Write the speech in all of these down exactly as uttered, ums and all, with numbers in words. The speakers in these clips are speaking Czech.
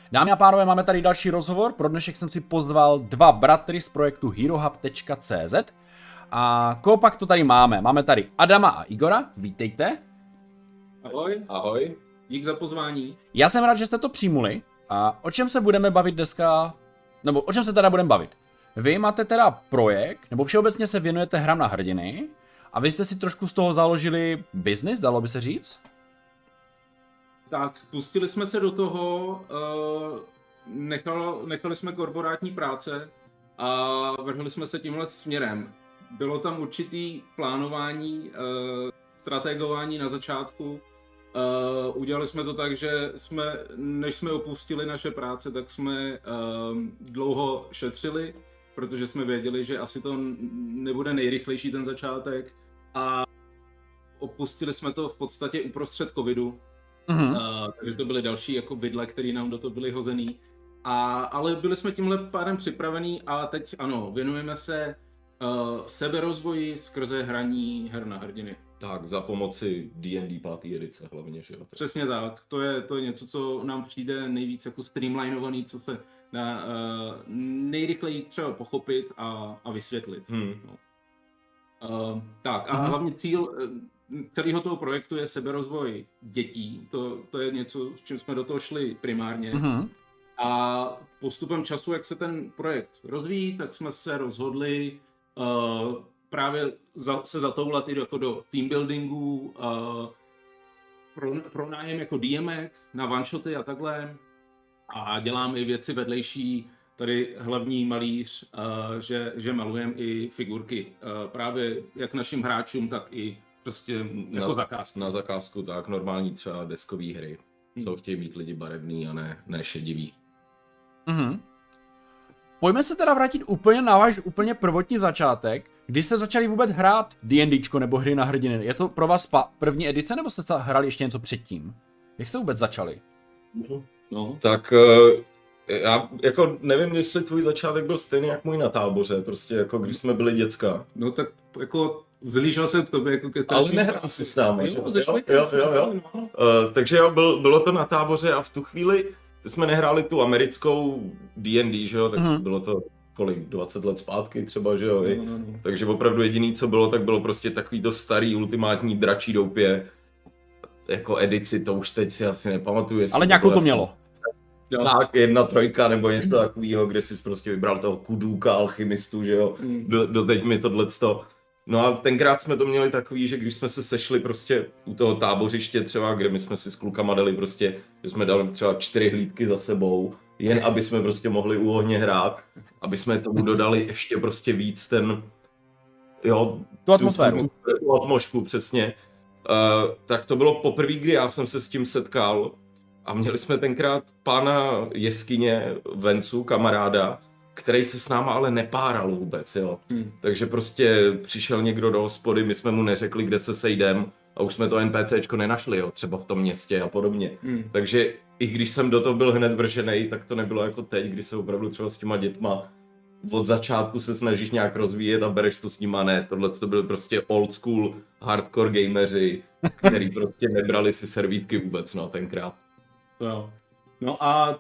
Dámy a pánové, máme tady další rozhovor. Pro dnešek jsem si pozval dva bratry z projektu herohub tečka cé zet. A koho pak to tady máme? Máme tady Adama a Igora, vítejte. Ahoj. Ahoj. Dík za pozvání. Já jsem rád, že jste to přijmuli. A o čem se budeme bavit dneska, nebo o čem se teda budeme bavit? Vy máte teda projekt, nebo všeobecně se věnujete hrám na hrdiny a vy jste si trošku z toho založili biznis, dalo by se říct? Tak, pustili jsme se do toho, uh, nechal, nechali jsme korporátní práce a vrhli jsme se tímhle směrem. Bylo tam určitý plánování, uh, strategování na začátku. Uh, udělali jsme to tak, že jsme, než jsme opustili naše práce, tak jsme uh, dlouho šetřili, protože jsme věděli, že asi to nebude nejrychlejší ten začátek. A opustili jsme to v podstatě uprostřed covidu. Mm-hmm. Uh, takže to byly další jako vidle, které nám do toho byly hozený. A, ale byli jsme tímhle pádem připravení a teď ano, věnujeme se uh, seberozvoji skrze hraní her na hrdiny. Tak, za pomoci D and D páté edice hlavně, že jo? Přesně tak, to je, to je něco, co nám přijde nejvíc jako streamlinovaný, co se dá uh, nejrychleji třeba pochopit a, a vysvětlit. Hmm. No. Uh, tak a hmm. hlavně cíl uh, celého toho projektu je seberozvoj dětí, to, to je něco, s čím jsme do toho šli primárně. Mm-hmm. A postupem času, jak se ten projekt rozvíjí, tak jsme se rozhodli uh, právě za, se zatoulat i jako do teambuildingu, uh, pro, pro nájem jako DMek na one-shoty a takhle. A děláme i věci vedlejší, tady hlavní malíř, uh, že, že malujeme i figurky, uh, právě jak našim hráčům, tak i prostě jako na zakázku. Na zakázku, tak normální třeba deskové hry. Hmm. Co chtějí být lidi barevný a ne, ne šedivý. Mhm. Pojďme se teda vrátit úplně na váš úplně prvotní začátek. Kdy jste začali vůbec hrát D&Dčko nebo hry na hrdiny? Je to pro vás první edice, nebo jste hrali ještě něco předtím? Jak jste vůbec začali? No. Tak já jako nevím, jestli tvůj začátek byl stejný jak můj na táboře, prostě jako když jsme byli děcka. No tak jako vzlížel jsem k tobě jako ke starším. Ale nehrál si s námi, jo, že? Jo, jo, jo, jo. Uh, takže jo, byl, bylo to na táboře a v tu chvíli jsme nehráli tu americkou D and D, že jo, tak mm. bylo to kolik, dvacet let zpátky třeba, že jo, no, no, no. Takže opravdu jediný, co bylo, tak bylo prostě takový to starý ultimátní dračí doupě, jako edici, to už teď si asi nepamatuju. Ale nějakou to mělo. Tak, jedna trojka nebo něco takového, kde jsi prostě vybral toho kudůka, alchymistu, že jo, mm. do, doteď mi tohleto. No a tenkrát jsme to měli takový, že když jsme se sešli prostě u toho tábořiště třeba, kde my jsme si s klukama dali prostě, že jsme dali třeba čtyři hlídky za sebou, jen aby jsme prostě mohli u ohně hrát, aby jsme tomu dodali ještě prostě víc ten, jo, tu atmosféru. Tu, tu atmosféru, přesně. Uh, tak to bylo poprvé, kdy já jsem se s tím setkal a měli jsme tenkrát pána jeskyně Vencu, kamaráda, který se s náma ale nepáral vůbec, jo. Hmm. Takže prostě přišel někdo do hospody, my jsme mu neřekli, kde se sejdem a už jsme to NPCčko nenašli, jo, třeba v tom městě a podobně. Hmm. Takže i když jsem do toho byl hned vrženej, tak to nebylo jako teď, kdy se opravdu třeba s těma dětma od začátku se snažíš nějak rozvíjet a bereš to s nima, ne. Tohle to byl prostě old school hardcore gameři, který prostě nebrali si servítky vůbec, no, tenkrát. Jo. No a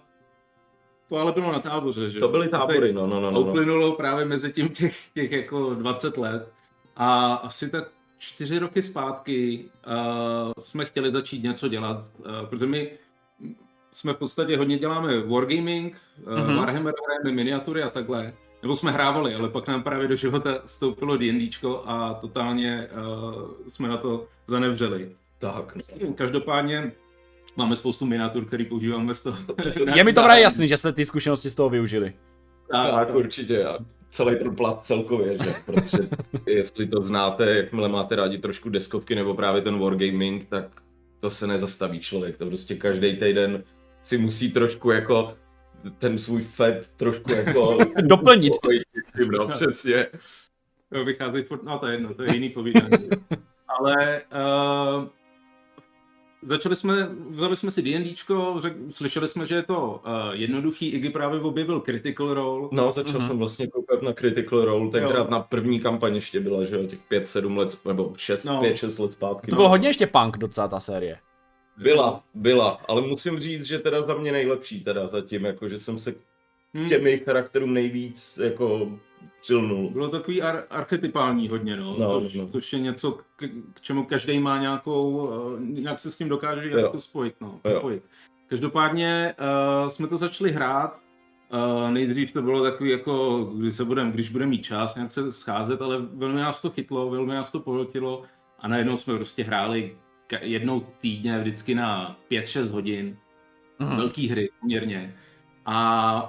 to ale bylo na táboře, že? To byly tábory, no, no, no, no. Uplynulo právě mezi tím těch, těch jako dvacet let a asi tak čtyři roky zpátky uh, jsme chtěli začít něco dělat, uh, protože my jsme v podstatě hodně děláme wargaming, uh, mm-hmm. Warhammer hrajeme miniatury a takhle, nebo jsme hrávali, ale pak nám právě do života vstoupilo D&Dčko a totálně uh, jsme na to zanevřeli. Tak. Každopádně máme spoustu miniatur, který používáme z toho. Je mi to právě jasný, že jste ty zkušenosti z toho využili. Tak, tak určitě. A celý ten plast celkově, že? Protože jestli to znáte, jakmile máte rádi trošku deskovky nebo právě ten wargaming, tak to se nezastaví člověk. To prostě každý týden si musí trošku jako ten svůj fet trošku jako doplnit. No, přesně. No, vychází furt, no to je jedno, to je jiný povídání. Ale uh, začali jsme, vzali jsme si D&Dčko, řek, slyšeli jsme, že je to uh, jednoduchý, Iggy právě objevil Critical Role. No, začal mm-hmm. jsem vlastně koukat na Critical Role, tenkrát jo. Na první kampaň ještě byla, že jo, těch pět sedm let, nebo šest, pět šest let zpátky. To bylo hodně ještě punk docela ta série. Byla, byla, ale musím říct, že teda za mě nejlepší teda zatím, jako že jsem se k Hmm. těm jejich charakterům nejvíc jako přilnul. Bylo takový ar- archetypální hodně, no, No, což, no. což je něco, k, k čemu každý má nějakou, uh, nějak se s tím dokáže Jo. jako spojit, no, Jo. spojit. Každopádně uh, jsme to začali hrát, uh, nejdřív to bylo takový jako, když se budem, když budeme mít čas nějak se scházet, ale velmi nás to chytlo, velmi nás to pohltilo a najednou jsme prostě hráli ka- jednou týdně vždycky na pět šest hodin, Mhm. velký hry poměrně a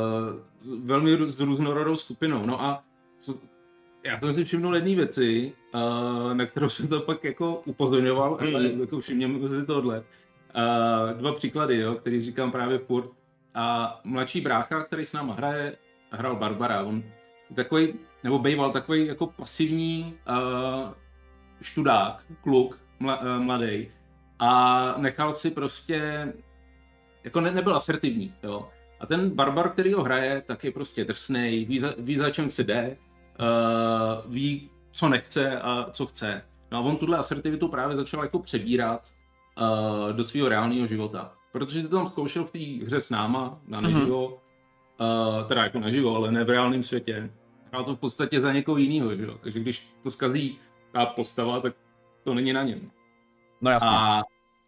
uh, velmi rů- s různorodou skupinou. No a co, já jsem si všimnul jedné věci, uh, na kterou jsem to pak jako upozorňoval, Mm. ale jako všimněme si tohle. Uh, dva příklady, jo, který říkám právě furt. A mladší brácha, který s náma hraje, hrál Barbara. On je takový, nebo býval takový jako pasivní uh, študák, kluk, mla, uh, mladý. A nechal si prostě, jako ne, nebyl asertivní, jo. A ten barbar, který ho hraje, tak je prostě drsnej, ví, za, ví za čem si jde, uh, ví, co nechce a co chce. No a on tuhle asertivitu právě začal jako přebírat uh, do svého reálného života. Protože to tam zkoušel v té hře s náma, na neživo, mm-hmm. uh, teda jako naživo, ale ne v reálném světě. Hrál to v podstatě za někoho jiného, že jo. Takže když to zkazí ta postava, tak to není na něm. No jasně. A,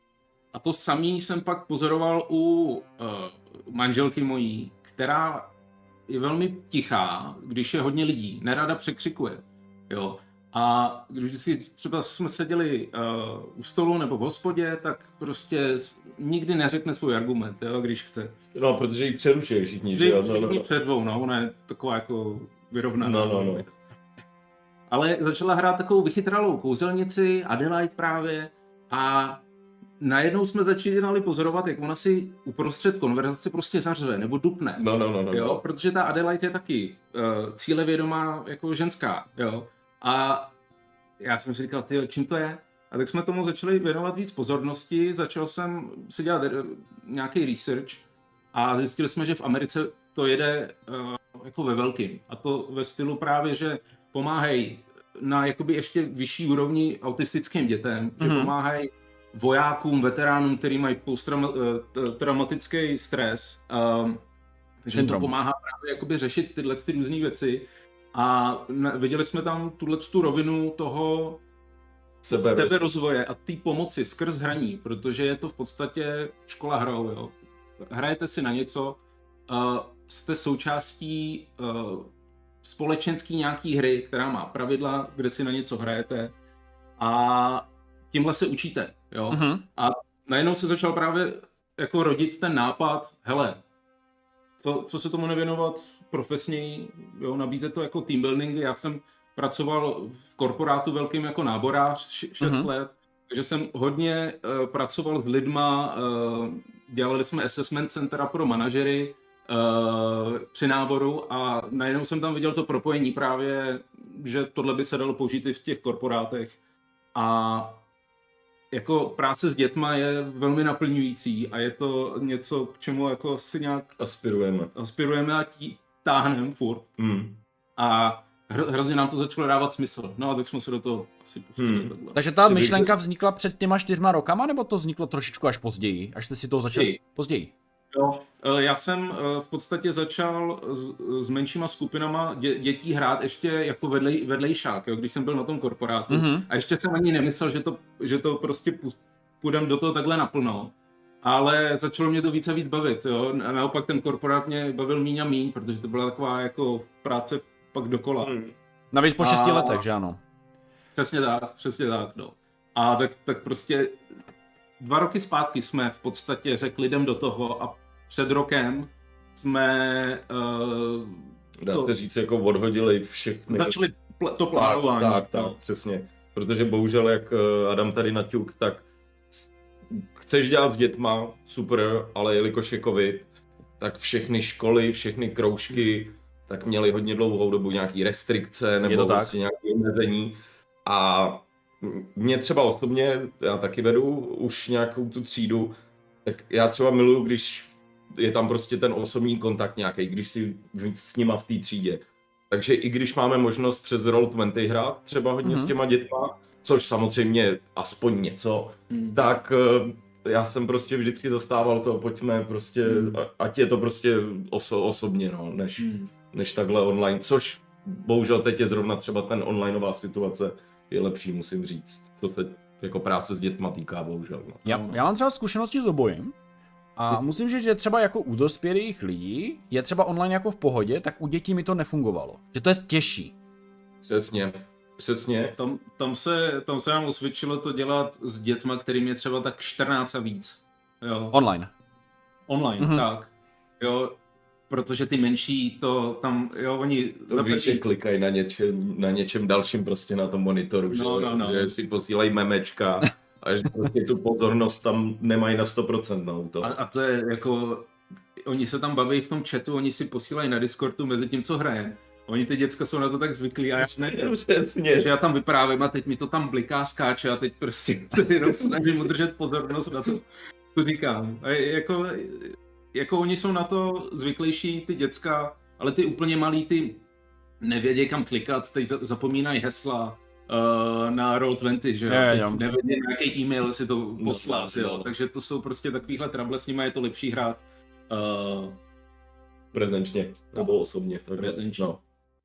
a to samý jsem pak pozoroval u uh, manželky mojí, která je velmi tichá, když je hodně lidí, nerada překřikuje, jo. A když si třeba jsme seděli uh, u stolu nebo v hospodě, tak prostě s- nikdy neřekne svůj argument, jo, když chce. No, protože ji přerušili všichni, že Vždy jo? No, no, všichni no. přeřvou, no, ona je taková jako vyrovnaná. No, no, no. Ale začala hrát takovou vychytralou kouzelnici, Adelaide právě, a najednou jsme začínali pozorovat, jak ona si uprostřed konverzace prostě zařve nebo dupne. No, no, no, no, Jo, no. protože ta Adelaide je taky uh, cílevědomá jako ženská, jo. A já jsem si říkal, tyjo, čím to je? A tak jsme tomu začali věnovat víc pozornosti, začal jsem si dělat uh, nějaký research a zjistili jsme, že v Americe to jede uh, jako ve velkým. A to ve stylu právě, že pomáhají na jakoby ještě vyšší úrovni autistickým dětem, že Mhm. pomáhají vojákům, veteránům, kteří mají posttraumatický stres, um, takže jim to Syndrom. pomáhá právě jakoby řešit tyhle ty různé věci. A na, viděli jsme tam tuhle tu rovinu toho Sebe, tebe rozvoje a té pomoci skrz hraní, protože je to v podstatě škola hrou, jo. Hrajete si na něco, uh, jste součástí uh, společenský nějaký hry, která má pravidla, kde si na něco hrajete a tímhle se učíte, jo. Mhm. A najednou se začal právě jako rodit ten nápad, hele, co, co se tomu nevěnovat profesněji, jo, nabízet to jako team building. Já jsem pracoval v korporátu velkým jako náborář šest Mhm. let, takže jsem hodně uh, pracoval s lidma, uh, dělali jsme assessment centra pro manažery uh, při náboru a najednou jsem tam viděl to propojení právě, že tohle by se dalo použít i v těch korporátech. A jako práce s dětma je velmi naplňující a je to něco, k čemu jako si nějak aspirujeme. aspirujeme a tí, táhneme furt. Hmm. A hro, hrozně nám to začalo dávat smysl. No a tak jsme se do toho asi pustili. Hmm. takhle. Takže ta Ty víš, myšlenka vznikla před těma čtyřma rokama, nebo to vzniklo trošičku až později? Až jste si toho začali Později. později? Jo, eh, já jsem eh, v podstatě začal s, s menšíma skupinama dě, dětí hrát ještě jako vedlej, vedlejšák, jo, když jsem byl na tom korporátu. Mhm. A ještě jsem ani nemyslel, že to, že to prostě pu- půjdem do toho takhle naplno. Ale začalo mě to víc a víc bavit, jo. A naopak ten korporát mě bavil míň a míň, protože to byla taková jako práce pak dokola. Hmm. Navíc po šesti A- letech, že ano? Přesně tak, přesně tak, no. A tak, tak prostě dva roky zpátky jsme v podstatě řekli lidem do toho a před rokem jsme uh, Dá To- se říct, jako odhodili všechny. začali pl- to tak, plánování. tak, tak, no. přesně. Protože bohužel, jak eh, Adam tady naťuk, tak s- chceš dělat s dětma, super, ale jelikož je covid, tak všechny školy, všechny kroužky, tak měly hodně dlouhou dobu nějaký restrikce Je to nebo tak. prostě nějaké omezení. A mě třeba osobně, já taky vedu už nějakou tu třídu, tak já třeba miluju, když je tam prostě ten osobní kontakt nějaký, když si v- s nima v té třídě. Takže i když máme možnost přes Roll dvacet hrát třeba hodně Mhm. s těma dětma, což samozřejmě aspoň něco, Hmm. tak já jsem prostě vždycky zastával to, pojďme prostě, hmm. ať je to prostě oso, osobně, no, než, hmm. než takhle online, což bohužel teď je zrovna třeba ten onlineová situace je lepší, musím říct, co se jako práce s dětma týká, bohužel. No. Já, já mám třeba zkušenosti s obojím a musím říct, že třeba jako u dospělých lidí je třeba online jako v pohodě, tak u dětí mi to nefungovalo, že to je těžší. Přesně. Přesně. Tam, tam, se, tam se nám osvědčilo to dělat s dětma, kterým je třeba tak čtrnáct a víc. Jo. Online. Online, mm-hmm. tak. Jo, protože ty menší to tam, jo, oni... To víš, že klikají na něčem, na něčem dalším prostě na tom monitoru, no, že, no, no. že si posílají memečka a že prostě tu pozornost tam nemají na sto procent. No, to. A, a to je jako... Oni se tam baví v tom chatu, oni si posílají na Discordu mezi tím, co hraje. Oni ty děcka jsou na to tak zvyklí a já ne, Přesně. že já tam vyprávím a teď mi to tam bliká, skáče a teď prostě se jenom snažím udržet pozornost na to, co říkám. A jako, jako oni jsou na to zvyklejší, ty děcka, ale ty úplně malí, ty nevědí kam klikat, teď zapomínají hesla uh, na Roll dvacet, že jo, je, teď nevědí nějaký e-mail si to poslat, no, jo, no. Takže to jsou prostě takovýhle trable, s nimi je to lepší hrát. Uh, prezenčně, nebo no, osobně. Tak, prezenčně. No.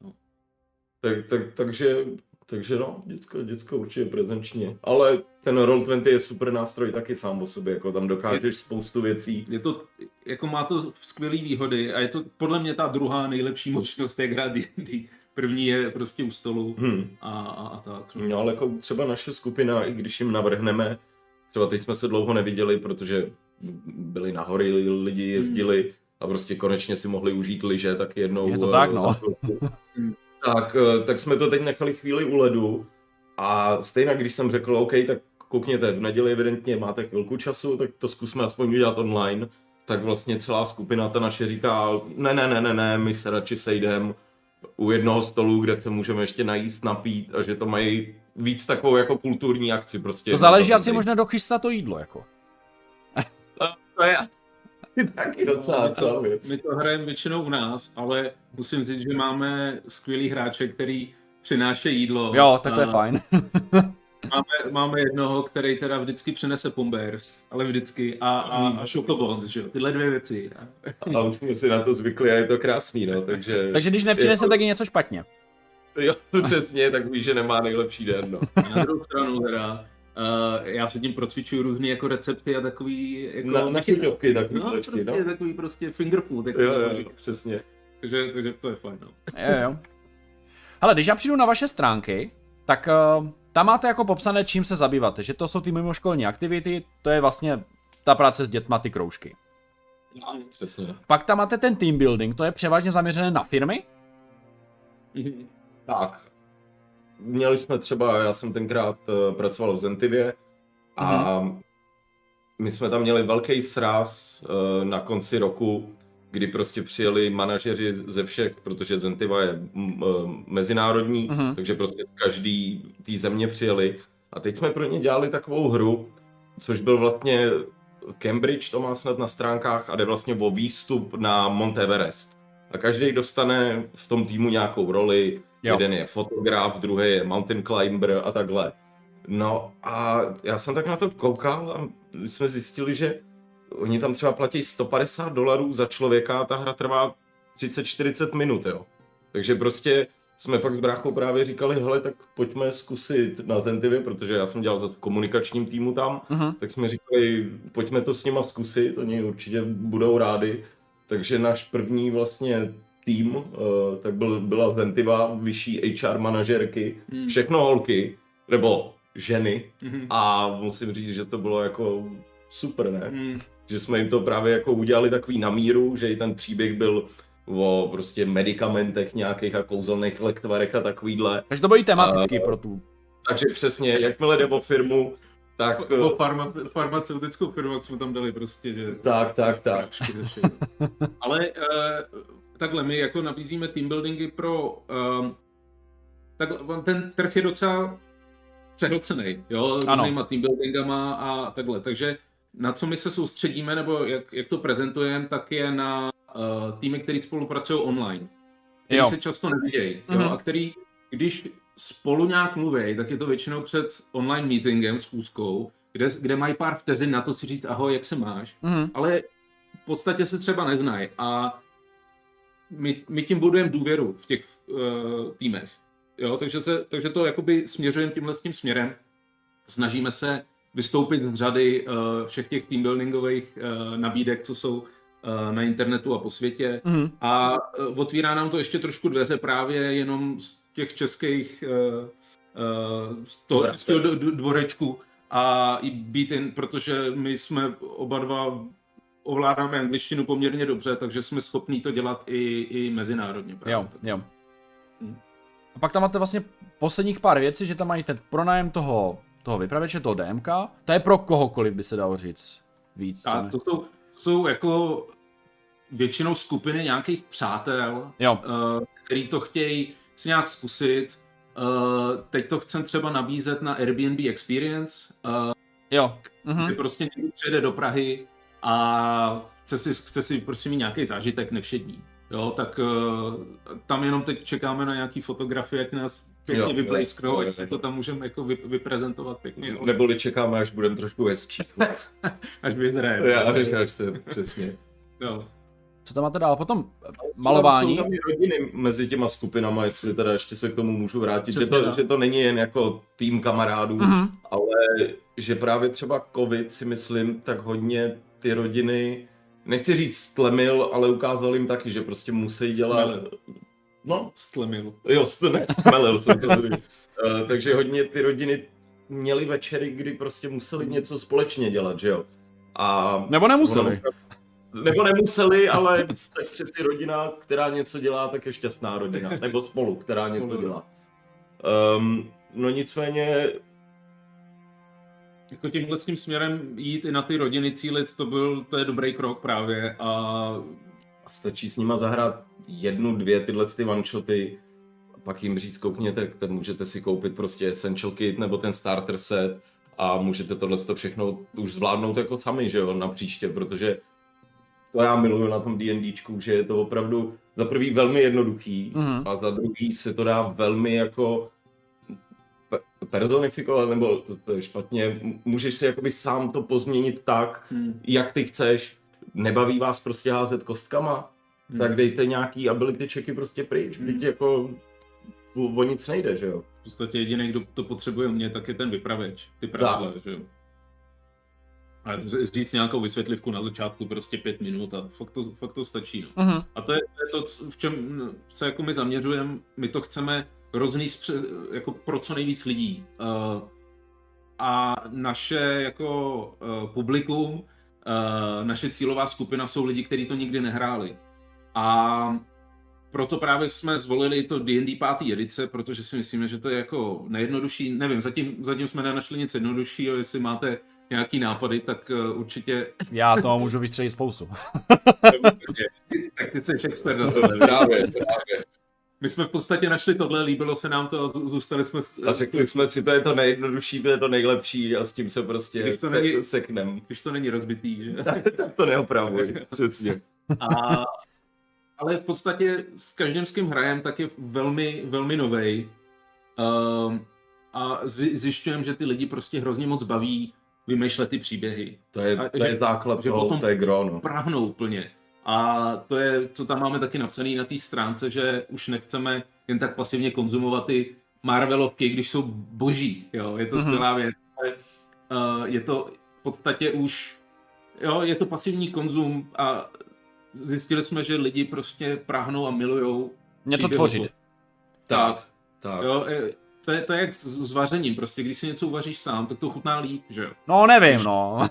Tak, tak, takže, takže no, děcko, děcko určitě prezenčně. Ale ten Roll dvacet je super nástroj taky sám o sobě, jako tam dokážeš je, spoustu věcí. Je to, jako má to skvělé výhody a je to podle mě ta druhá nejlepší možnost, jak hrát D and D. První je prostě u stolu hmm. a, a, a tak. No. no ale jako třeba naše skupina, i když jim navrhneme, třeba teď jsme se dlouho neviděli, protože byli na hory, lidi jezdili hmm. a prostě konečně si mohli užít lyže, tak jednou... Je to tak, no. Tak, tak jsme to teď nechali chvíli u ledu a stejně, když jsem řekl, OK, tak koukněte, v neděli evidentně máte chvilku času, tak to zkusme aspoň udělat online, tak vlastně celá skupina ta naše říká, ne, ne, ne, ne, ne, my se radši sejdeme u jednoho stolu, kde se můžeme ještě najíst, napít a že to mají víc takovou jako kulturní akci prostě. To záleží asi možná dochystat to jídlo, jako. To je taky docela celá věc. My to hrajeme většinou u nás, ale musím říct, že máme skvělý hráče, který přinášejí jídlo. Jo, tak to je fajn. máme, máme jednoho, který teda vždycky přinese Pombers, ale vždycky, a, a, a Chocobons, že jo, tyhle dvě věci. A už jsme si na to zvykli a je to krásný, no, takže... Takže když nepřinese, tak je něco špatně. Jo, přesně, tak víš, že nemá nejlepší den, no. Na druhou stranu teda, Uh, já se tím procvičuju různý jako recepty a takový jako... Na, na chyťovky takový no, tlačky, prostě, no. takový prostě finger food. Jo, jo, jo, přesně. Takže, takže to je fajn, no. Jo, jo. Hele, když já přijdu na vaše stránky, tak uh, tam máte jako popsané, čím se zabýváte, že to jsou ty mimoškolní aktivity, to je vlastně ta práce s dětma, ty kroužky. No, přesně. Pak tam máte ten team building, to je převážně zaměřené na firmy? Mm-hmm. Tak. Měli jsme třeba, já jsem tenkrát uh, pracoval v Zentivě a mm-hmm. my jsme tam měli velký sraz uh, na konci roku, kdy prostě přijeli manažeři ze všech, protože Zentiva je m- m- mezinárodní, mm-hmm. takže prostě z každý té země přijeli. A teď jsme pro ně dělali takovou hru, což byl vlastně Cambridge, to má snad na stránkách a jde vlastně o výstup na Mount Everest. A každý dostane v tom týmu nějakou roli. Jo. Jeden je fotograf, druhý je mountain climber a takhle. No a já jsem tak na to koukal a jsme zjistili, že oni tam třeba platí sto padesát dolarů za člověka a ta hra trvá třicet čtyřicet minut, jo. Takže prostě jsme pak s bráchou právě říkali, hele, tak pojďme zkusit na Zentivě, protože já jsem dělal za komunikačním týmu tam, uh-huh. tak jsme říkali, pojďme to s nima zkusit, oni určitě budou rádi. Takže náš první vlastně tým, uh, tak byl, byla Zentiva, vyšší H R manažerky, mm. všechno holky, nebo ženy mm. a musím říct, že to bylo jako super, ne? Mm. Že jsme jim to právě jako udělali takový na míru, že i ten příběh byl o prostě medikamentech nějakých a kouzelných lektvarech a takovýhle. Takže to bylo i tematicky uh, pro tu. Takže přesně, jakmile jde o firmu, tak... Po farma, farmaceutickou firmu jsme tam dali prostě, že... Tak, tak, tak. Ale uh, takhle, my jako nabízíme teambuildingy pro... Uh, tak ten trh je docela přehlcenej, jo, různýma teambuildingama a takhle, takže na co my se soustředíme, nebo jak, jak to prezentujeme, tak je na uh, týmy, které spolupracují online, který se často nevidějí, mm-hmm. jo, a který, když spolu nějak mluví, tak je to většinou před online meetingem, schůzkou, kde, kde mají pár vteřin na to si říct ahoj, jak se máš, Mhm. ale v podstatě se třeba neznají a my, my tím budujeme důvěru v těch uh, týmech. Jo, takže, se, takže to jakoby směřujeme tímhle s tím směrem. Snažíme se vystoupit z řady uh, všech těch teambuildingových uh, nabídek, co jsou uh, na internetu a po světě. Mhm. A uh, otvírá nám to ještě trošku dveře právě jenom z těch českých uh, uh, z toho českého dvorečku a i být in, protože my jsme oba dva ovládáme angličtinu poměrně dobře, takže jsme schopní to dělat i, i mezinárodně. Právě. Jo, jo. Hmm. A pak tam máte vlastně posledních pár věcí, že tam mají ten pronájem toho, toho vypravěče, toho D M K. To je pro kohokoliv, by se dalo říct víc. Tak, to jsou, jsou jako většinou skupiny nějakých přátel, Jo. Uh, který to chtějí si nějak zkusit. Uh, teď to chcem třeba nabízet na Airbnb Experience, uh, Jo. kdy Mhm. prostě někdo přijede do Prahy a chce si, chce si prostě mít nějaký zážitek nevšední. Jo, tak uh, tam jenom teď čekáme na nějaký fotografie, jak nás pěkně Jo, vyblejsknou, jo, ať jo, se jo. to tam můžeme jako vy, vyprezentovat pěkně. Neboli čekáme, až budeme trošku hezčí. Až vyzraje. Já, až, až se, přesně. Jo. Co tam máte dál? Potom malování. Jsou tam i rodiny mezi těma skupinama, jestli teda ještě se k tomu můžu vrátit, že Přesně to, tak. že to není jen jako tým kamarádů, Mhm. ale že právě třeba covid si myslím, tak hodně ty rodiny, nechci říct stlemil, ale ukázal jim taky, že prostě musí dělat... Stmelil. No, Stlemil. jo, st- ne, stmelil jsem to. uh, takže hodně ty rodiny měly večery, kdy prostě museli něco společně dělat, že jo. A Nebo nemuseli. nebo nemuseli, ale tak přeci rodina, která něco dělá, tak je šťastná rodina. Nebo spolu, která něco Spolu. dělá. Um, no nicméně, Jako tímhle s tím směrem jít i na ty rodiny cílit, to byl, to je dobrý krok právě a a stačí s nima zahrát jednu, dvě tyhle ty one-shoty, a pak jim říct, koukněte, ten můžete si koupit prostě Essential Kit nebo ten Starter Set a můžete tohle všechno už zvládnout jako sami, že jo, na příště, protože to já miluju na tom DNDčku, že je to opravdu za prvý velmi jednoduchý Mhm. a za druhý se to dá velmi jako pe- personifikovat, nebo to, to je špatně, M- můžeš si jakoby sám to pozměnit tak, hmm. jak ty chceš. Nebaví vás prostě házet kostkama, Hmm. tak dejte nějaký ability checky prostě pryč, Hmm. vždyť jako o, o nic nejde, že jo. v podstatě jediný, kdo to potřebuje mě, tak je ten vypravěč, ty pravidla, že jo. A z- říct nějakou vysvětlivku na začátku prostě pět minut a fakt to, fakt to stačí. No. Mhm. A to je, to je to, c- v čem se jako my zaměřujeme, my to chceme roznést pře- jako pro co nejvíc lidí. Uh, a naše jako uh, publikum, uh, naše cílová skupina jsou lidi, kteří to nikdy nehráli. A proto právě jsme zvolili to D and D pátý edice, protože si myslíme, že to je jako nejjednodušší. Nevím, zatím, zatím jsme nenašli nic jednoduššího, jestli máte nějaký nápady, tak uh, určitě... Já toho můžu vystřelit spoustu. tak ty jsi expert na tohle. Právě, právě. My jsme v podstatě našli tohle, líbilo se nám to a zů- zůstali jsme... s- A řekli jsme si, to je to nejjednodušší, to je to nejlepší a s tím se prostě Když to se- není- seknem. Když to není rozbitý, že? Tak to neopravuj, přesně. A, ale v podstatě s každým, s kým hrajem, tak je velmi, velmi novej. Um, a zi- zjišťujeme, že ty lidi prostě hrozně moc baví vymýšlet ty příběhy. To je, A to že- je základ že toho, potom to je gro, no. Prahnou úplně. A to je, co tam máme taky napsané na té stránce, že už nechceme jen tak pasivně konzumovat ty Marvelovky, když jsou boží. Jo? Je to Mhm. skvělá věc. Ale, uh, je to v podstatě už, jo, je to pasivní konzum a zjistili jsme, že lidi prostě prahnou a milujou Něco příběhy. tvořit. Tak, Tak. jo, je- to je, to je jak s, s vařením, prostě když si něco uvaříš sám, tak to chutná líp, že jo. No nevím, no.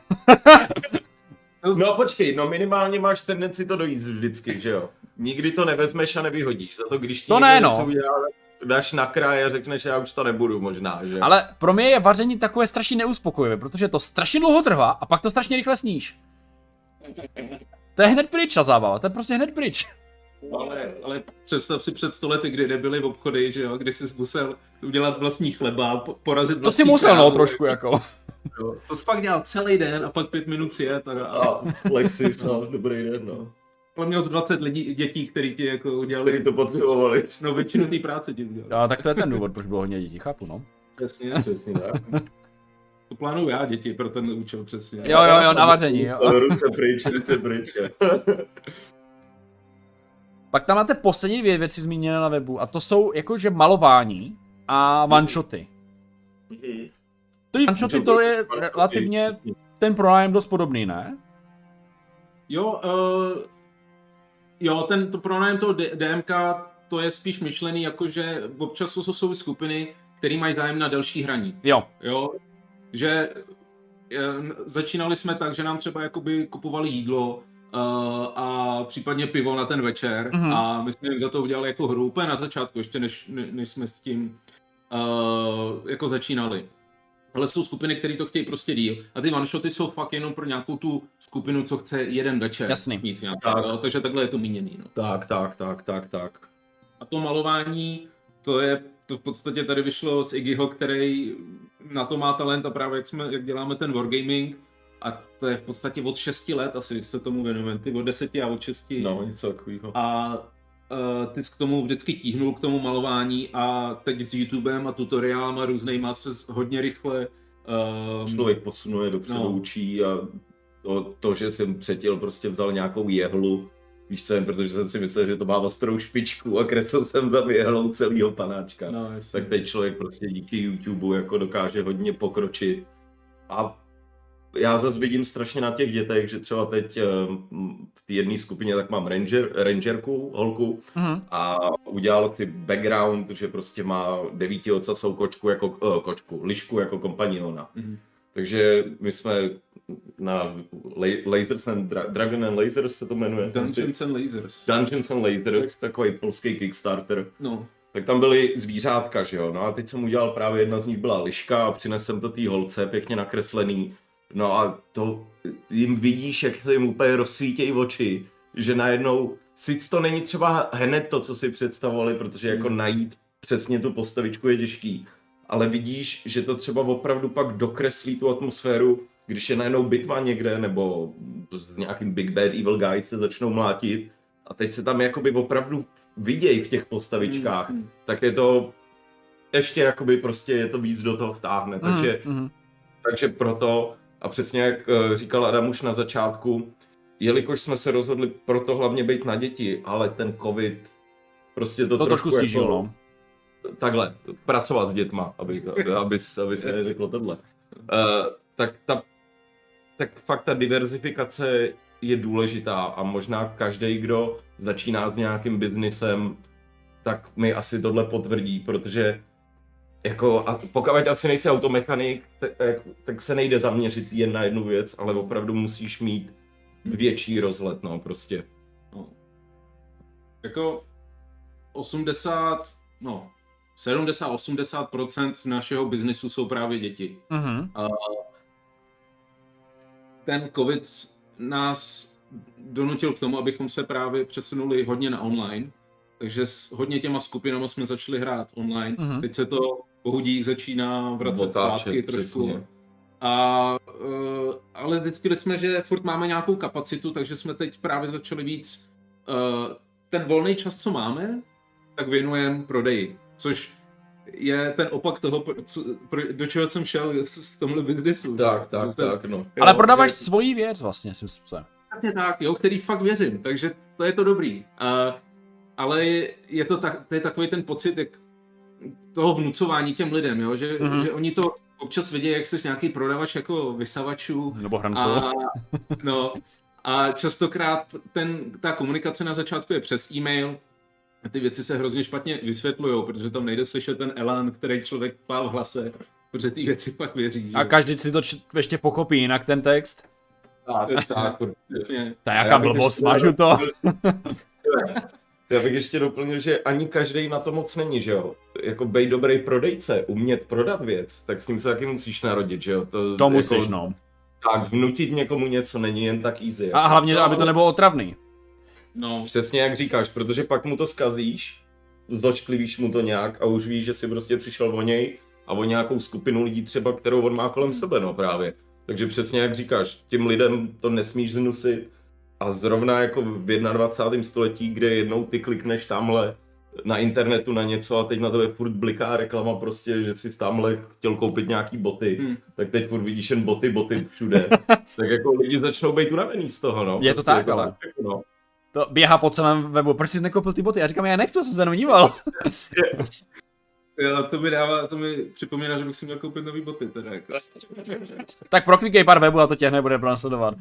No počkej, no minimálně máš tendenci to dojíst vždycky, že jo? Nikdy to nevezmeš a nevyhodíš, za to když ti To někdo ne, něco no. udělá, dáš na kraj a řekneš, já už to nebudu možná, že jo? Ale pro mě je vaření takové strašně neuspokojivé, protože to strašně dlouho trvá a pak to strašně rychle sníš. To je hned pryč ta zábava, to je prostě hned pryč. Ale, ale představ si před sto lety, kdy nebyly v obchody, že jo, kdy jsi musel udělat vlastní chleba, po- porazit To vlastní si musel, krávu, no, trošku jako. jo. To jsi fakt dělal celý den a pak pět minut si jet. A, a, A Lexis, no, dobrý den, no. ale měl jsi dvacet lidí, dětí, který ti jako udělali, Který to potřebovali. no většinu té práce ti udělali. A tak to je ten důvod, proč bylo hodně dětí, chápu, no. Jasně. Přesně tak. To plánuju já, děti, pro ten účel přesně. Jo, jo, jo, na vaření, jo. Ruce pryč, ruce pryč. Pak tam máte poslední dvě věci zmíněné na webu a to jsou jakože malování a one-shoty. Mhm. Ty one-shoty to je relativně ten pronájem dost podobný, ne? Jo, uh, jo, ten to pronájem toho D M K, to je spíš myšlený jakože občas to jsou skupiny, které mají zájem na delší hraní. Jo. Jo, že začínali jsme tak, že nám třeba jakoby kupovali jídlo uh, a případně pivo na ten večer mm-hmm. a my jsme jim za to udělali jako hru úplně na začátku, ještě než, než jsme s tím uh, jako začínali. Ale jsou skupiny, které to chtějí prostě díl. A ty one-shoty jsou fakt jenom pro nějakou tu skupinu, co chce jeden večer Jasný. mít nějak. Tak. Takže takhle je to míněný. No. Tak, tak, tak, tak, tak. A to malování, to je, to v podstatě tady vyšlo z Iggyho, který na to má talent a právě jak, jsme, jak děláme ten wargaming, a to je v podstatě od šesti let asi se tomu věnujeme, ty od deseti a od šesti. No, něco takového. A uh, ty k tomu vždycky tíhnul k tomu malování a teď s YouTubem a tutoriálama různejma se hodně rychle um, člověk posunuje dopředu, no. Učí a to, to, že jsem předtěl prostě vzal nějakou jehlu, víš co, jen protože jsem si myslel, že to má ostrou špičku a kreslil jsem tam jehlou celýho panáčka. No, tak teď člověk prostě díky YouTube jako dokáže hodně pokročit. A já zase vidím strašně na těch dětech, že třeba teď v té jedné skupině tak mám ranger, rangerku, holku, mm-hmm. a udělal si background, že prostě má devítiocasou kočku jako, uh, kočku, lišku jako kompaniona. Mm-hmm. Takže my jsme na Lasers and Dra- Dragon and Lasers se to jmenuje. Dungeons and Lasers. Dungeons and Lasers, takový polský Kickstarter. No. Tak tam byly zvířátka, že jo, no a teď jsem udělal právě, jedna z nich byla liška a přinesl jsem to té holce, pěkně nakreslený. No a to jim vidíš, jak to jim úplně rozsvítějí oči, že najednou, sice to není třeba hned to, co si představovali, protože jako hmm. najít přesně tu postavičku je těžký, ale vidíš, že to třeba opravdu pak dokreslí tu atmosféru, když je najednou bitva někde, nebo s nějakým Big Bad Evil Guy se začnou mlátit a teď se tam jakoby opravdu vidějí v těch postavičkách, hmm. tak je to ještě jakoby prostě je to víc do toho vtáhne, hmm. takže, hmm. takže proto. A přesně jak říkal Adam už na začátku, jelikož jsme se rozhodli proto hlavně být na děti, ale ten covid prostě to, to trošku stížil, jako, no. Takhle, pracovat s dětma, aby, aby, aby, aby se neřeklo tohle. Uh, tak, ta, tak fakt ta diverzifikace je důležitá a možná každý, kdo začíná s nějakým biznisem, tak mi asi tohle potvrdí, protože jako, a pokud asi nejsi automechanik, tak, tak se nejde zaměřit jen na jednu věc, ale opravdu musíš mít větší rozhled, no prostě. No. Jako osmdesát, no, sedmdesát osmdesát procent našeho biznisu jsou právě děti. Mm-hmm. A ten covid nás donutil k tomu, abychom se právě přesunuli hodně na online. Takže s hodně těma skupinama jsme začali hrát online. Mm-hmm. Teď se to bohudík začíná vracet zpátky trošku. A, uh, ale zjistili jsme, že furt máme nějakou kapacitu, takže jsme teď právě začali víc uh, ten volný čas, co máme, tak věnujeme prodeji. Což je ten opak toho, co, do čeho jsem šel v tomhle biznesu. Tak, tak, jsem, tak, no. Ale jo, prodáváš že... svoji věc vlastně, si způsobem. Tak, jo, který fakt věřím, takže to je to dobrý. Uh, ale je to, tak, to je takový ten pocit jak toho vnucování těm lidem, jo? Že, mm-hmm. že oni to občas vidí, jak jsi nějaký prodavač jako vysavačů. Nebo hranců. A, no, a častokrát ten, ta komunikace na začátku je přes e-mail a ty věci se hrozně špatně vysvětlujou, protože tam nejde slyšet ten elán, který člověk má v hlase, protože ty věci pak věří. Že? A každý si to č- ještě pochopí jinak ten text. Tak, přesně. To je jaká blbost, smažu to. Já bych ještě doplnil, že ani každý na to moc není, že jo. Jako bej dobrý prodejce, umět prodat věc, tak s tím se taky musíš narodit, že jo. To, to jako, musíš, no. Tak vnutit někomu něco není jen tak easy. A hlavně, no, aby to nebylo otravný. No. Přesně jak říkáš, protože pak mu to zkazíš, zočklivíš mu to nějak a už víš, že si prostě přišel o něj a o nějakou skupinu lidí třeba, kterou on má kolem sebe, no právě. Takže přesně jak říkáš, těm lidem to nesmíš znusit. A zrovna jako v dvacátém prvním století, kde jednou ty klikneš tamhle na internetu na něco a teď na tebe furt bliká reklama prostě, že si tamhle chtěl koupit nějaký boty, hmm. tak teď furt vidíš jen boty, boty všude. Tak jako lidi začnou být unavený z toho, no. Je to prostě tak, je to ale. tak, no. To běhá po celém webu, proč jsi nekoupil ty boty? Já říkám, já nechci, jsem se jenom díval. Jo, to mi dává, to mi připomíná, že bych si měl koupit nový boty teda jako. Tak proklikej pár webu a to tě hned bude pronásledovat.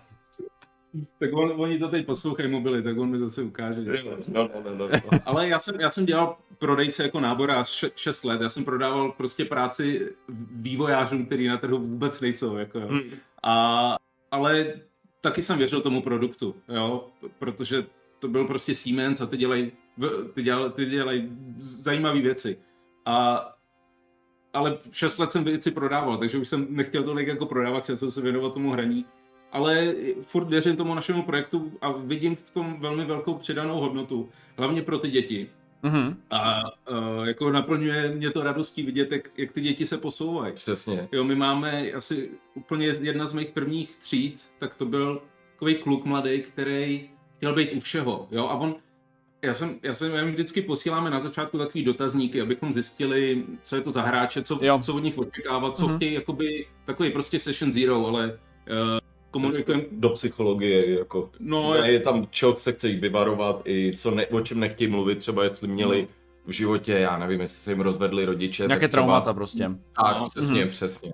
Tak on, oni to teď poslouchají mobily, tak on mi zase ukáže. No, no, no, no. Ale já jsem, já jsem dělal prodejce jako náborář šest let, já jsem prodával prostě práci vývojářům, který na trhu vůbec nejsou, jako jo. A, ale taky jsem věřil tomu produktu, jo, protože to byl prostě Siemens a ty dělají, ty dělají, ty dělají zajímavé věci. A, ale šest let jsem věci prodával, takže už jsem nechtěl tolik jako prodávat, chtěl jsem se věnovat tomu hraní. Ale furt věřím tomu našemu projektu a vidím v tom velmi velkou přidanou hodnotu, hlavně pro ty děti. Mm-hmm. A uh, jako naplňuje mě to radostí vidět, jak, jak ty děti se posouvají. Přesně. Jo, my máme asi úplně jedna z mých prvních tříd, tak to byl takový kluk mladý, který chtěl být u všeho, jo, a on, já jsem, já jsem, já vždycky posíláme na začátku takový dotazníky, abychom zjistili, co je to za hráče, co, co od nich očekávat, co mm-hmm. chtějí, jakoby, takový prostě session zero, ale uh, komunikujeme do psychologie, jako no, je tam čeho se chce jich vyvarovat i co ne, o čem nechtějí mluvit, třeba jestli měli no. v životě, já nevím, jestli se jim rozvedli rodiče. Nějaké třeba... traumata prostě. Tak, no. přesně, mm. přesně.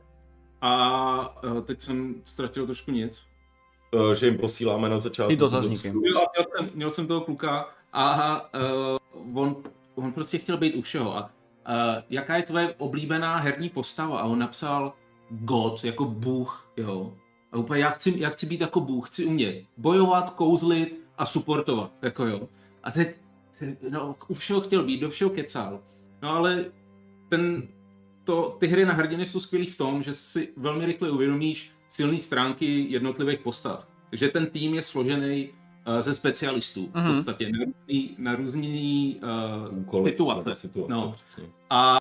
A teď jsem ztratil trošku nic. Uh, že jim posíláme na začátku. I dotazníky. Měl jsem, měl jsem toho kluka a uh, on, on prostě chtěl být u všeho. A uh, jaká je tvoje oblíbená herní postava? A on napsal God, jako Bůh, jo. A úplně já chci, já chci být jako Bůh, chci umět bojovat, kouzlit a supportovat, jako jo. A teď, no, u všeho chtěl být, do všeho kecal. No ale ten, to, ty hry na hrdiny jsou skvělý v tom, že si velmi rychle uvědomíš silné stránky jednotlivých postav. Takže ten tým je složený uh, ze specialistů, mm-hmm. v podstatě, na různý, na různý uh, Úkoly, situace. situace no. A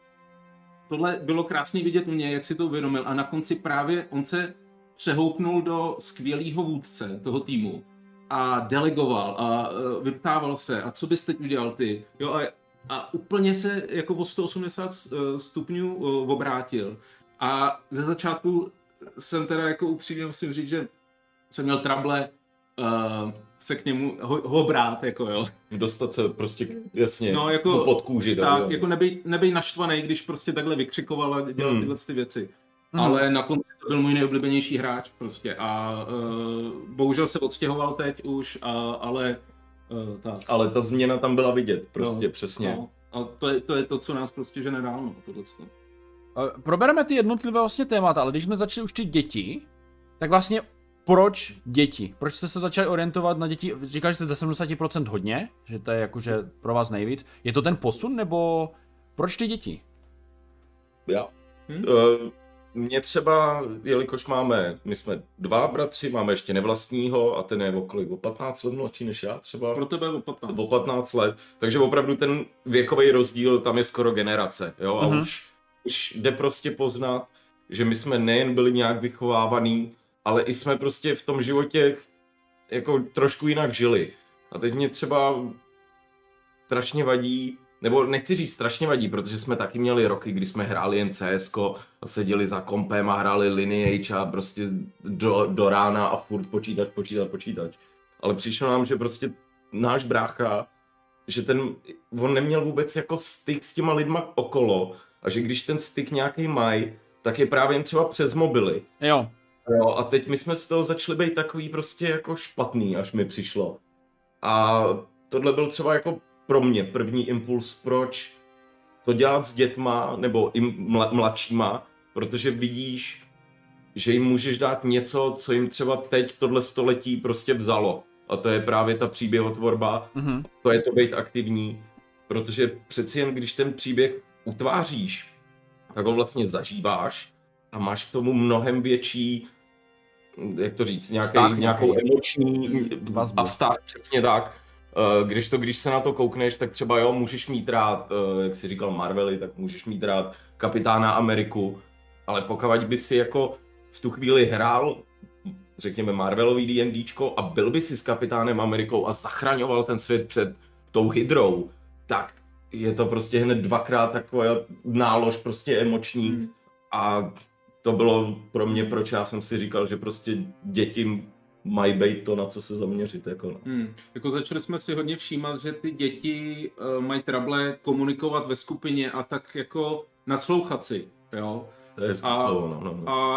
tohle bylo krásně vidět u mě, jak si to uvědomil. A na konci právě on se přehoupnul do skvělého vůdce toho týmu a delegoval a uh, vyptával se, a co bys teď udělal ty? Jo, a, a úplně se jako o sto osmdesát stupňů uh, obrátil. A ze začátku jsem teda jako upřímně musím říct, že jsem měl trable uh, se k němu ho, ho brát, jako jo. Dostat se prostě, jasně, no, jako, pod kůži. Tak, tak jako nebej, nebej naštvaný, když prostě takhle vykřikoval a dělal hmm. tyhle ty věci. Hmm. Ale na konci to byl můj nejoblíbenější hráč prostě a uh, bohužel se odstěhoval teď už, a, ale uh, tak. Ale ta změna tam byla vidět, prostě no, přesně. No. A to je, to je to, co nás prostě žene dál, no, tohleto. Probereme ty jednotlivé vlastně témata, ale když jsme začali už ty děti, tak vlastně proč děti? Proč jste se začali orientovat na děti? Říkáš, že jste ze sedmdesát procent hodně, že to je jakože pro vás nejvíc. Je to ten posun, nebo proč ty děti? Já. Hm? Uh, mě třeba, jelikož máme, my jsme dva bratři, máme ještě nevlastního a ten je o kolik, o patnáct let mladší než já třeba. Pro tebe o patnáct. O patnáct let, takže opravdu ten věkový rozdíl tam je skoro generace, jo, a uh-huh. už, už jde prostě poznat, že my jsme nejen byli nějak vychovávaný, ale i jsme prostě v tom životě jako trošku jinak žili. A teď mě třeba strašně vadí, nebo nechci říct strašně vadí, protože jsme taky měli roky, kdy jsme hráli jen C S ko a seděli za kompem a hráli Lineage a prostě do, do rána a furt počítač, počítač, počítač. Ale přišlo nám, že prostě náš brácha, že ten, on neměl vůbec jako styk s těma lidma okolo a že když ten styk nějaký mají, tak je právě jen třeba přes mobily. Jo. Jo, a teď my jsme z toho začali být takový prostě jako špatný, až mi přišlo. A tohle byl třeba jako pro mě první impuls, proč to dělat s dětma, nebo i mladšíma, protože vidíš, že jim můžeš dát něco, co jim třeba teď tohle století prostě vzalo. A to je právě ta příběhotvorba, mm-hmm. to je to být aktivní, protože přeci jen když ten příběh utváříš, tak ho vlastně zažíváš a máš k tomu mnohem větší, jak to říct, nějaký, vztah, nějakou emoční vazbu. A vztah, přesně tak. Když to, když se na to koukneš, tak třeba jo, můžeš mít rád, jak jsi říkal Marvely, tak můžeš mít rád Kapitána Ameriku, ale pokud by si jako v tu chvíli hrál, řekněme Marvelový D&Dčko a byl by si s Kapitánem Amerikou a zachraňoval ten svět před tou hydrou, tak je to prostě hned dvakrát taková nálož prostě emoční hmm. a to bylo pro mě, proč já jsem si říkal, že prostě děti mají být to, na co se zaměřit. Jako, no. hmm. jako začali jsme si hodně všímat, že ty děti uh, mají trable komunikovat ve skupině a tak jako naslouchat si, jo. To je hezký slovo, no, no, no. A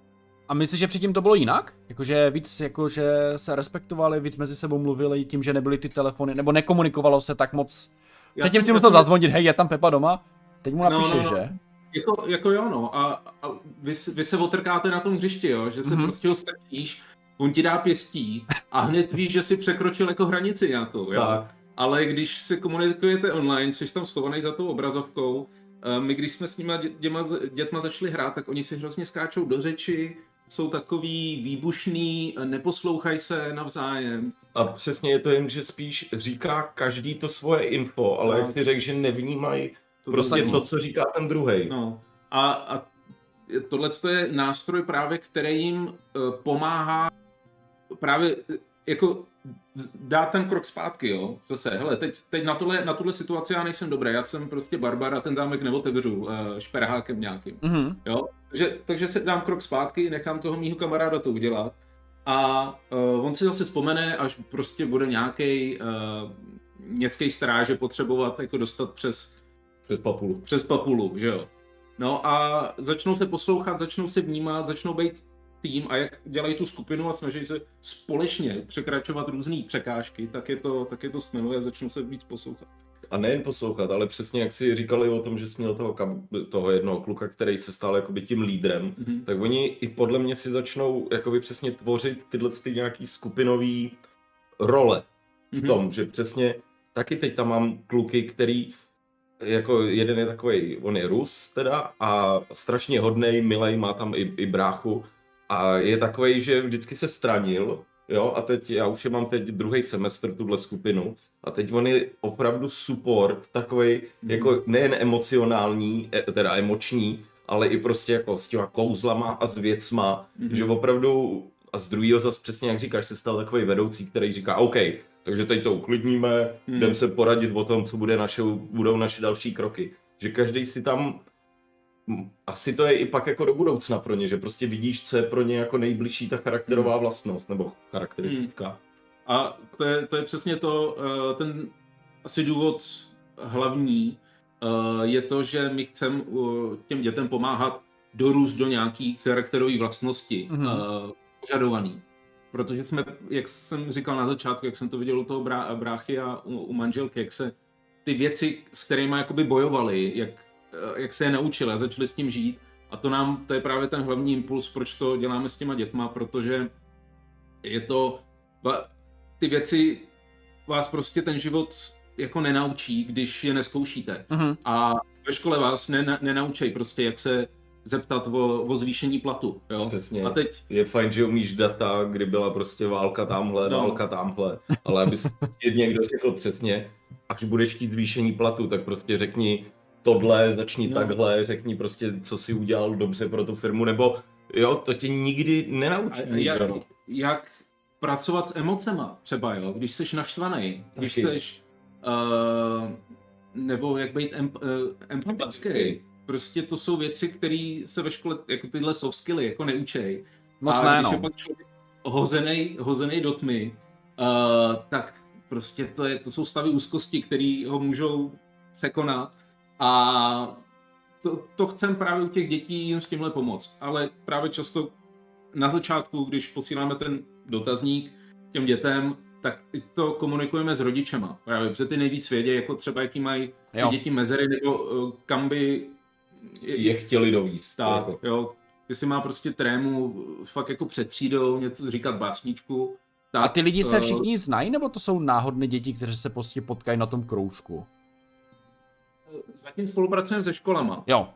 A myslíš, že předtím to bylo jinak? Jakože víc, jakože se respektovali, víc mezi sebou mluvili tím, že nebyly ty telefony, nebo nekomunikovalo se tak moc? Předtím si musel zazvonit, hej, je tam Pepa doma? Teď mu napíšeš, no, no, no. že? Jako, jako jo, no. A, a vy, vy se otrkáte na tom hřišti, jo, že se mm-hmm. prostě ho strčíš, on ti dá pěstí a hned víš, že si překročil jako hranici nějakou, jo. Tak. Ale když se komunikujete online, jsi tam schovaný za tou obrazovkou, my když jsme s nima děma, dětma začali hrát, tak oni si hrozně skáčou do řeči, jsou takový výbušný, neposlouchají se navzájem. A přesně je to jen, že spíš říká každý to svoje info, ale no. jak si řekl, že nevnímají to prostě to, co říká ten druhej. No. A, a tohle je nástroj právě, který jim uh, pomáhá právě jako dát ten krok zpátky, jo. Zase, hele, teď, teď na, tohle, na tuhle situaci já nejsem dobrý, já jsem prostě barbar a ten zámek neotevřu uh, šperhákem nějakým, mm-hmm. jo. Takže, takže se dám krok zpátky, nechám toho mýho kamaráda to udělat a uh, on si zase vzpomene, až prostě bude nějaký uh, městský stráže potřebovat jako dostat přes přes papulu. Přes papulu, že jo. No a začnou se poslouchat, začnou se vnímat, začnou být tým a jak dělají tu skupinu a snaží se společně překračovat různé překážky, tak je to, tak je to skvělé a začnou se víc poslouchat. A nejen poslouchat, ale přesně jak si říkali o tom, že jsi měl toho, toho jednoho kluka, který se stal jakoby tím lídrem, mm-hmm. tak oni i podle mě si začnou jakoby přesně tvořit tyhle ty nějaký skupinový role v mm-hmm. tom, že přesně taky teď tam mám kluky, který jako jeden je takovej, on je Rus teda a strašně hodnej, milej, má tam i, i bráchu a je takovej, že vždycky se stranil, jo, a teď já už je mám teď druhý semestr tuhle skupinu a teď on je opravdu support, takovej mm. jako nejen emocionální, teda emoční, ale i prostě jako s těma kouzlama a s věcma, mm. že opravdu a z druhého zase přesně jak říkáš, se stal takovej vedoucí, který říká OK, takže teď to uklidníme, hmm. jdeme se poradit o tom, co bude naše, budou naše další kroky. Že každý si tam, asi to je i pak jako do budoucna pro ně, že prostě vidíš, co je pro ně jako nejbližší ta charakterová hmm. vlastnost, nebo charakteristická. Hmm. A to je, to je přesně to, ten asi důvod hlavní, je to, že my chceme těm dětem pomáhat dorůst do nějakých charakterových vlastností hmm. požadovaný. Protože jsme, jak jsem říkal na začátku, jak jsem to viděl u toho brá, bráchy a u, u manželky, jak se ty věci, s kterými jakoby bojovali, jak, jak se je naučili a začali s tím žít. A to nám, to je právě ten hlavní impuls, proč to děláme s těma dětma, protože je to, ty věci vás prostě ten život jako nenaučí, když je neskoušíte. Uh-huh. A ve škole vás nena, nenaučí prostě, jak se zeptat o, o zvýšení platu, jo. Přesně. A teď je fajn, že umíš data, kdy byla prostě válka tamhle, no. válka tamhle, ale abys někdo řekl přesně, až budeš chtít zvýšení platu, tak prostě řekni tohle, začni no. takhle, řekni prostě, co jsi udělal dobře pro tu firmu, nebo jo, to tě nikdy nenaučí. Jak, jak pracovat s emocema třeba, jo, když jsi naštvaný, když jsi, uh, nebo jak být emp, uh, empatický. Prostě to jsou věci, které se ve škole, jako tyhle soft skilly, jako neučej. Moc a ne, když no. je pak člověk hozenej, hozenej do tmy, uh, tak prostě to, je, to jsou stavy úzkosti, které ho můžou překonat. A to, to chcem právě u těch dětí jim s tímhle pomoct. Ale právě často na začátku, když posíláme ten dotazník těm dětem, tak to komunikujeme s rodičema. Právě, protože ty nejvíc vědí, jako třeba jaký mají ty děti mezery, nebo uh, kam by je, je chtěli dovíct. Tak, jako. Jo. Jestli má prostě trému fakt jako před třídou, něco říkat básničku. Tak, a ty lidi se všichni znají, nebo to jsou náhodné děti, kteří se prostě potkají na tom kroužku? Zatím spolupracujeme se školama. Jo.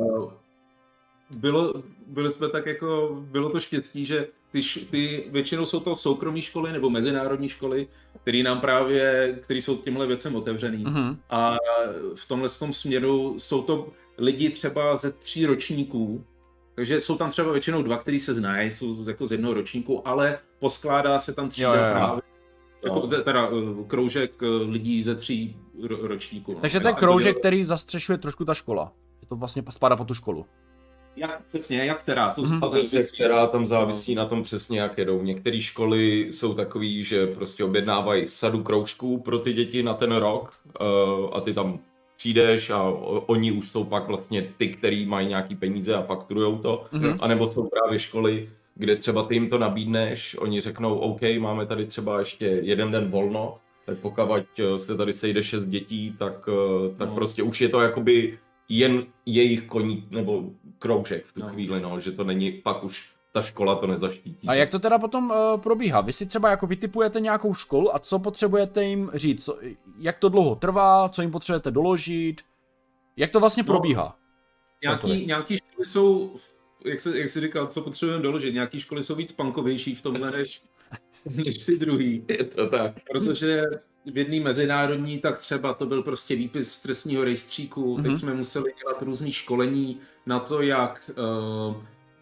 Bylo, byli jsme tak jako, bylo to štěstí, že ty, ty většinou jsou to soukromé školy nebo mezinárodní školy, které nám právě, které jsou těmhle věcem otevřený. Mm-hmm. A v tomhle tom směru jsou to lidi třeba ze tří ročníků, takže jsou tam třeba většinou dva, kteří se znají, jsou jako z jednoho ročníku, ale poskládá se tam třída právě Jako, teda uh, kroužek uh, lidí ze tří ro- ročníků. No. Takže ten kroužek, který zastřešuje trošku ta škola. Že to vlastně spadá po tu školu. Jak, přesně, jak která? To, Mhm. to A zase, závisí. která tam závisí na tom přesně, jak jedou. Některé školy jsou takový, že prostě objednávají sadu kroužků pro ty děti na ten rok uh, a ty tam přijdeš a o- oni už jsou pak vlastně ty, který mají nějaký peníze a fakturujou to. Mhm. A nebo jsou právě školy, kde třeba ty jim to nabídneš, oni řeknou, OK, máme tady třeba ještě jeden den volno, tak pokud eh, se tady sejde šest dětí, tak, eh, tak No. prostě už je to jakoby jen jejich koní nebo kroužek v tu No. chvíli, no, že to není, pak už ta škola to nezaštítí. A jak to teda potom uh, probíhá? Vy si třeba jako vytipujete nějakou školu a co potřebujete jim říct? Co, jak to dlouho trvá? Co jim potřebujete doložit? Jak to vlastně No. probíhá? Nějaký, nějaký školy jsou, jak, se, jak jsi říkal, co potřebujeme doložit, nějaký školy jsou víc punkovější v tomhle než, než ty druhý. Je to tak. Protože v jedné mezinárodní, tak třeba to byl prostě výpis z trestního rejstříku, Mhm. teď jsme museli dělat různý školení na to, jak uh, uh,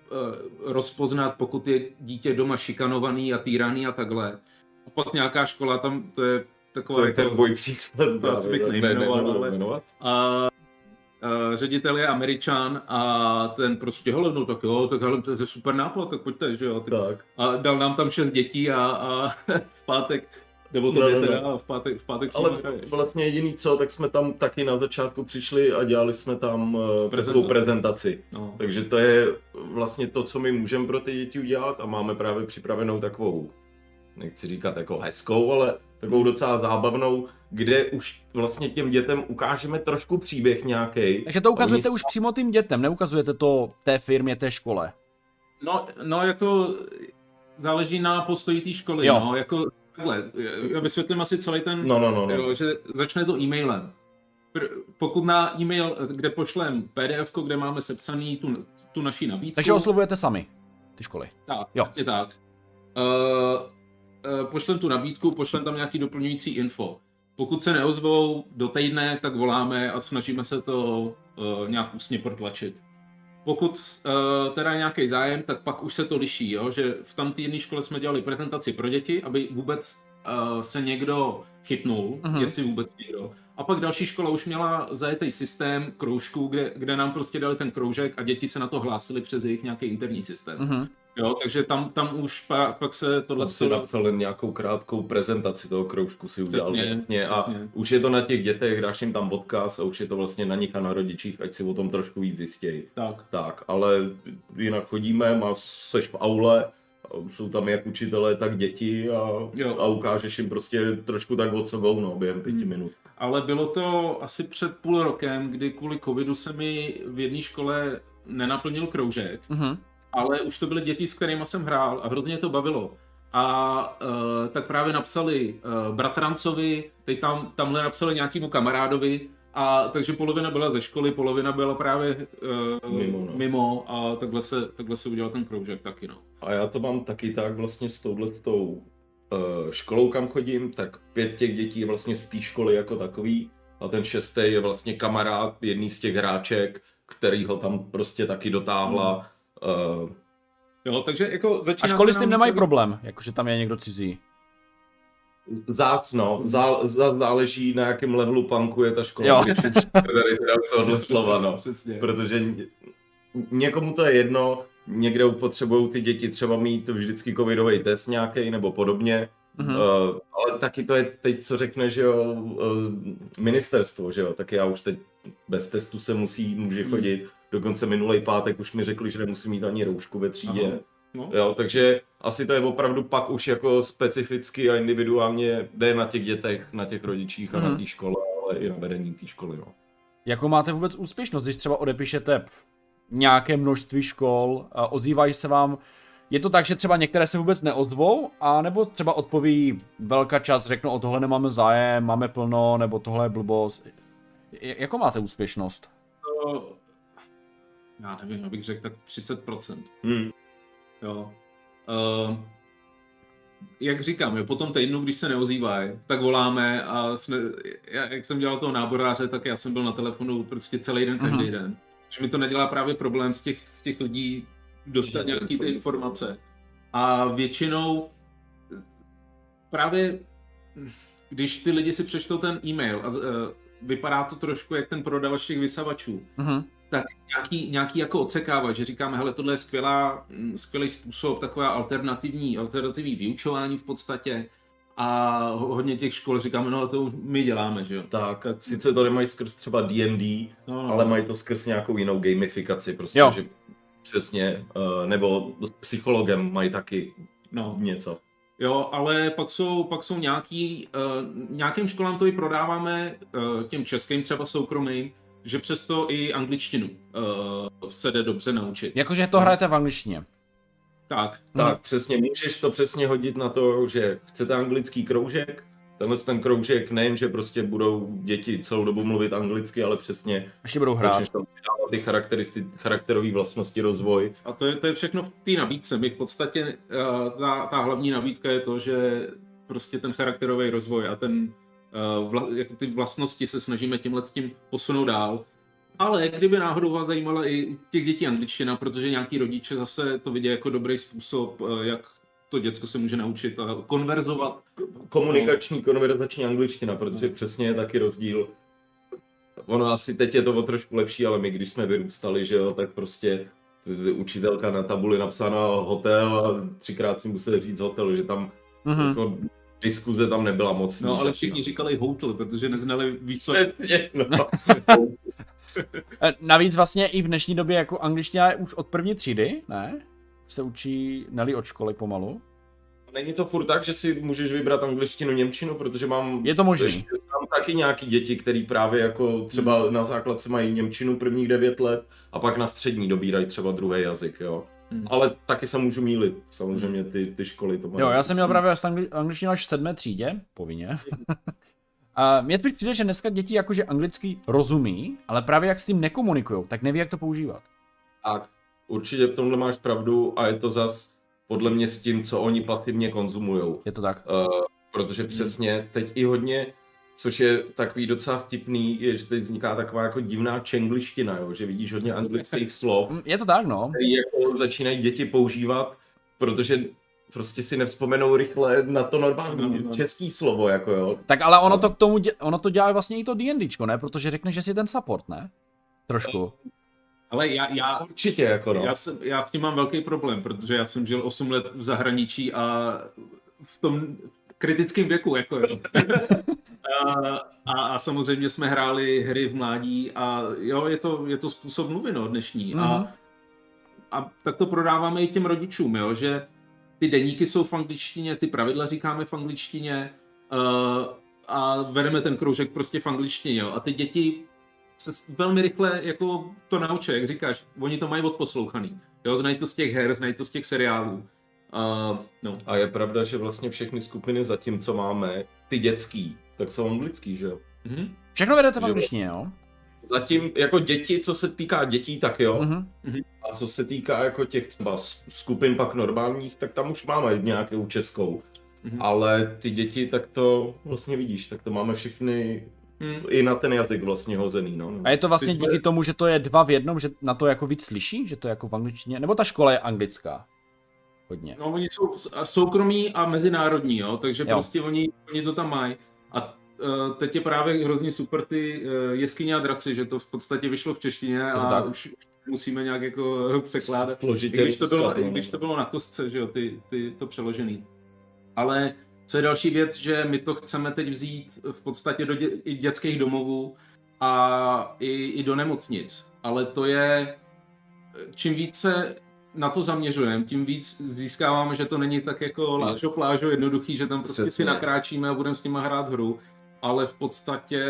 rozpoznat, pokud je dítě doma šikanovaný a týraný a takhle. A pak nějaká škola, tam to je taková... To je ten boj příklad. To asi bych ne- nejmenoval, nebudu ale- jmenovat. A uh, ředitel je Američan a ten prostě, hele, no tak jo, tak hele, to je super nápad, tak pojďte, že jo. Tak, Tak. a dal nám tam šest dětí a, a v pátek, nebo to No, je no, no. teda, a v pátek, v pátek Ale si hraješ. vlastně jediný co, tak jsme tam taky na začátku přišli a dělali jsme tam uh, takovou Prezentaci. prezentaci. No. Takže to je vlastně to, co my můžeme pro ty děti udělat a máme právě připravenou takovou, nechci říkat jako hezkou, ale takovou docela zábavnou, kde už vlastně těm dětem ukážeme trošku příběh nějaký. Takže to ukazujete už přímo tím dětem, neukazujete to té firmě, té škole. No, no, jako záleží na postoji té školy, Jo. no, jako takhle, já vysvětlím asi celý ten, No, no, no, no. jo, že začne to e-mailem. Pr- pokud na e-mail, kde pošlem P D F, kde máme sepsaný tu, tu naší nabídku, Takže oslovujete sami ty školy. tak, Jo. přesně tak. Uh, uh, pošlem tu nabídku, pošlem tam nějaký doplňující info. Pokud se neozvou do týdne, tak voláme a snažíme se to uh, nějak ústně protlačit. Pokud uh, teda je nějaký zájem, tak pak už se to liší, jo? Že v tam té jedné škole jsme dělali prezentaci pro děti, aby vůbec uh, se někdo chytnul, Mhm. jestli vůbec někdo. A pak další škola už měla zajetý systém kroužků, kde, kde nám prostě dali ten kroužek a děti se na to hlásily přes jejich nějaký interní systém. Mhm. Jo, takže tam, tam už pa, pak se tohle... Tam si napsal jen nějakou krátkou prezentaci toho kroužku si udělal Přesně, vlastně a přesně. už je to na těch dětech, dáš jim tam odkaz a už je to vlastně na nich a na rodičích, ať si o tom trošku víc zjistějí. Tak. Tak, ale jinak chodíme, má, seš v aule, a jsou tam jak učitelé, tak děti a, Jo. a ukážeš jim prostě trošku tak o co go, no, během pěti Hmm. minut. Ale bylo to asi před půl rokem, kdy kvůli covidu se mi v jedné škole nenaplnil kroužek, Mhm. ale už to byly děti, s kterými jsem hrál a hrozně to bavilo. A uh, tak právě napsali uh, bratrancovi, teď tam, tamhle napsali nějakému kamarádovi, a takže polovina byla ze školy, polovina byla právě uh, Mimo, no. mimo a takhle se, takhle se udělal ten kroužek taky, no. A já to mám taky tak vlastně s touhletou uh, školou, kam chodím, tak pět těch dětí je vlastně z té školy jako takový a ten šestý je vlastně kamarád jedný z těch hráček, který ho tam prostě taky dotáhla. Uh, Jo, takže jako A začíná školy se s tím nám nemají celý- problém, jakože tam je někdo cizí. Zás, no, zá, zá, záleží na jakém levelu punku je ta škola. Jo. Když už tady teda u tohohle slova, no. Přesně. Protože ně- někomu to je jedno, někde potřebují ty děti třeba mít vždycky covidový test nějaký nebo podobně. Mhm. Uh, ale taky to je teď, co řekne, že jo, uh, ministerstvo, že jo, tak já už teď bez testu se musí, může Hmm. chodit. Dokonce minulý pátek už mi řekli, že nemusí mít ani roušku ve třídě. Aha. No. Jo, takže asi to je opravdu pak už jako specificky a individuálně jde na těch dětech, na těch rodičích a Mhm. na té škole, ale i na vedení té školy, no. Jakou máte vůbec úspěšnost, když třeba odepíšete pf, nějaké množství škol, a ozývají se vám, je to tak, že třeba některé se vůbec neozvou, a nebo třeba odpoví velká část, řeknou, o tohle nemáme zájem, máme plno, nebo tohle je blbost. J- jakou máte úspěšnost? To, já nevím, abych řekl tak třicet procent. Hmm. Jo. Uh, jak říkám, jo, po tom týdnu, když se neozývají, tak voláme a jsme, já, jak jsem dělal toho náboráře, tak já jsem byl na telefonu prostě celý den, každý Mhm. den. Že mi to nedělá právě problém z těch, z těch lidí dostat Že nějaký ty informace. informace. A většinou právě když ty lidi si přečtou ten e-mail a uh, vypadá to trošku jak ten prodavač těch vysavačů, uh-huh. tak nějaký, nějaký jako odsekávač, že říkáme, hele, tohle je skvělá, skvělý způsob, taková alternativní, alternativní vyučování v podstatě. A hodně těch škol říkáme, no to už my děláme, že jo. Tak, tak sice to nemají skrz třeba D and D, no, no. ale mají to skrz nějakou jinou gamifikaci, prostě, jo. že přesně, nebo s psychologem mají taky no. něco. Jo, ale pak jsou, pak jsou nějaký, uh, nějakým školám to i prodáváme, uh, těm českým třeba soukromým, že přesto i angličtinu uh, se jde dobře naučit. Jakože to hrajete v angličtině. Tak. Tak, no. přesně, můžeš to přesně hodit na to, že chcete anglický kroužek, tenhle ten kroužek nejen, že prostě budou děti celou dobu mluvit anglicky, ale přesně ještě budou hrát. Začneš tam přidávat ty charakteristiky, charakterové vlastnosti, rozvoj. A to je, to je všechno v té nabídce. My v podstatě, uh, ta, ta hlavní nabídka je to, že prostě ten charakterový rozvoj a ten, uh, vla, jako ty vlastnosti se snažíme tímhle s tím posunout dál. Ale kdyby náhodou vás zajímala i těch dětí angličtina, protože nějaký rodiče zase to vidí jako dobrý způsob, jak to děcko se může naučit a konverzovat. Komunikační, konverzační angličtina, protože přesně je taky rozdíl. Ono asi teď je to o trošku lepší, ale my když jsme vyrůstali, že jo, tak prostě učitelka na tabuli napsána hotel a třikrát si museli říct hotel, že tam mm-hmm. jako diskuze tam nebyla moc. No ale všichni říkali hotel, protože neznali výsledky. Přesně, no. Navíc vlastně i v dnešní době jako angličtina je už od první třídy, ne? Se učí Nelly od školy pomalu. Není to furt tak, že si můžeš vybrat angličtinu, němčinu, protože mám... Je to možný. Mám taky nějaký děti, který právě jako třeba hmm. na základce mají němčinu prvních devět let a pak na střední dobírají třeba druhý jazyk, jo. Hmm. Ale taky se můžu mýlit, samozřejmě ty, ty školy to mají. Jo, já jsem měl právě angličtinu až v sedmé třídě, povinně. A mně spíš přijde, že dneska děti jakože anglicky rozumí, ale právě jak s tím nekomunikujou, tak neví, jak to používat. Tak, určitě v tomhle máš pravdu a je to zas podle mě s tím, co oni pasivně konzumujou. Je to tak. Uh, protože přesně teď i hodně, což je takový docela vtipný, je, že teď vzniká taková jako divná čengliština, jo? Že vidíš hodně anglických slov. Je to tak, no. Který jako začínají děti používat, protože prostě si nevzpomenou rychle na to normální no, no. český slovo, jako jo. Tak ale ono to k tomu, dě- ono to dělá vlastně i to D&Dčko, ne? Protože řekne, že jsi ten support, ne? Trošku. Ale já, já určitě jako no. Já, jsem, já s tím mám velký problém, protože já jsem žil osm let v zahraničí a v tom kritickém věku, jako jo. a, a, a samozřejmě jsme hráli hry v mládí a jo, je to, je to způsob mluvy, no, dnešní. Mm. A, a tak to prodáváme i těm rodičům, jo, že ty deníky jsou v angličtině, ty pravidla říkáme v angličtině uh, a vedeme ten kroužek prostě v angličtině, jo. A ty děti se velmi rychle jako to naučí, jak říkáš, oni to mají odposlouchaný, jo, znají to z těch her, znají to z těch seriálů. Uh, no. A je pravda, že vlastně všechny skupiny zatím, co máme, ty dětský, tak jsou anglický, že jo? Mm-hmm. Všechno vedete v angličtině, jo? Zatím jako děti, co se týká dětí, tak jo. Mm-hmm. A co se týká jako těch třeba skupin pak normálních, tak tam už máme nějakou českou. Mm-hmm. Ale ty děti, tak to vlastně vidíš, tak to máme všechny mm. i na ten jazyk vlastně hozený, no. A je to vlastně díky jsme... tomu, že to je dva v jednom, že na to jako víc slyší, že to je jako v angličtině, nebo ta škola je anglická? Hodně. No oni jsou soukromí a mezinárodní, jo, takže jo. prostě oni, oni to tam mají. A uh, teď je právě hrozně super ty uh, jeskyně a draci, že to v podstatě vyšlo v češtině a už, už musíme nějak jako překládat. I když to bylo, i když to bylo na kostce, že jo, ty, ty to přeložený. Ale co je další věc, že my to chceme teď vzít v podstatě do dě, i dětských domovů a i, i do nemocnic. Ale to je, čím více na to zaměřujeme, tím víc získáváme, že to není tak jako lážo plážo jednoduchý, že tam prostě Přesně. si nakráčíme a budeme s nima hrát hru, ale v podstatě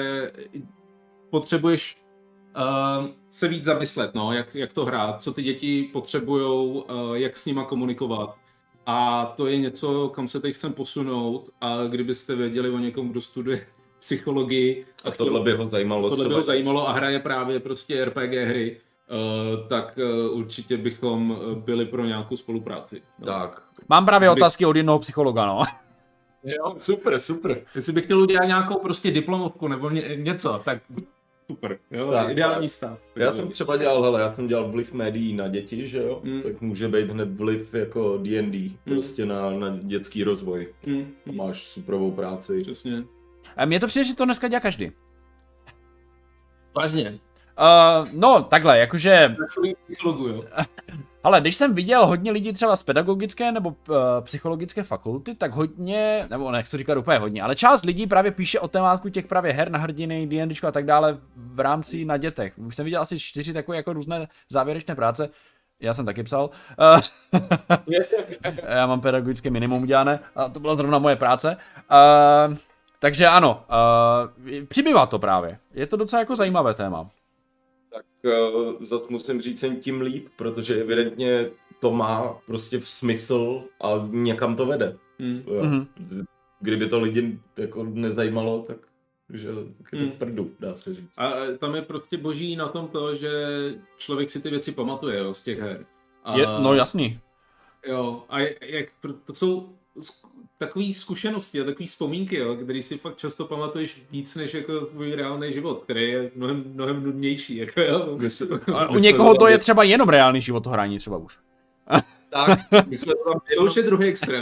potřebuješ uh, se víc zamyslet, no, jak, jak to hrát, co ty děti potřebujou, uh, jak s nima komunikovat. A to je něco, kam se teď chcem posunout a kdybyste věděli o někom, kdo studuje psychologii a, a tohle by ho zajímalo, tohle by ho zajímalo a hraje právě prostě R P G hry, Uh, tak uh, určitě bychom byli pro nějakou spolupráci. No. Tak. Mám právě Kdyby... otázky od jednoho psychologa, no. Jo, super, super. Jestli bych chtěl udělat nějakou prostě diplomovku nebo ně, něco, tak super, jo, Tak, ideální stav. Já jsem třeba dělal, hele, já jsem dělal vliv médií na děti, že jo, Mm. tak může být hned vliv jako D and D, Mm. prostě na, na dětský rozvoj. Mm. Máš superovou práci. Přesně. A mně to přijde, že to dneska dělá každý. Vážně. Uh, no, takhle, jakože... Takový psychologu, jo. Ale když jsem viděl hodně lidí třeba z pedagogické nebo uh, psychologické fakulty, tak hodně, nebo nechci říkat úplně hodně, ale část lidí právě píše o témátku těch právě her na hrdiny, D&Dčko a tak dále v rámci na dětech. Už jsem viděl asi čtyři takové jako různé závěrečné práce. Já jsem taky psal. Uh, já mám pedagogické minimum udělané a to byla zrovna moje práce. Uh, takže ano, uh, přibývá to právě. Je to docela jako zajímavé téma. Tak uh, zase musím říct jen tím líp, protože evidentně to má prostě v smysl a někam to vede. Mm. Jo. Mhm. Kdyby to lidi jako nezajímalo, tak že tak je to Mm. prdu, dá se říct. A tam je prostě boží na tom to, že člověk si ty věci pamatuje, jo, z těch her. A, Je, no jasný. Jo, a jak, to jsou takové zkušenosti a takové vzpomínky, jo, které si fakt často pamatuješ víc než jako tvůj reálný život, který je mnohem, mnohem nudnější. Jako, jo. A u někoho to je třeba jenom reálný život, to hraní třeba už. Tak, my jsme to tam To už je druhý extrém.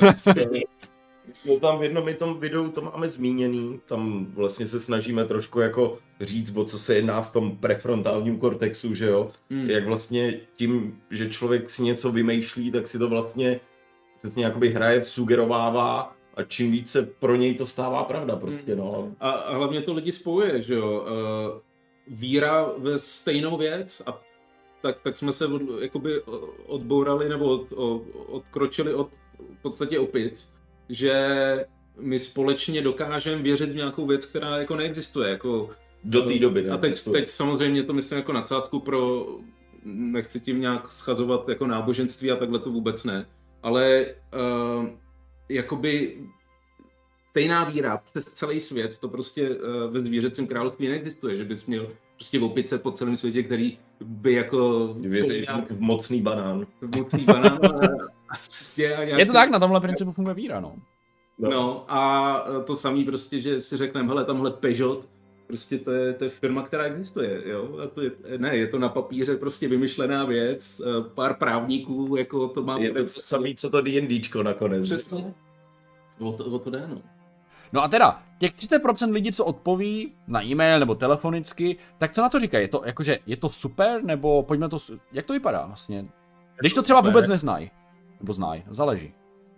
My jsme tam v jednom i tom videu to máme zmíněný, tam vlastně se snažíme trošku jako říct, o co se jedná v tom prefrontálním kortexu, že jo, Hmm. jak vlastně tím, že člověk si něco vymýšlí, tak si to vlastně přesně jakoby hraje, sugerovává a čím více pro něj to stává pravda prostě, no. A, a hlavně to lidi spojuje, že jo. Uh, víra ve stejnou věc a tak, tak jsme se od, jakoby odbourali nebo od, od, odkročili od v podstatě opic, že my společně dokážeme věřit v nějakou věc, která jako neexistuje. Jako, Do té doby a teď, teď samozřejmě to myslím jako nadsázku pro, nechci tím nějak schazovat jako náboženství a takhle to vůbec ne, ale uh, jakoby stejná víra přes celý svět, to prostě uh, ve zvířecím království neexistuje, že bys měl prostě opice po celém světě, který by jako... Věří v mocný banán. V mocný banán a, a prostě a nějaký... Je to tak, na tomhle principu funguje víra, no. No, no a to samý prostě, že si řekneme, hele, tamhle Peugeot, prostě to je, to je firma, která existuje, jo, a to je, ne, je to na papíře prostě vymyšlená věc, pár právníků, jako to má... Je to samý, co to D&Dčko nakonec. Přesně, o to, o to jde, no. No a teda, těch třicet procent lidí, co odpoví na e-mail nebo telefonicky, tak co na to říkají? Je to, jakože, je to super, nebo pojďme to, jak to vypadá vlastně? Když to třeba vůbec neznají, nebo znají, záleží.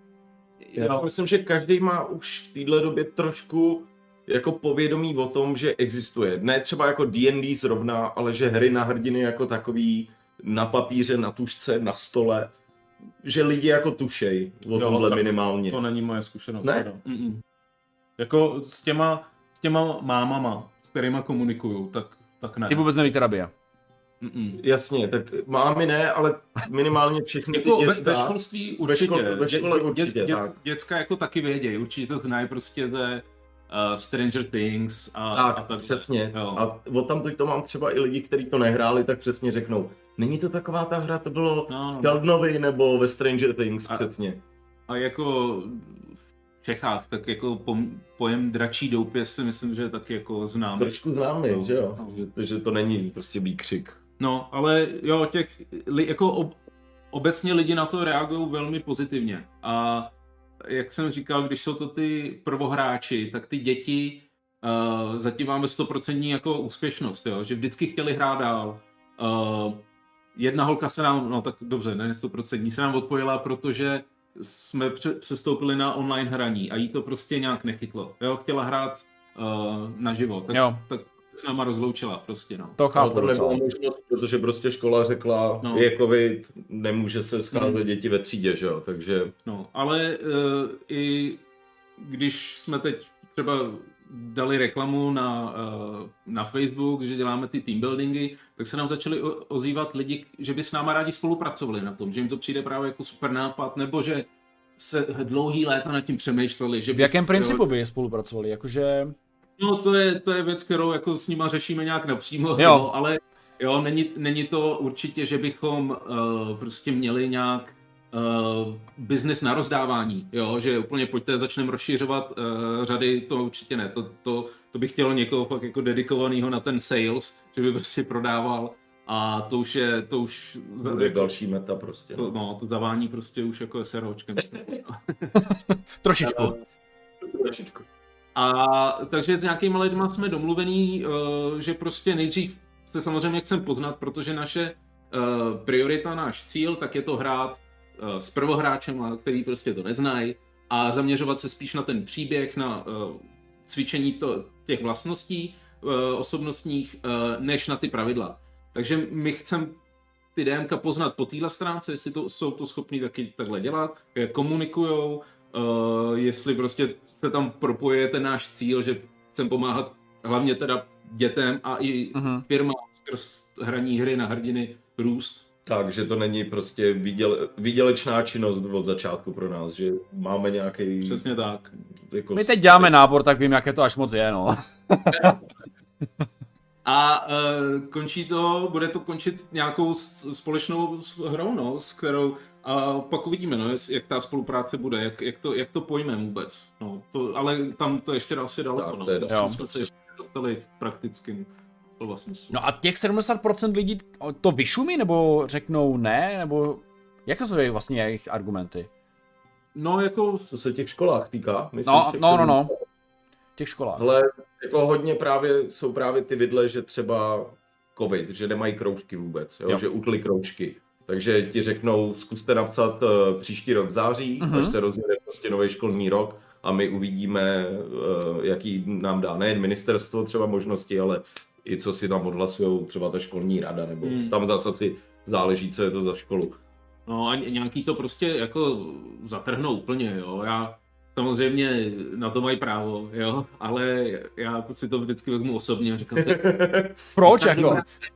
Já myslím, že každý má už v téhle době trošku jako povědomí o tom, že existuje. Ne třeba jako D and D zrovna, ale že hry na hrdiny jako takový na papíře, na tužce, na stole, že lidi jako tušej o tomhle minimálně. To není moje zkušenost. Ne? Jako s těma, s těma mámama, s kterýma komunikuju, tak, tak ne. Ty vůbec neví, která je. Mm-mm. Jasně, tak mámy ne, ale minimálně všechny ty Jako ve, děcka. ve školství určitě. Ve škole, ve škole určitě, dě, dě, tak. Děcka jako taky vědějí, určitě to znají prostě ze uh, Stranger Things a Tak, a tak přesně. Jo. A od tam to mám třeba i lidi, kteří to nehráli, tak přesně řeknou, není to taková ta hra, to bylo No, no. v Sheldnovi nebo ve Stranger Things, A- přesně. A jako v Čechách, tak jako pom, pojem dračí doupě si myslím, že je taky jako známý. Trošku známý, No, že jo? no. Že, to, že to není prostě výkřik. No, ale jo, těch, li, jako ob, obecně lidi na to reagují velmi pozitivně. A jak jsem říkal, když jsou to ty prvohráči, tak ty děti uh, zatím máme sto procent jako úspěšnost, jo? Že vždycky chtěli hrát dál. Uh, jedna holka se nám, no tak dobře, ne sto procent, se nám odpojila, protože jsme pře- přestoupili na online hraní a jí to prostě nějak nechytlo. Jo? Chtěla hrát uh, naživo, tak, Jo. tak s náma rozloučila prostě, no. To Ale chápu to nebylo docela. možnost, protože prostě škola řekla, No. je covid, nemůže se scházet Mm. děti ve třídě, že jo? Takže No, ale uh, i když jsme teď třeba dali reklamu na, uh, na Facebook, že děláme ty team buildingy, tak se nám začali o- ozývat lidi, že by s náma rádi spolupracovali na tom, že jim to přijde právě jako super nápad, nebo že se dlouhý léta nad tím přemýšleli. Že V by jakém s- principu by je spolupracovali? Jakože... No to je, to je věc, kterou jako s nima řešíme nějak napřímo, Jo. jo, ale jo, není, není to určitě, že bychom uh, prostě měli nějak uh, business na rozdávání, jo, že úplně pojďte, začneme rozšiřovat uh, řady, to určitě ne, to, to, to bych chtělo někoho fakt jako dedikovaného na ten sales, že by prostě prodával a to už je, to už... Bude jako, další meta prostě. To, no, to zavání prostě už jako SROčkem. Trošičku. Trošičku. A takže s nějakýma lidma jsme domluvení, uh, že prostě nejdřív se samozřejmě chcem poznat, protože naše uh, priorita, náš cíl, tak je to hrát uh, s prvohráčem, který prostě to neznají a zaměřovat se spíš na ten příběh, na uh, cvičení to, těch vlastností uh, osobnostních, uh, než na ty pravidla. Takže my chceme ty DMka poznat po téhle stránce, jestli to, jsou to schopní taky takhle dělat, jak komunikujou, Uh, jestli prostě se tam propoje ten náš cíl, že chcem pomáhat hlavně teda dětem a i uh-huh. firmám skrz hraní hry na hrdiny růst. Takže to není prostě výděle, výdělečná činnost od začátku pro nás, že máme nějaký... Přesně tak. Jako My teď děláme nábor, tak vím, jaké to až moc je, no. A uh, končí to, bude to končit nějakou společnou hrou, no, s kterou a pak uvidíme, no, jak ta spolupráce bude, jak, jak, to, jak to pojmeme vůbec. No, to, ale tam to ještě asi daleko, no. Tam jsme se ještě dostali v praktickém slova smyslu. No a těch sedmdesát procent lidí to vyšumí, nebo řeknou ne, nebo jaké jsou vlastně jejich argumenty? No jako... Co se těch školách týká? Myslíš, no, no, no, no, těch školách. Hele, jako hodně právě, jsou právě ty vidle, že třeba covid, že nemají kroužky vůbec, jo? Jo. Že utli kroužky. Takže ti řeknou, zkuste napsat uh, příští rok v září, uh-huh. až se rozjede prostě nový školní rok a my uvidíme, uh, jaký nám dá nejen ministerstvo třeba možnosti, ale i co si tam odhlasujou třeba ta školní rada, nebo hmm. tam zase si záleží, co je to za školu. No a nějaký to prostě jako zatrhnou úplně, jo. Já samozřejmě na to mají právo, jo, ale já si to vždycky vezmu osobně a říkám, proč jako?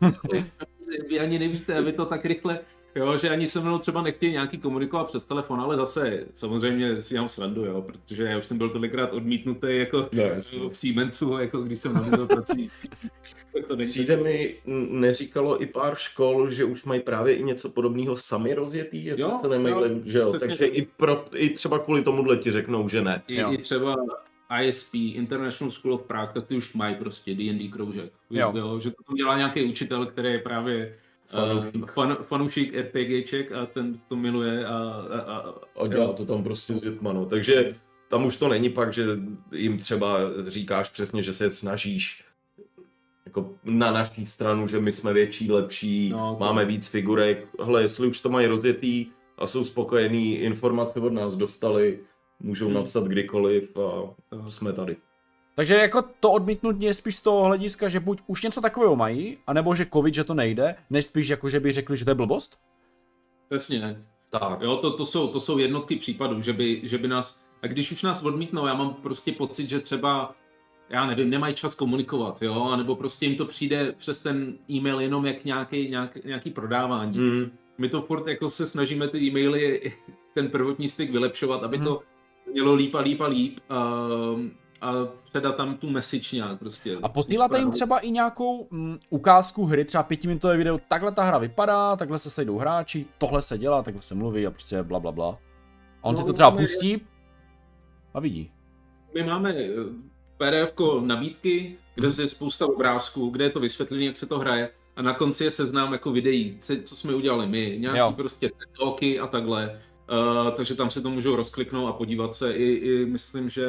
Vy ani nevíte, vy to tak rychle, jo, že ani se mnou třeba nechtějí nějaký komunikovat přes telefon, ale zase samozřejmě si mám srandu, jo, protože já už jsem byl tolikrát odmítnutý jako no, v Siemensu, jako když jsem nabízel prací. Přijde mi, neříkalo i pár škol, že už mají právě i něco podobného sami rozjetý, jestli jste nemaili, že jo, takže i, pro, i třeba kvůli tomuhle ti řeknou, že ne. I, i třeba I S P, International School of Prague, tak ty už mají prostě D and D kroužek, jo. Jo, že to dělá nějaký učitel, který je právě fanoušík, uh, fan, fanoušík RPGček a ten to miluje a... A, a, a dělá to tam prostě s dětma, no. Takže tam už to není pak, že jim třeba říkáš přesně, že se snažíš jako na naší stranu, že my jsme větší, lepší, no, máme víc figurek. Hele, jestli už to mají rozjetý a jsou spokojení, informace od nás dostali, můžou hmm. napsat kdykoliv a jsme tady. Takže jako to odmítnutí je spíš z toho hlediska, že buď už něco takového mají, anebo že covid, že to nejde, než spíš jako, že by řekli, že to je blbost? Přesně ne. Tak. Jo, to, to, jsou, to jsou jednotky případů, že by, že by nás, a když už nás odmítnou, já mám prostě pocit, že třeba, já nevím, nemají čas komunikovat, jo, anebo prostě jim to přijde přes ten e-mail jenom jak nějaký, nějak, nějaký prodávání. Mm. My to furt jako se snažíme ty e-maily, ten prvotní styk vylepšovat, aby mm. to mělo líp a líp a líp. Um, a předat tam tu message nějak prostě. A posíláte jim třeba i nějakou mm, ukázku hry, třeba pětiminutové video, takhle ta hra vypadá, takhle se sejdou hráči, tohle se dělá, takhle se mluví a prostě bla bla bla. A on no, si to třeba pustí a vidí. My máme P D F-ko nabídky, kde hmm. je spousta obrázků, kde je to vysvětlené, jak se to hraje a na konci je seznam jako videí, co jsme udělali my, nějaký jo. prostě talky a takhle. Uh, takže tam se to můžou rozkliknout a podívat se i, i myslím, že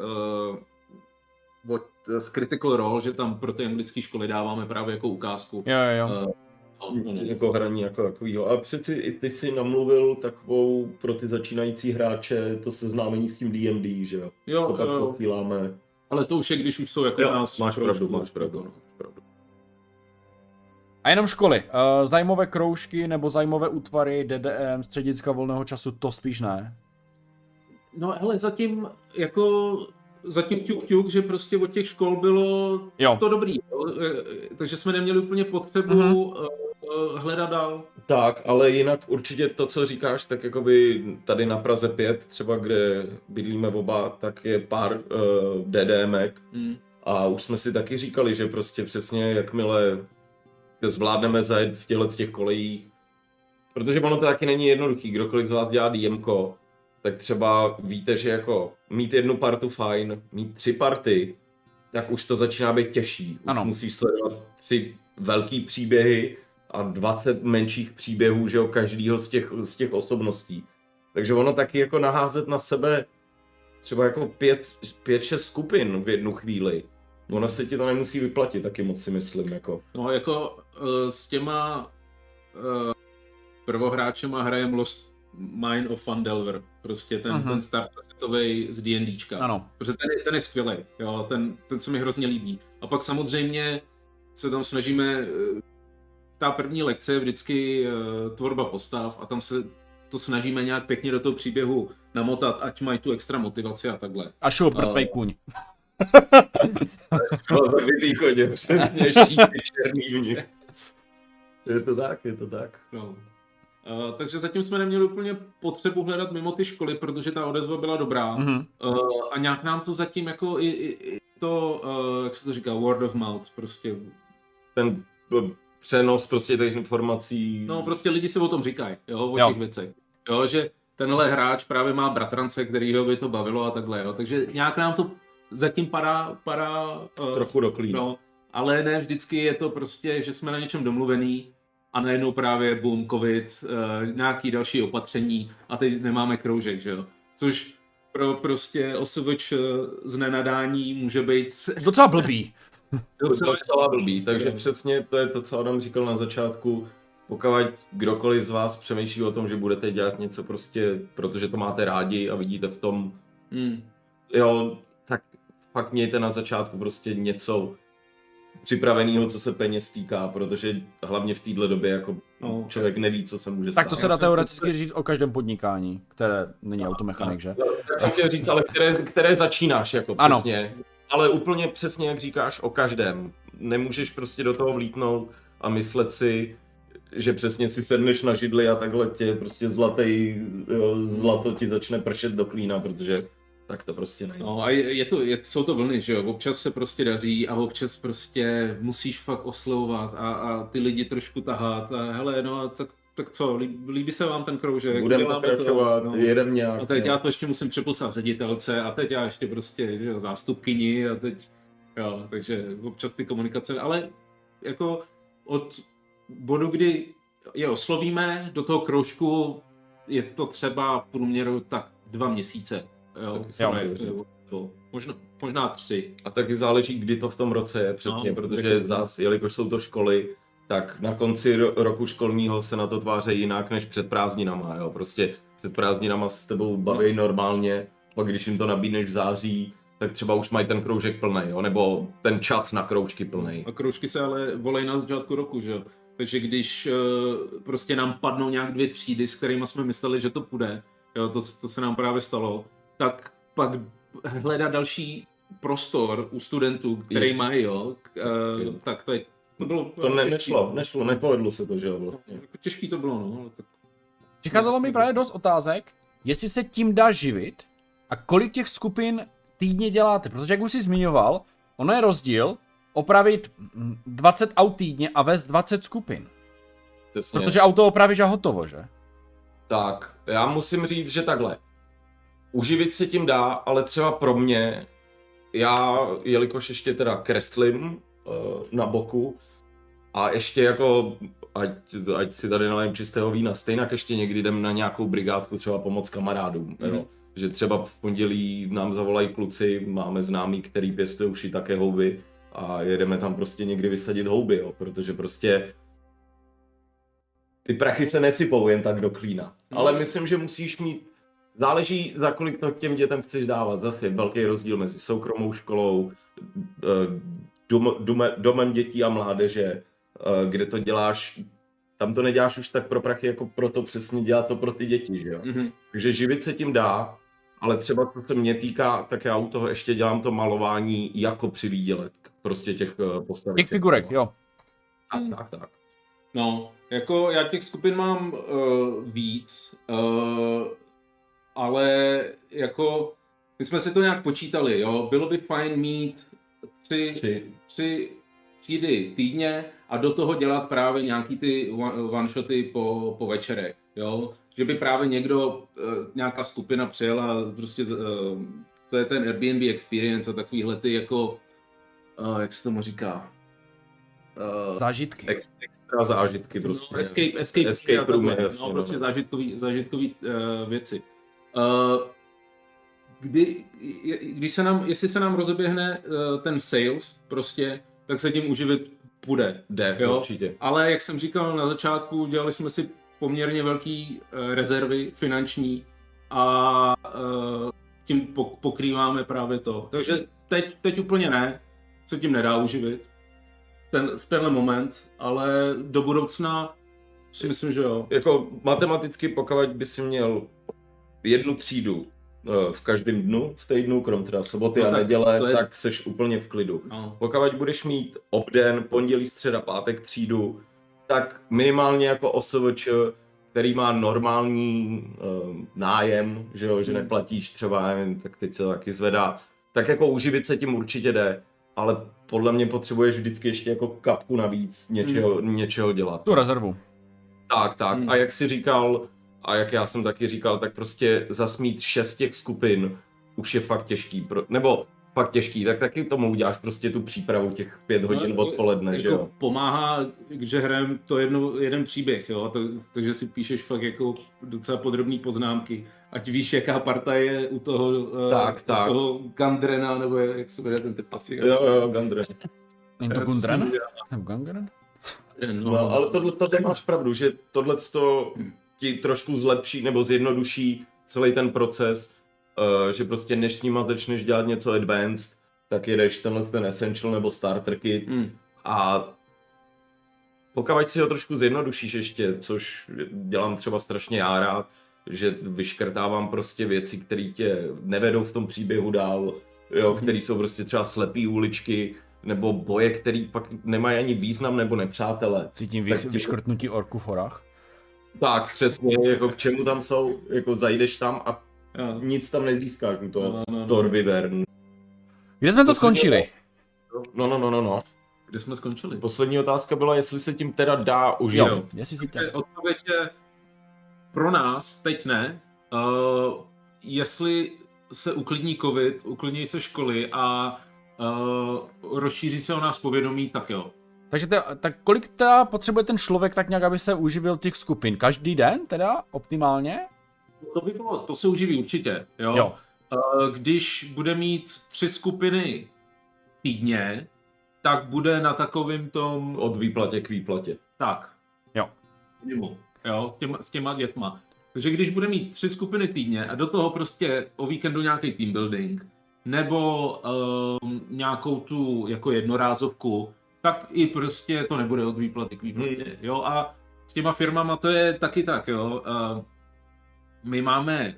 uh, od, z Critical Role, že tam pro ty anglické školy dáváme právě jako ukázku. Jo, jo, jo. Uh, no, no. Jako hraní jako takovýho. A přeci i ty si namluvil takovou pro ty začínající hráče to seznámení s tím D and D, že jo? Jo, co pak jo. posíláme. Ale to už je, když už jsou jako jo, nás. Máš pravdu, máš pravdu, máš pravdu. A jenom školy. Uh, zajímavé kroužky nebo zajímavé útvary, D D M, střediska volného času, to spíš ne? No hele, zatím jako zatím ťuk ťuk, že prostě od těch škol bylo jo. to dobrý, jo? Takže jsme neměli úplně potřebu mm-hmm. uh, hledat dál. Tak, ale jinak určitě to, co říkáš, tak jakoby tady na Praze pět, třeba kde bydlíme oba, tak je pár uh, DDMek mm. a už jsme si taky říkali, že prostě přesně jakmile zvládneme zajet v těchto těch kolejích, protože ono to taky není jednoduchý, kdokoliv z vás dělá DMko, tak třeba víte, že jako mít jednu partu fajn, mít tři party, tak už to začíná být těžší. Už Ano. musíš sledovat tři velký příběhy a dvacet menších příběhů, že jo, každýho z těch, z těch osobností. Takže ono taky jako naházet na sebe třeba jako pět, pět, šest skupin v jednu chvíli. Ono se ti to nemusí vyplatit taky moc, si myslím, jako. No jako uh, s těma uh, prvohráčema hrajem Lost Mine of Phandelver, prostě ten, Mhm. ten startosetovej z DNDčka. Ano. Protože ten, je- ten je skvělý, jo, ten, ten se mi hrozně líbí. A pak samozřejmě se tam snažíme, eh, ta první lekce je vždycky uh, tvorba postav a tam se to snažíme nějak pěkně do toho příběhu namotat, ať mají tu extra motivaci a takhle. A šup, Ale- mrtvej kůň. No, zabitý koně, přesně, šípy černý v nich. Je to tak, je to tak. No. Uh, takže zatím jsme neměli úplně potřebu hledat mimo ty školy, protože ta odezva byla dobrá. Mhm. Uh, a nějak nám to zatím jako i, i, i to, uh, jak se to říká, word of mouth, prostě. Ten b- přenos prostě těch informací. No prostě lidi se o tom říkají, jo, o Jo. těch věcech. Jo, že tenhle hráč právě má bratrance, kterýho by to bavilo a takhle, jo. Takže nějak nám to zatím padá, padá uh, trochu do klína. no, ale ne vždycky je to prostě, že jsme na něčem domluvený a najednou právě boom, covid, uh, nějaký další opatření a teď nemáme kroužek, že jo. Což pro prostě osobeč z nenadání může být Docela blbý. To je docela... docela blbý, takže Jo. přesně to je to, co Adam říkal na začátku. Pokud kdokoliv z vás přemýšlí o tom, že budete dělat něco prostě, protože to máte rádi a vidíte v tom, Hmm. jo, tak fakt mějte na začátku prostě něco připraveného, co se peněz týká, protože hlavně v této době jako No. člověk neví, co se může Tak stát. to se Já dá jsem- teoreticky říct o každém podnikání, které není automechanik, že? Já jsem chtěl říct, ale které, které začínáš, jako Ano. přesně. Ale úplně přesně, jak říkáš, o každém. Nemůžeš prostě do toho vlítnout a myslet si, že přesně si sedneš na židli a takhle tě prostě zlatý, jo, zlato ti začne pršet do klína, protože tak to prostě nejde. No a je, je to, je, jsou to vlny, že jo, občas se prostě daří a občas prostě musíš fakt oslovovat a, a ty lidi trošku tahat a hele, no tak, tak co, líbí, líbí se vám ten kroužek? Budeme Uděláme to? pokračovat, No. jedem nějak. A teď no. já to ještě musím přeposlat ředitelce a teď já ještě prostě, že jo, zástupkyni a teď, jo, takže občas ty komunikace, ale jako od bodu, kdy je oslovíme do toho kroužku, je to třeba v průměru tak dva měsíce, jo, Taky se jo, dá jo, říct. jo, možná, možná tři. A taky záleží, kdy to v tom roce je, přesně, No, protože tak- zás, jelikož jsou to školy, tak na konci ro- roku školního se na to tváří jinak než před prázdninama, jo, prostě před prázdninama s tebou baví normálně, pak když jim to nabídneš v září, tak třeba už mají ten kroužek plný, jo, nebo ten čas na kroužky plný. A kroužky se ale volej na začátku roku, že jo. Takže když uh, prostě nám padnou nějak dvě třídy, s kterými jsme mysleli, že to půjde, jo, to, to se nám právě stalo, tak pak hledat další prostor u studentů, který Je. mají, jo, k, je. uh, tak to, je, to bylo To ne, těžký. nešlo, nešlo, nepovedlo se to, že jo, vlastně. Jako těžký to bylo, no, ale tak... Přicházelo mi právě dost otázek, jestli se tím dá živit a kolik těch skupin týdně děláte, protože jak už jsi zmiňoval, ono je rozdíl opravit mm, dvacet aut týdně a vést dvacet skupin. Přesně. Protože auto opravíš a hotovo, že? Tak, já musím říct, že takhle. Uživit se tím dá, ale třeba pro mě, já, jelikož ještě teda kreslím uh, na boku a ještě jako, ať, ať si tady nalejím čistého vína, stejně ještě někdy jdem na nějakou brigádku třeba pomoct kamarádům, mm. jo. Že třeba v pondělí nám zavolají kluci, máme známí, který pěstují také houby a jedeme tam prostě někdy vysadit houby, jo, protože prostě ty prachy se nesypou jen tak do klína. No. Ale myslím, že musíš mít, záleží za kolik to těm dětem chceš dávat. Zase je velký rozdíl mezi soukromou školou, dom, dom, domem dětí a mládeže, kde to děláš, tam to neděláš už tak pro prachy, jako pro to přesně dělat to pro ty děti, že jo. Mm-hmm. Takže živit se tím dá, ale třeba co se mě týká, tak já u toho ještě dělám to malování jako přivýdělek, prostě těch postav. Těch figurek, jo. Tak, tak, tak. No, jako já těch skupin mám uh, víc, uh, ale jako my jsme si to nějak počítali, jo, bylo by fajn mít tři, Tři. tři třídy týdně a do toho dělat právě nějaký ty one-shoty po, po večerech, jo. Že by právě někdo, nějaká skupina přijela, prostě to je ten Airbnb experience a takovýhle ty jako, jak se tomu říká? Zážitky. Ex, extra zážitky prostě. No, escape, escape, escape roomy, jasně, no, prostě no. zážitkový, zážitkový uh, věci. Uh, kdy, když se nám, jestli se nám rozeběhne uh, ten sales prostě, tak se tím uživit půjde. Jde, jo? určitě. Ale jak jsem říkal na začátku, dělali jsme si poměrně velký uh, rezervy finanční a uh, tím pokrýváme právě to. Takže teď, teď úplně ne, se tím nedá uživit. Ten, v tenhle moment, ale do budoucna si myslím, že jo. Jako matematicky, pokud by si měl jednu třídu v každém dnu v týdnu, krom teda soboty no, a neděle, je... tak seš úplně v klidu. No. Pokud budeš mít obden, pondělí, středa, pátek třídu, tak minimálně jako O S V Č, který má normální uh, nájem, že jo, že neplatíš třeba, nevím, tak teď se taky zvedá, tak jako uživit se tím určitě jde. Ale podle mě potřebuješ vždycky ještě jako kapku navíc něčeho, hmm. něčeho dělat. Tu rezervu. Tak, tak. Hmm. A jak jsi říkal, a jak já jsem taky říkal, tak prostě zasmít šest těch skupin už je fakt těžký. Pro, nebo fakt těžký, tak taky tomu uděláš prostě tu přípravu těch pět hodin no, odpoledne, jako že jo? Pomáhá, že hrajeme to jedno, jeden příběh, jo? To, takže si píšeš fakt jako docela podrobný poznámky. Ať víš, jaká parta je u toho, tak, uh, tak. U toho Gandrena, nebo jak se jmenuje ten pasy. Jo, jo, Gandren. Není to Gundren? Nebo Gangren? No, no, ale tohle, tohle máš pravdu, že tohle to ti trošku zlepší nebo zjednoduší celý ten proces, uh, že prostě než s nima začneš dělat něco advanced, tak jedeš tenhle ten Essential nebo Starter Kit mm. a pokud si ho trošku zjednodušíš ještě, což dělám třeba strašně já rád, že vyškrtávám prostě věci, které tě nevedou v tom příběhu dál, jo, které jsou prostě třeba slepý uličky, nebo boje, který pak nemají ani význam nebo nepřátele. Cítím vy, vyškrtnutí orků v horách. Tak, přesně, jako k čemu tam jsou, jako zajdeš tam a no. nic tam nezískáš u toho no, no, no. Thor Wyvern. Kde jsme to, to skončili? No, no, no, no, no. Kde jsme skončili? Poslední otázka byla, jestli se tím teda dá užít. Jo, jestli si tě... Odpověď je pro nás, teď ne. Uh, jestli se uklidní covid, uklidní se školy a uh, rozšíří se o nás povědomí, tak jo. Takže te, tak kolik teda potřebuje ten člověk tak nějak, aby se uživil těch skupin? Každý den teda optimálně? To by bylo, to se uživí určitě, jo. jo. Uh, když bude mít tři skupiny týdně, tak bude na takovým tom... Od výplatě k výplatě. Tak. Jo. Mimo. Jo, s těma, s těma dětma. Takže když bude mít tři skupiny týdně a do toho prostě o víkendu nějaký team building, nebo um, nějakou tu jako jednorázovku, tak i prostě to nebude od výplaty k výplatě. Hmm. Jo, a s těma firmama to je taky tak, jo. Uh, my máme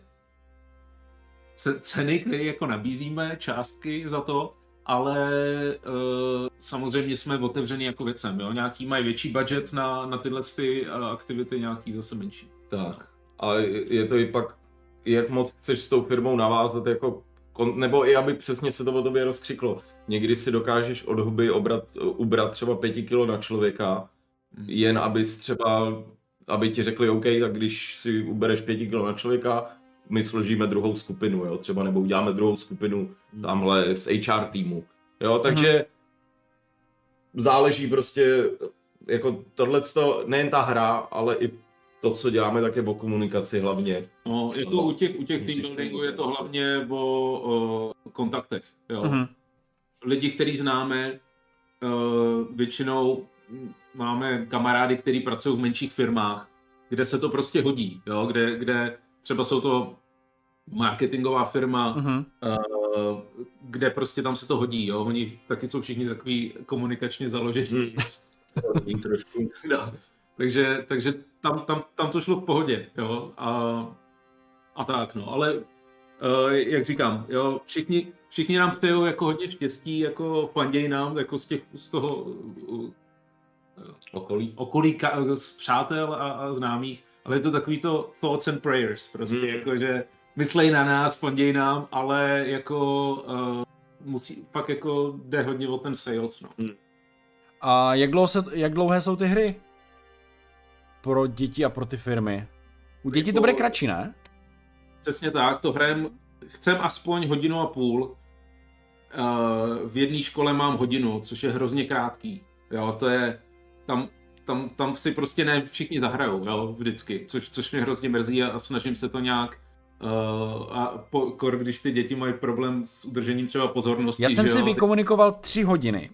ceny, které jako nabízíme, částky za to, ale uh, samozřejmě jsme otevření jako věcem, jo. Nějaký mají větší budget na, na tyhle ty uh, aktivity, nějaký zase menší. Tak. A je to i pak, jak moc chceš s tou firmou navázat, jako, nebo i aby přesně se to o tobě rozkřiklo. Někdy si dokážeš od huby obrat, ubrat třeba pěti kilo na člověka, hmm. jen abys třeba, aby ti řekli OK, tak když si ubereš pěti kilo na člověka, my složíme druhou skupinu, jo, třeba nebo uděláme druhou skupinu tamhle z H R týmu, jo, takže hmm. záleží prostě, jako tohleto, nejen ta hra, ale i to, co děláme, tak je o komunikaci hlavně. No, jako no, u těch, u těch team buildingů je to hlavně o, o kontaktech, jo. Mm-hmm. Lidi, který známe, uh, většinou máme kamarády, kteří pracují v menších firmách, kde se to prostě hodí, jo, kde, kde třeba jsou to marketingová firma, mm-hmm. uh, kde prostě tam se to hodí, jo. Oni taky jsou všichni takový komunikačně založení. Mm. trošku. No. Takže, takže tam, tam, tam to šlo v pohodě, jo, a, a tak, no, ale uh, jak říkám, jo, všichni, všichni nám přejou jako hodně štěstí, jako fanděj nám, jako z těch, z toho uh, okolí, okolí ka, z přátel a, a známých, ale je to takový to thoughts and prayers, prostě, hmm. jako, že myslej na nás, fanděj nám, ale jako uh, musí, pak jako jde hodně o ten sales, no. Hmm. A jak, dlouho se, jak dlouhé jsou ty hry? Pro děti a pro ty firmy. U dětí to bude kratší, ne? Přesně tak, to hrajem, chcem aspoň hodinu a půl. V jedné škole mám hodinu, což je hrozně krátký. Jo, to je, tam, tam, tam si prostě ne všichni zahrajou, jo, vždycky, což, což mě hrozně mrzí a, a snažím se to nějak, uh, a po, kor, když ty děti mají problém s udržením třeba pozornosti. Já jsem že si jo, vykomunikoval tři hodiny.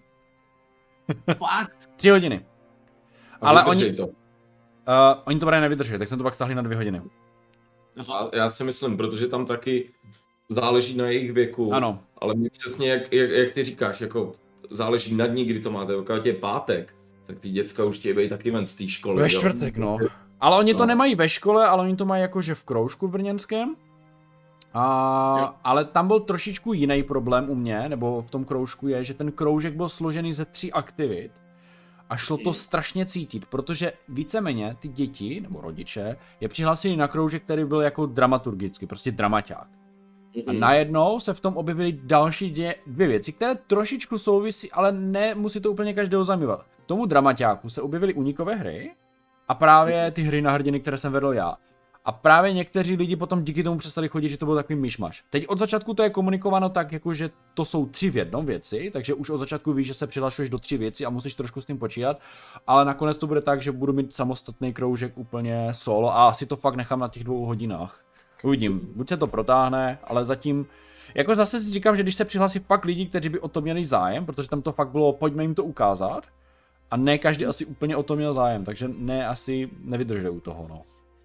Fakt? Tři hodiny. A Ale oni, to. uh, oni to právě nevydrželi, tak jsem to pak stáhli na dvě hodiny. Aha. Já si myslím, protože tam taky záleží na jejich věku. Ano. Ale mě přesně, jak, jak, jak ty říkáš, jako záleží na dní, kdy to máte. Pokud je pátek, tak ty děcka už chtějí být taky ven z té školy. Ve jo? čtvrtek, no. Ale oni to No. nemají ve škole, ale oni to mají jakože v kroužku v brněnském. A, ale tam byl trošičku jiný problém u mě, nebo v tom kroužku je, že ten kroužek byl složený ze tří aktivit. A šlo to strašně cítit, protože víceméně ty děti, nebo rodiče, je přihlásili na kroužek, který byl jako dramaturgicky, prostě dramaťák. A najednou se v tom objevily další dě, dvě věci, které trošičku souvisí, ale ne musí to úplně každého zajímat. K tomu dramaťáku se objevily unikové hry a právě ty hry na hrdiny, které jsem vedl já. A právě někteří lidi potom díky tomu přestali chodit, že to byl takový myšmaš. Teď od začátku to je komunikováno tak, jako že to jsou tři v jednom věci, takže už od začátku víš, že se přihlašuješ do tři věci a musíš trošku s tím počítat, ale nakonec to bude tak, že budu mít samostatný kroužek úplně solo a asi to fakt nechám na těch dvou hodinách. Uvidím, buď se to protáhne, ale zatím, jako zase si říkám, že když se přihlásí fakt lidi, kteří by o to měli zájem, protože tam to fakt bylo, pojďme jim to ukázat, a ne každý asi úplně o to měl zájem, takže ne, asi nevydrželi u toho, no.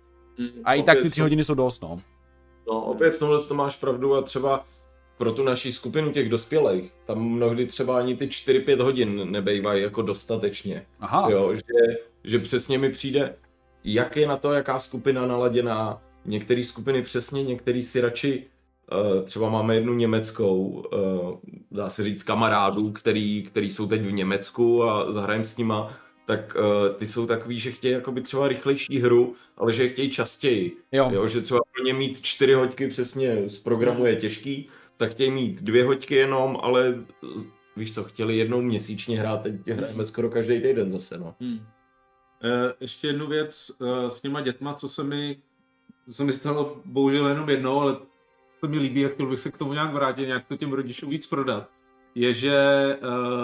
A i tak ty tři hodiny jsou dost, no. No, opět v tomhle to máš pravdu a třeba pro tu naší skupinu těch dospělých, tam mnohdy třeba ani ty čtyři pět hodin nebejvají jako dostatečně. Aha. Jo, že, že přesně mi přijde, jak je na to, jaká skupina naladěná. Některé skupiny přesně, některý si radši, uh, třeba máme jednu německou, uh, dá se říct kamarádů, který, který jsou teď v Německu a zahrajem s nima, tak uh, ty jsou takový, že chtějí jakoby třeba rychlejší hru, ale že je chtějí častěji. Jo. Jo, že třeba pro ně mít čtyři hoďky přesně z programu je těžký, tak chtějí mít dvě hoďky jenom, ale víš co, chtěli jednou měsíčně hrát, teď hrajeme skoro každý týden zase, no. Hmm. E, ještě jednu věc e, s těma dětma, co se mi, co se mi stalo bohužel jenom jednou, ale to mi líbí a chtěl bych se k tomu nějak vrátit, nějak to těm rodičům víc prodat, je, že e,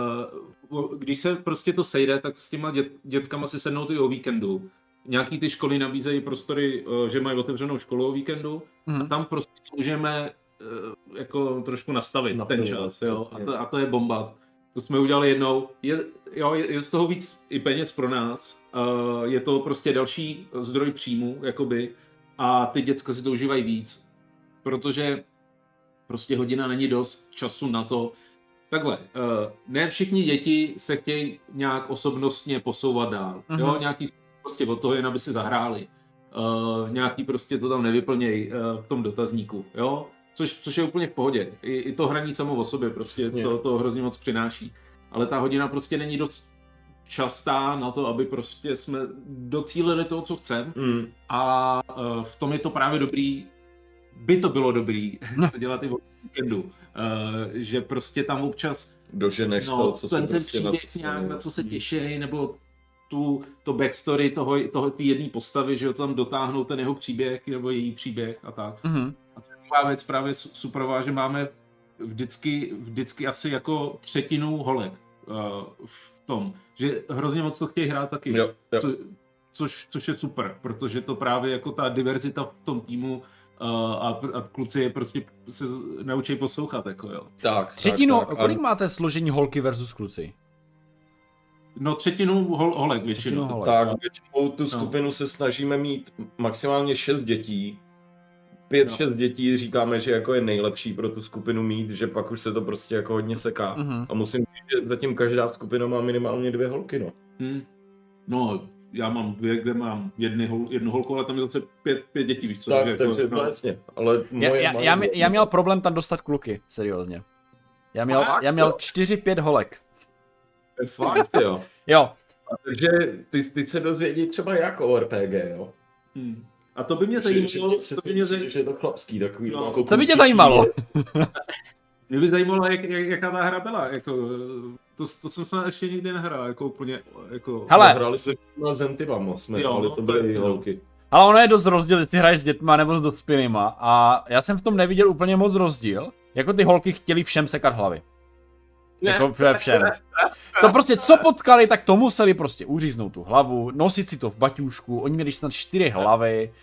když se prostě to sejde, tak s těma dět, dětskama si sednou i o víkendu. Nějaký ty školy nabízejí prostory, že mají otevřenou školu o víkendu Mhm. a tam prostě můžeme e, jako trošku nastavit Naplnit, ten čas, jo, a přesně. to, a to je bomba. To jsme udělali jednou. Je, jo, je, je z toho víc i peněz pro nás. Uh, je to prostě další zdroj příjmu, jakoby. A ty děcka si to užívají víc. Protože prostě hodina není dost času na to. Takhle, uh, ne všichni děti se chtějí nějak osobnostně posouvat dál. Mhm. Jo, nějaký prostě od toho jen, aby si zahráli. Uh, nějaký prostě to tam nevyplnějí uh, v tom dotazníku, jo. Což, což je úplně v pohodě. I, i to hraní samo o sobě prostě to, to hrozně moc přináší. Ale ta hodina prostě není dost častá na to, aby prostě jsme docílili toho, co chceme. Mm. A uh, v tom je to právě dobrý, by to bylo dobrý, co dělat i o víkendu. Uh, že prostě tam občas Doženeš no, to, co ten, se ten prostě příběh nějak, na co se těší, nebo tu, to backstory toho, toho té jedné postavy, že ho tam dotáhnou ten jeho příběh, nebo její příběh a tak. Mhm. A taková věc právě superová, že máme vždycky, vždycky asi jako třetinu holek uh, v tom, že hrozně moc to chtějí hrát taky, Jo, jo. Co, což, což je super, protože to právě jako ta diverzita v tom týmu uh, a, a kluci je prostě se naučí poslouchat, jako jo. Tak, Třetinu, tak, tak. kolik A, máte složení holky versus kluci? No třetinu hol, holek většinou. Třetinu holek. tak, no. většinou tu skupinu se snažíme mít maximálně šest dětí. Pět, No. šest dětí říkáme, že jako je nejlepší pro tu skupinu mít, že pak už se to prostě jako hodně seká. Mhm. A musím říct, že zatím každá skupina má minimálně dvě holky, no. Hmm. No, já mám dvě, kde mám jedny, hol, jednu holku, ale tam je zase pět, pět dětí, víš co? Tak, takže takže jako, no jasně, ale Já, moje já, malé- já, já měl problém tam dostat kluky, seriózně. Já měl, Fakt, já měl jo? čtyři pět holek. Fakt, jo. Jo, A takže ty, ty se dozvědí třeba jak o R P G, jo. Hmm. A to by mě Že- že zajímalo, mě to přesně by mě přijde, zajímalo, že je to chlapský takový. No. jako co by tě klučičí. zajímalo? Mě by zajímalo, jak, jak, jaká ta hra byla, jako, to, to jsem se ještě nikdy nehrál, jako úplně, jako... Hele. Hráli jsme na Zentivama, jsme, Jo, ale no, to byly to- holky. Ale ono je dost rozdíl, jestli hraješ s dětma nebo s dospělýma a já jsem v tom neviděl úplně moc rozdíl, jako ty holky chtěli všem sekat hlavy. Jako ve všem. To prostě, co potkali, tak to museli prostě uříznout tu hlavu, nosit si to v baťůžku, oni měli snad čtyři hlavy.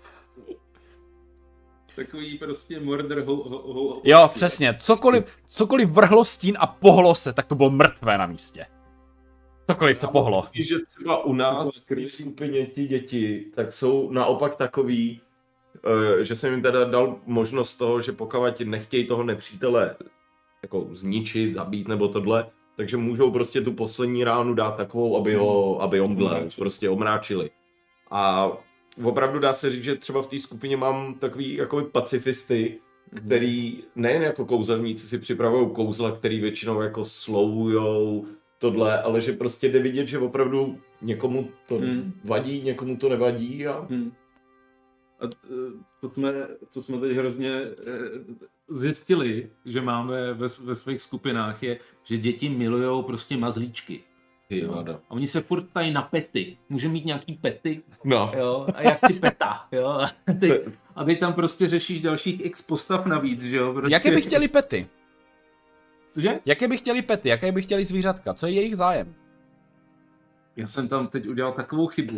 Takový prostě murder ho, ho, ho, Jo, přesně, cokoliv, cokoliv vrhlo stín a pohlo se, tak to bylo mrtvé na místě. Cokoliv se pohlo. Víš, že třeba u nás v té skupině ti děti, tak jsou naopak takový, eh, že jsem jim teda dal možnost toho, že pokud nechtějí toho nepřítele jako zničit, zabít nebo tohle, takže můžou prostě tu poslední ránu dát takovou, aby ho, aby omdlel, prostě omráčili. A opravdu dá se říct, že třeba v té skupině mám takový jakoby pacifisty, který nejen jako kouzelníci si připravují kouzla, který většinou jako slowujou tohle, ale že prostě jde vidět, že opravdu někomu to Hmm. vadí, někomu to nevadí a... Hmm. A t- to jsme, co jsme teď hrozně eh, zjistili, že máme ve, ve svých skupinách, je, že děti milujou prostě mazlíčky. Ty Jo. vada. A oni se furt ptají na pety. Může mít nějaký pety? No. Jo? A já chci peta. Jo? A, teď, a teď tam prostě řešíš dalších x postav navíc, že jo? Prostě... Jaké by chtěli pety? Cože? Jaké by chtěli pety? Jaké by chtěli zvířatka? Co je jejich zájem? Já jsem tam teď udělal takovou chybu,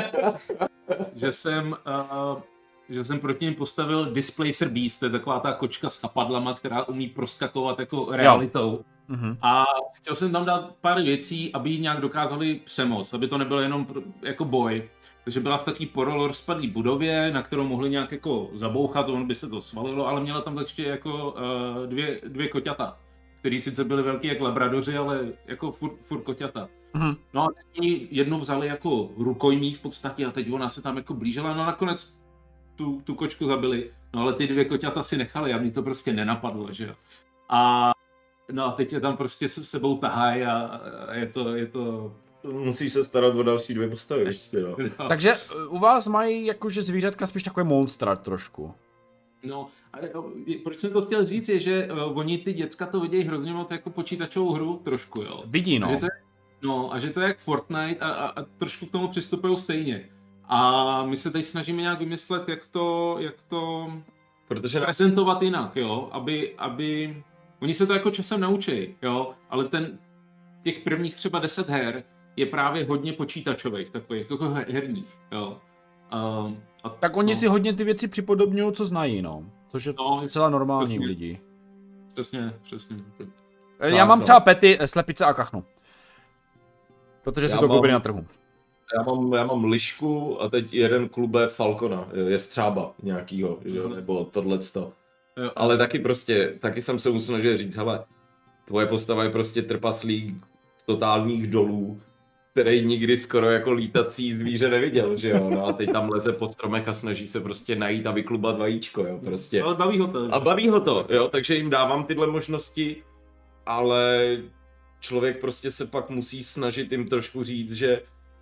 že jsem, uh, že jsem proti ním postavil Displacer Beast, to je taková ta kočka s chapadlama, která umí proskakovat jako realitou. Mhm. A chtěl jsem tam dát pár věcí, aby jí nějak dokázali přemoc, aby to nebylo jenom pro, jako boj. Takže byla v takové porolo rozpadlý budově, na kterou mohli nějak jako zabouchat, on by se to svalilo, ale měla tam ještě jako uh, dvě, dvě koťata, který sice byly velký jak labradoři, ale jako furt, furt koťata. Mhm. No a teď oni jednu vzali jako rukojmí v podstatě a teď ona se tam jako blížila, no a nakonec tu, tu kočku zabili, no ale ty dvě koťata si nechali a mě to prostě nenapadlo, že jo. A no a teď je tam prostě se sebou tahají a, a je to, je to... Musíš se starat o další dvě postavy, prostě, no. No, Takže uh, u vás mají jakože zvířatka spíš takové monstra trošku. no a jo, proč jsem to chtěl říct je, že uh, oni ty děcka to vidějí hrozně moc jako počítačovou hru trošku, jo. Vidí, A no. že to je, no a že to je jak Fortnite a, a, a trošku k tomu přistupují stejně. A my se teď snažíme nějak vymyslet, jak to, jak to Protože na... prezentovat jinak, jo, aby, aby, oni se to jako časem naučí, jo, ale ten, těch prvních třeba deset her je právě hodně počítačových, takových jako herních, jo. A, a, Tak oni no, si hodně ty věci připodobňují, co znají, no. Což je No, zcela normální u přesně. lidí. Přesně, přesně. Já Tak, mám no. třeba pety, eh, slepice a kachnu. Protože si Já to mám- koupili na trhu. Já mám, já mám lišku a teď jeden klube Falcona, je střába nějakýho, že jo, Mhm. nebo tohleto. Jo, Ale taky prostě, taky jsem se musel snažit říct, hele, tvoje postava je prostě trpaslík z totálních dolů, který nikdy skoro jako lítací zvíře neviděl, že jo, no a teď tam leze po stromech a snaží se prostě najít a vyklubat vajíčko, jo, prostě. ale baví ho to. A baví ho to, jo, takže jim dávám tyhle možnosti, ale člověk prostě se pak musí snažit jim trošku říct, že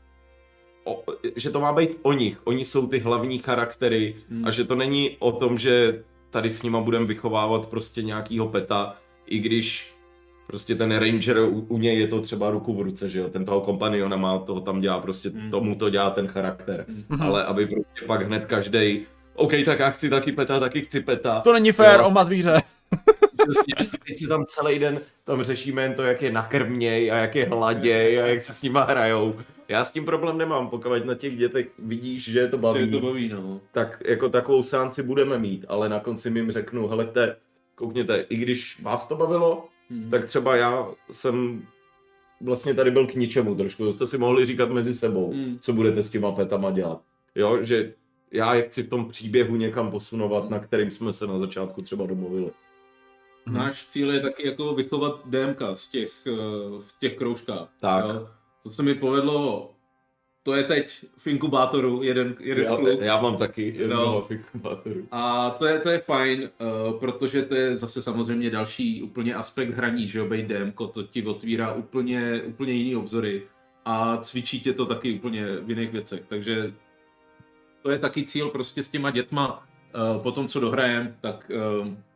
O, že to má být o nich, oni jsou ty hlavní charaktery Hmm. a že to není o tom, že tady s nima budeme vychovávat prostě nějakýho peta, i když prostě ten ranger, u, u něj je to třeba ruku v ruce, že jo, ten toho kompaniona má, toho tam dělá prostě, Hmm. tomu to dělá ten charakter, Hmm. ale aby prostě pak hned každej, OK, tak já chci taky peta, taky chci peta. To není fér, Jo. on má zvíře. Přesně, teď si tam celý den tam řešíme jen to, jak je nakrměj a jak je hladěj a jak se s nima hrajou. Já s tím problém nemám, pokud na těch dětech vidíš, že je to Že baví, to baví, no. tak jako takovou seanci budeme mít, ale na konci jim řeknu, helejte, koukněte, i když vás to bavilo, Hmm. tak třeba já jsem vlastně tady byl k ničemu trošku, to jste si mohli říkat mezi sebou, Hmm. co budete s těma petama dělat. Jo, že já je chci v tom příběhu někam posunovat, na kterým jsme se na začátku třeba domluvili. Náš cíl je taky jako vychovat D M K z těch, eh, v těch kroužkách. Tak. Jo. To se mi povedlo, to je teď v inkubátoru jeden, jeden Já, kluk. já mám taky jednoho No. v inkubátoru. A to je, to je fajn, uh, protože to je zase samozřejmě další úplně aspekt hraní, že jo, bejt D M ko, to ti otvírá úplně, úplně jiný obzory a cvičí tě to taky úplně v jiných věcech, takže to je taky cíl prostě s těma dětma, uh, po tom, co dohrajem, tak uh,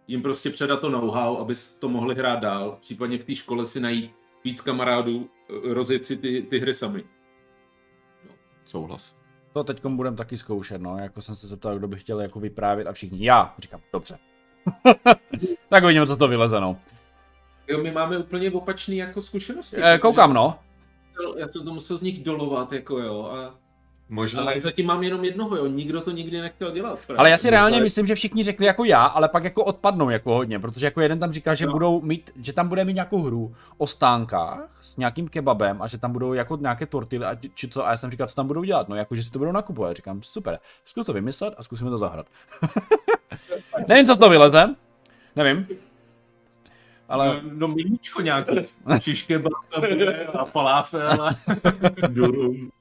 jim prostě předat to know-how, aby to mohli hrát dál, případně v té škole si najít víc kamarádů, rozjet si ty, ty hry sami. No, souhlas. To teďkom budem taky zkoušet, no, jako jsem se zeptal, kdo by chtěl jako vyprávět a všichni, já, říkám, dobře. Tak uvidíme, co to vyleze, no. Jo, my máme úplně opačný jako zkušenosti. E, koukám, no. Já jsem to musel z nich dolovat, jako jo, a... Možná... Ale zatím mám jenom jednoho, jo, nikdo to nikdy nechtěl dělat. Právě. Ale já si Možná reálně je... myslím, že všichni řekli jako já, ale pak jako odpadnou jako hodně, protože jako jeden tam říká, že no. budou mít, že tam bude mít nějakou hru o stánkách s nějakým kebabem a že tam budou jako nějaké tortily a či co, a já jsem říkal, co tam budou dělat, no jako, že si to budou nakupovat, říkám, super, zkus to vymyslet a zkusíme to zahrát. Nevím, co z toho vyleze, nevím. Ale... No, no miníčko nějaký, shish kebab a falafel a... Durum.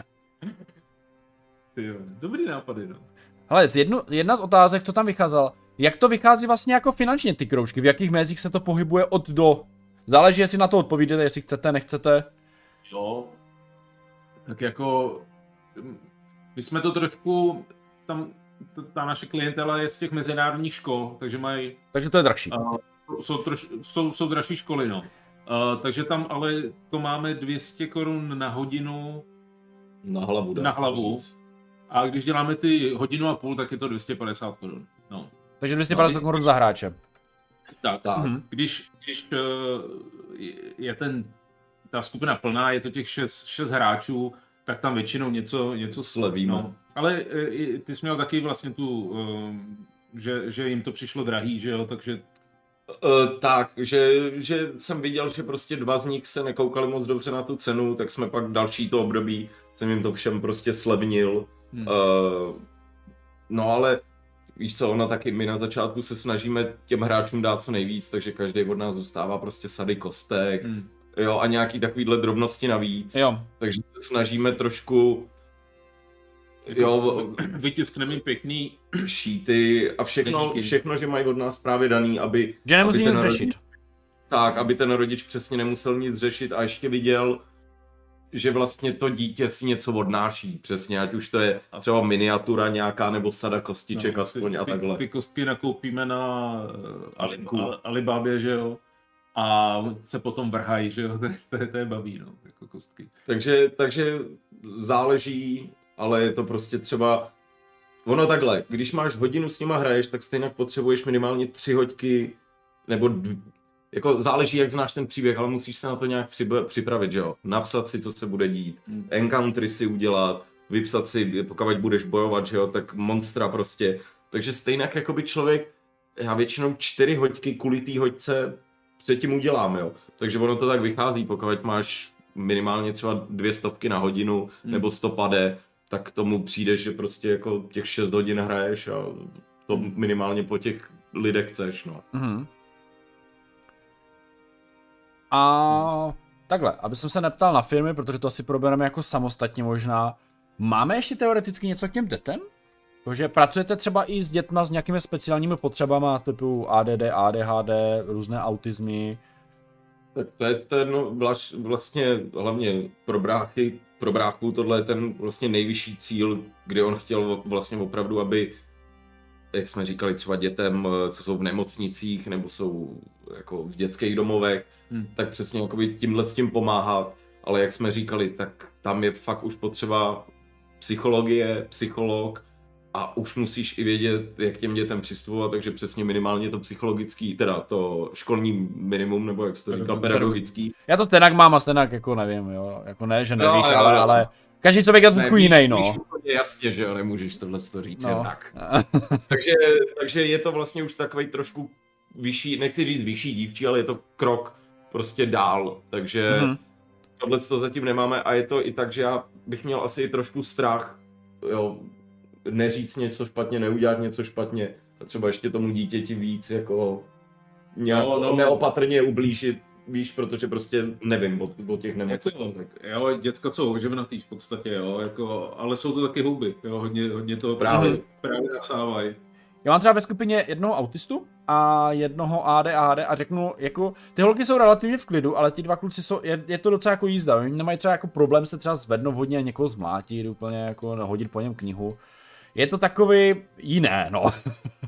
Tyjo, dobrý nápady, no. Hele, z jednu, jedna z otázek, co tam vycházela, jak to vychází vlastně jako finančně ty kroužky, v jakých mezích se to pohybuje od do? Záleží, jestli na to odpovídáte, jestli chcete, nechcete. Jo, tak jako, my jsme to trošku, tam, ta naše klientela je z těch mezinárodních škol, takže mají... Takže to je dražší. Uh, jsou, troš, jsou, jsou dražší školy, no. Uh, takže tam ale to máme dvě stě korun na hodinu Na hlavu. na hlavu. A když děláme ty hodinu a půl, tak je to dvě stě padesát korun. No. Takže dvě stě padesát korun za hráče. Tak, tak. Mhm. Když, když uh, je ten, ta skupina plná, je to těch šest hráčů, tak tam většinou něco, něco Slevíme. No. Ale uh, ty jsi měl taky vlastně tu, uh, že, že jim to přišlo drahý, že jo, takže... Uh, tak, že, že jsem viděl, že prostě dva z nich se nekoukali moc dobře na tu cenu, tak jsme pak další to období, jsem jim to všem prostě slevnil. Hmm. Uh, no ale víš co, ono taky my na začátku se snažíme těm hráčům dát co nejvíc, takže každý od nás zůstává prostě sady kostek, hmm. jo, a nějaký takovýhle drobnosti navíc. Jo. Takže se snažíme trošku, jo, vytiskneme jim pěkný šíty a všechno, všechno, že mají od nás právě daný, aby... Že nemusí nic rodič, řešit. Tak, aby ten rodič přesně nemusel nic řešit a ještě viděl, že vlastně to dítě si něco odnáší, přesně, ať už to je třeba miniatura nějaká nebo sada kostiček, no, aspoň ty, a takhle. Ty kostky nakoupíme na Alinku. Alibabě, že jo, a se potom vrhají, že jo, to, to, to je baví, no, jako kostky. Takže, takže záleží, ale je to prostě třeba, ono takhle, když máš hodinu s nima hraješ, tak stejně potřebuješ minimálně tři hoďky, nebo dv... jako záleží, jak znáš ten příběh, ale musíš se na to nějak připravit, že jo? Napsat si, co se bude dít, hmm. encountery si udělat, vypsat si, pokud budeš bojovat, že jo, tak monstra prostě. Takže stejně jako by člověk, já většinou čtyři hoďky kvůli té hoďce předtím udělám, jo. Takže ono to tak vychází, pokud máš minimálně třeba dvě stovky na hodinu, hmm. nebo sto pade, tak k tomu přijdeš, že prostě jako těch šest hodin hraješ a to minimálně po těch lidech chceš, no. Hmm. A takhle, aby jsem se neptal na firmy, protože to asi probereme jako samostatně možná. Máme ještě teoreticky něco k těm dětem? Takže pracujete třeba i s dětma s nějakými speciálními potřebama, typu A D D, A D H D, různé autizmy? Tak to je ten vlastně hlavně pro bráchy, pro bráchu tohle je ten vlastně nejvyšší cíl, kdy on chtěl vlastně opravdu, aby, jak jsme říkali, třeba dětem, co jsou v nemocnicích nebo jsou jako v dětských domovech, hmm. tak přesně jakoby tímhle s tím pomáhat, ale jak jsme říkali, tak tam je fakt už potřeba psychologie, psycholog a už musíš i vědět, jak těm dětem přistupovat, takže přesně minimálně to psychologický, teda to školní minimum, nebo jak jsi to říkal, pedagogický. Já to stejnak mám a stejnak jako nevím, jo, jako ne, že nevíš, no, ale, ale, ale každý člověk je trošku jiný, no. Víš úplně jasně, že jo, nemůžeš tohle to říct no. jen tak. takže, takže je to vlastně už takovej trošku vyšší, nechci říct vyšší dívčí, ale je to krok prostě dál, takže mm-hmm. tohle to zatím nemáme a je to i tak, že já bych měl asi i trošku strach, jo, neříct něco špatně, neudělat něco špatně a třeba ještě tomu dítěti víc jako nějak no, no. neopatrně ublížit, víš, protože prostě nevím o, o těch nemocech. Jo, děcka jsou oživnatý v podstatě, jo, jako, ale jsou to taky houby, jo, hodně, hodně toho právě, právě, právě nasávají. Já mám třeba ve skupině jednoho autistu a jednoho A D H D a řeknu, jako, ty holky jsou relativně v klidu, ale ti dva kluci jsou, je, je to docela jako jízda, oni nemají třeba jako problém se třeba zvednout hodně a někoho zmlátit, úplně jako hodit po něm knihu. Je to takový jiné, no.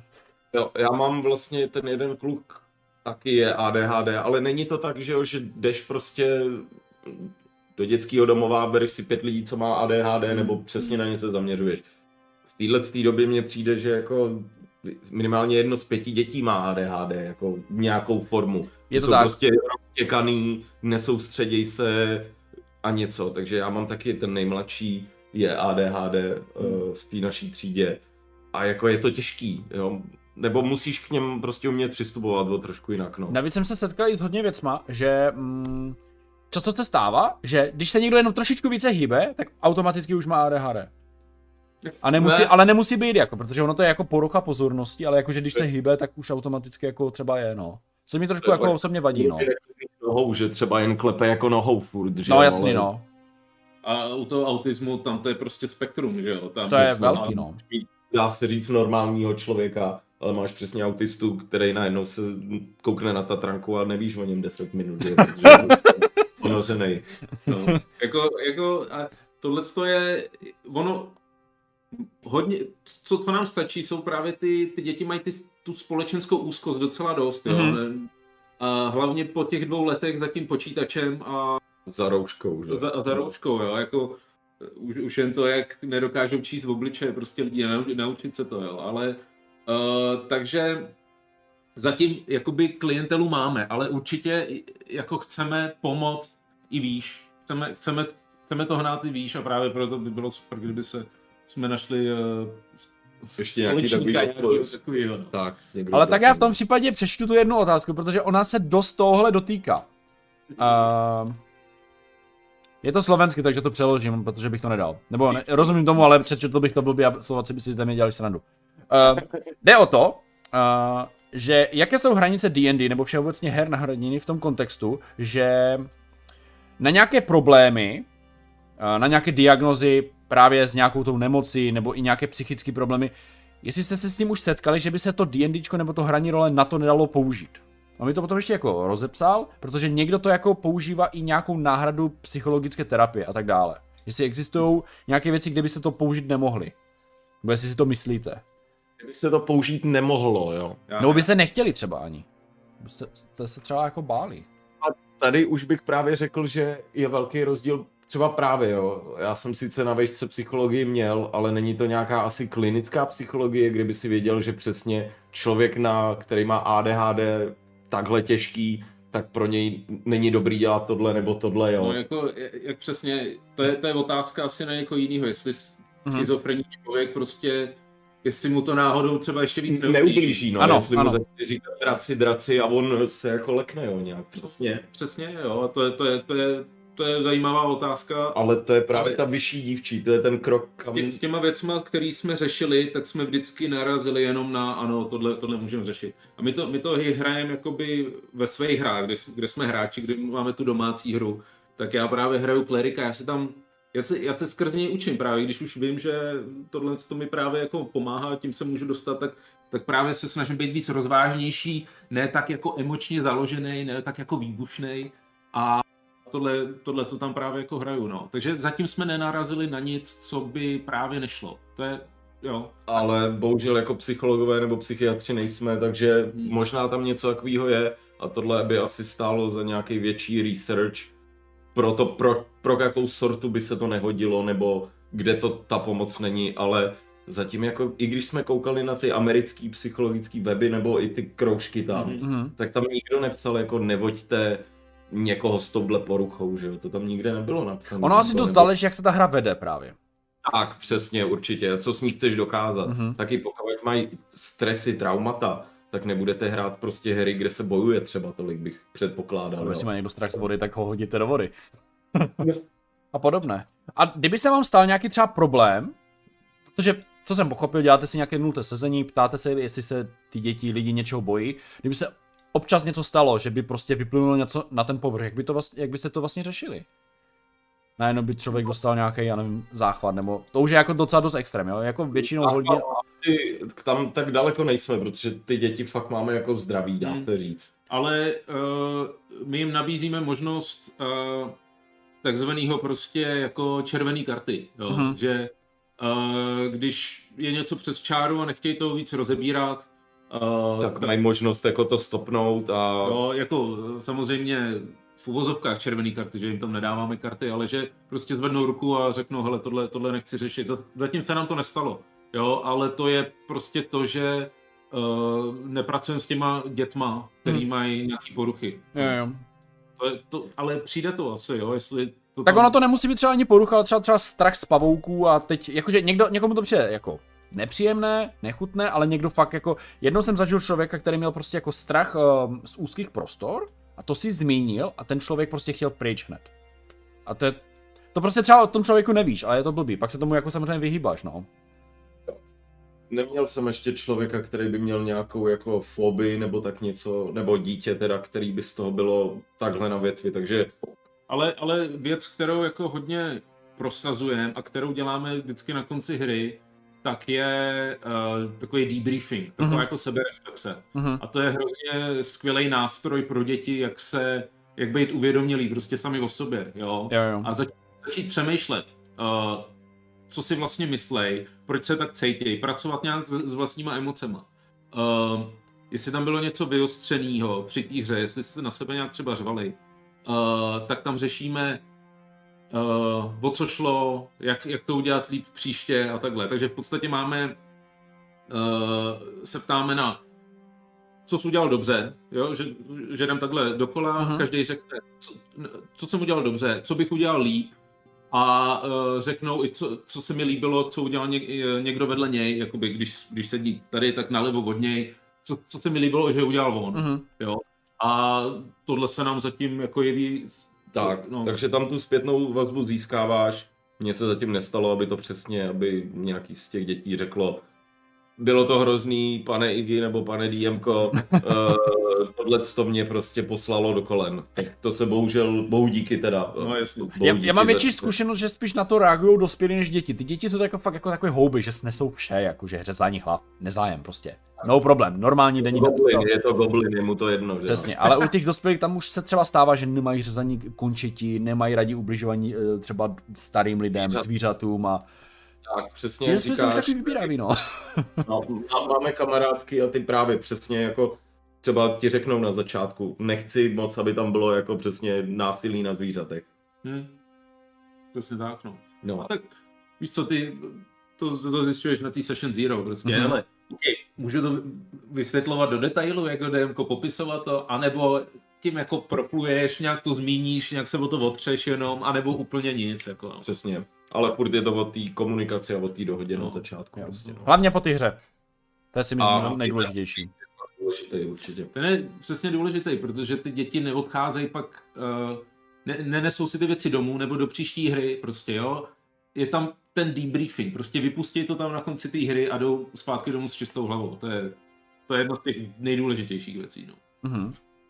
Jo, já mám vlastně ten jeden kluk, taky je A D H D, ale není to tak, že, jo, že jdeš prostě do dětského domova, bereš si pět lidí, co má A D H D, nebo přesně na něco zaměřuješ. V téhle době mně přijde, že jako minimálně jedno z pěti dětí má A D H D, jako nějakou formu. Je to jsou tak. prostě roztěkaný, nesoustředěj se a něco, takže já mám taky ten nejmladší, je A D H D hmm. v té naší třídě a jako je to těžký, jo. Nebo musíš k něm prostě umět přistupovat o trošku jinak, no. Navíc jsem se setkal i s hodně věcma, že mm, často se stává, že když se někdo jenom trošičku více hýbe, tak automaticky už má A D H D. A nemusí, ne. Ale nemusí být jako, protože ono to je jako porucha pozornosti, ale jakože když se hýbe, tak už automaticky jako třeba je, no. Co mi trošku jako osobně vadí, no. Nohou, že třeba jen klepe jako nohou furt, že no jasný, ale... no. A u toho autismu tam to je prostě spektrum, že jo. Tam to je velký, no. Dá se říct normálního člověka, ale máš přesně autistu, který najednou se koukne na Tatranku a nevíš o něm deset minut, že je ponořenej. No, jako, jako, a tohleto je, ono, hodně, co to nám stačí, jsou právě ty, ty děti mají ty, tu společenskou úzkost docela dost, jo. Mm-hmm. A hlavně po těch dvou letech za tím počítačem a za rouškou, že? Za, za rouškou, jo, jako už, už jen to, jak nedokážou číst v obličeje, prostě lidi naučit se to, jo, ale uh, takže zatím jakoby klientelu máme, ale určitě jako chceme pomoct i výš, chceme, chceme, chceme to hnát i výš a právě proto by bylo super, kdyby se jsme našli uh, ještě nějaký takový, takový jo. Tak, ale tak já v tom případě přečtu tu jednu otázku, protože ona se dost tohle dotýká. Uh, je to slovensky, takže to přeložím, protože bych to nedal. Nebo ne, rozumím tomu, ale přečetl bych to blbě a Slováci by si tam dělali srandu. Uh, jde o to, uh, že jaké jsou hranice D and D nebo všeobecně her na hrdiny v tom kontextu, že na nějaké problémy, uh, na nějaké diagnozy právě s nějakou tou nemocí nebo i nějaké psychické problémy, jestli jste se s tím už setkali, že by se to D&Dčko nebo to hraní role na to nedalo použít. A mi to potom ještě jako rozepsal, protože někdo to jako používá i nějakou náhradu psychologické terapie a tak dále. Jestli existují nějaké věci, kde by se to použít nemohli. Nebo jestli si to myslíte. Kdyby se to použít nemohlo, jo. Nebo byste nechtěli třeba ani. Byste, jste se třeba jako báli. A tady už bych právě řekl, že je velký rozdíl. Třeba právě, jo, já jsem sice na vejšce psychologii měl, ale není to nějaká asi klinická psychologie, kdyby si věděl, že přesně člověk, na, který má A D H D takhle těžký, tak pro něj není dobrý dělat tohle nebo tohle, jo. No jako, jak přesně, to je, to je otázka asi na někoho jiného, jestli schizofrenní člověk prostě, jestli mu to náhodou třeba ještě víc neublíží. Neublíží, no, ano, jestli ano. mu začne říkat draci, draci a on se jako lekne, jo, nějak, přesně. Přesně, jo, a to je, to je, to je, to je zajímavá otázka. Ale to je právě ale ta vyšší dívčí, to je ten krok. Kam... S, tě, s těma věcma, který jsme řešili, tak jsme vždycky narazili jenom na ano, tohle, tohle můžeme řešit. A my to, my to hrajeme jakoby ve svých hrách, kde, kde jsme hráči, kde máme tu domácí hru, tak já právě hraju klerika, já se tam, já se, já se skrz něj učím právě, když už vím, že tohle to mi právě jako pomáhá, tím se můžu dostat, tak, tak právě se snažím být víc rozvážnější, ne tak jako emočně založený, ne tak jako výbušnej a Tohle, tohle to tam právě jako hraju, no. Takže zatím jsme nenarazili na nic, co by právě nešlo. To je, jo. Ale bohužel jako psychologové nebo psychiatři nejsme, takže hmm. možná tam něco takového je a tohle by asi stálo za nějaký větší research pro to, pro, pro jakou sortu by se to nehodilo, nebo kde to ta pomoc není, ale zatím jako, i když jsme koukali na ty americký psychologický weby nebo i ty kroužky tam, hmm. tak tam nikdo nepsal jako nevoďte někoho s touhle poruchou, že jo, to tam nikde nebylo napsané. Ono asi dost záleží, jak se ta hra vede právě. Tak, přesně, určitě, co s ní chceš dokázat. Mm-hmm. Taky pokud mají stresy, traumata, tak nebudete hrát prostě hry, kde se bojuje třeba, tolik bych předpokládal. Ale jestli má někdo strach z vody, tak ho hodíte do vody. A podobné. A kdyby se vám stal nějaký třeba problém, protože, co jsem pochopil, děláte si nějaké nulté sezení, ptáte se, jestli se ty děti, lidi něčeho bojí, kdyby se občas něco stalo, že by prostě vyplynulo něco na ten povrch, jak, by to vlastně, jak byste to vlastně řešili? Najednou by člověk dostal nějaký, já nevím, záchvat, nebo to už je jako docela dost extrém, jo? Jako většinou hodně... Asi tam tak daleko nejsme, protože ty děti fakt máme jako zdraví, dá se říct. Ale uh, my jim nabízíme možnost uh, takzvanýho prostě jako červený karty, jo? Uh-huh. Že uh, když je něco přes čáru a nechtějí to víc rozebírat, Uh, Tak mají možnost jako to stopnout a... Jo, jako samozřejmě v uvozovkách červený karty, že jim tam nedáváme karty, ale že prostě zvednou ruku a řeknou, hele, tohle, tohle nechci řešit. Zatím se nám to nestalo, jo, ale to je prostě to, že uh, nepracujeme s těma dětma, který hmm. mají nějaký poruchy. Jo, jo. To je to, ale přijde to asi, jo, jestli... To tak tam... ono to nemusí být třeba ani porucha, ale třeba, třeba strach z pavouků a teď, jakože někdo, někomu to přijde jako nepříjemné, nechutné, ale někdo fakt jako, jednou jsem zažil člověka, který měl prostě jako strach uh, z úzkých prostor a to si zmínil a ten člověk prostě chtěl pryč hned. A to je, to prostě třeba o tom člověku nevíš, ale je to blbý, pak se tomu jako samozřejmě vyhýbáš, no. Neměl jsem ještě člověka, který by měl nějakou jako fobii nebo tak něco, nebo dítě teda, který by z toho bylo takhle na větvi, takže... Ale, ale věc, kterou jako hodně prosazujeme a kterou děláme vždycky na konci hry, tak je uh, takový debriefing, taková mm-hmm. jako sebereflexe. Mm-hmm. A to je hrozně skvělý nástroj pro děti, jak se, jak být uvědomělý prostě sami o sobě, jo. jo, jo. A zač- začít přemýšlet, uh, co si vlastně myslej, proč se tak cítějí, pracovat nějak s, s vlastníma emocema. Uh, jestli tam bylo něco vyostřenýho při té hře, jestli se na sebe nějak třeba řvali, uh, tak tam řešíme Uh, o co šlo, jak, jak to udělat líp příště a takhle. Takže v podstatě máme, uh, se ptáme na, co jsi udělal dobře, jo? Že, že jdem takhle dokola, uh-huh. každý řekne, co, co jsem udělal dobře, co bych udělal líp a uh, řeknou i, co, co se mi líbilo, co udělal něk, někdo vedle něj, jakoby když, když sedí tady tak nalevo od něj, co, co se mi líbilo, že udělal on. Uh-huh. Jo? A tohle se nám zatím jako jeví. Tak, no. Takže tam tu zpětnou vazbu získáváš. Mně se zatím nestalo, aby to přesně, aby nějaký z těch dětí řeklo, bylo to hrozný, pane Iggy nebo pane DMko, uh, tohle to mě prostě poslalo do kolen. Tak to se bohužel, bohu díky teda. No jasný. Já, já mám větší zkušenost, že spíš na to reagují dospělí než děti. Ty děti jsou jako fakt jako takové houby, že snesou vše, jakože řezání hlav, nezájem prostě. No problém, normální denní... Goblin, to... Je to goblin, je mu to jedno, že? Přesně, ale u těch dospělých tam už se třeba stává, že nemají řezaní končetí, nemají rádi ubližování třeba starým lidem, Zvířat. zvířatům a... Tak, přesně jak říkáš. Jsme už taky vybíraví, no. no. Máme kamarádky a ty právě přesně jako třeba ti řeknou na začátku, nechci moc, aby tam bylo jako přesně násilí na zvířatech. Hmm. Přesně tak, no. no. A tak, víš co, ty to, to zjišťuješ na té Session Zero prostě, mm-hmm. ale okay, můžu to vysvětlovat do detailu, jako jdem jako popisovat to, anebo tím jako propluješ, nějak to zmíníš, nějak se o to otřeš jenom, anebo úplně nic, jako. No. Přesně. Ale furt je to o té komunikaci a o té dohodě no. na začátku. Prostě, no. Hlavně po té hře. To je si myslím nejdůležitější. Důležitý určitě. Ten je přesně důležitý, protože ty děti neodcházejí pak, uh, ne, nenesou si ty věci domů nebo do příští hry, prostě jo. Je tam ten debriefing, prostě vypustí to tam na konci té hry a jdou zpátky domů s čistou hlavou. To je, to je jedna z těch nejdůležitějších věcí, no. Mm-hmm.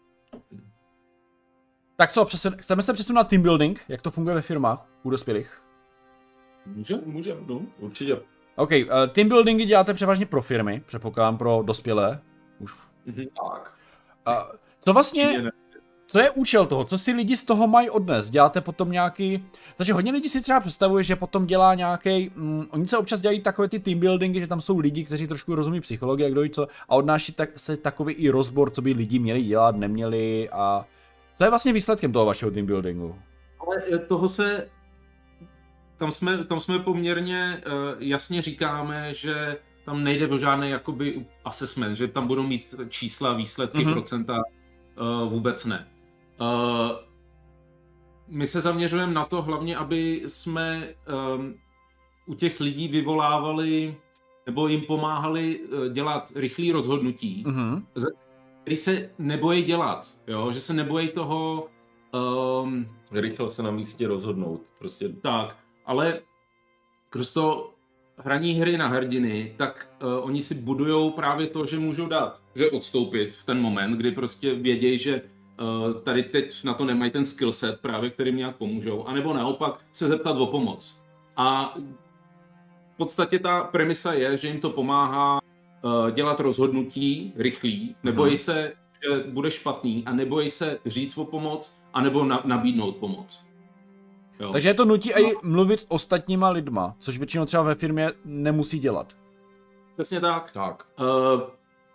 Tak co, přesun, chceme se přesunout na team building, jak to funguje ve firmách u dospělých? Můžeme, můžeme, no, určitě. OK, uh, team buildingy děláte převážně pro firmy, předpokládám pro dospělé. Už. Mm-hmm. Tak. Uh, co vlastně, co je účel toho, co si lidi z toho mají odnes? Děláte potom nějaký, takže hodně lidí si třeba představuje, že potom dělá nějaký, mm, oni se občas dělají takové ty team buildingy, že tam jsou lidi, kteří trošku rozumí psychologii, jak dojít co, a odnáší tak, se takový i rozbor, co by lidi měli dělat, neměli a co je vlastně výsledkem toho vašeho team buildingu? Ale toho se Tam jsme, tam jsme poměrně uh, jasně říkáme, že tam nejde o žádný jakoby assessment, že tam budou mít čísla, výsledky, mm-hmm. procenta, uh, vůbec ne. Uh, my se zaměřujeme na to hlavně, aby jsme um, u těch lidí vyvolávali nebo jim pomáhali uh, dělat rychlé rozhodnutí, mm-hmm. který se nebojí dělat, jo? Že se nebojí toho... Um, Rychle se na místě rozhodnout, prostě. Tak. Ale kroz to hraní hry na hrdiny, tak uh, oni si budujou právě to, že můžou dát, že odstoupit v ten moment, kdy prostě vědějí, že uh, tady teď na to nemají ten skillset právě, kterým nějak pomůžou, anebo naopak se zeptat o pomoc. A v podstatě ta premisa je, že jim to pomáhá uh, dělat rozhodnutí rychlý, nebojí hmm. se, že bude špatný a nebojí se říct o pomoc, anebo na, nabídnout pomoc. Jo. Takže je to nutí i mluvit s ostatníma lidma, což většinou třeba ve firmě nemusí dělat. Přesně tak. tak. Uh,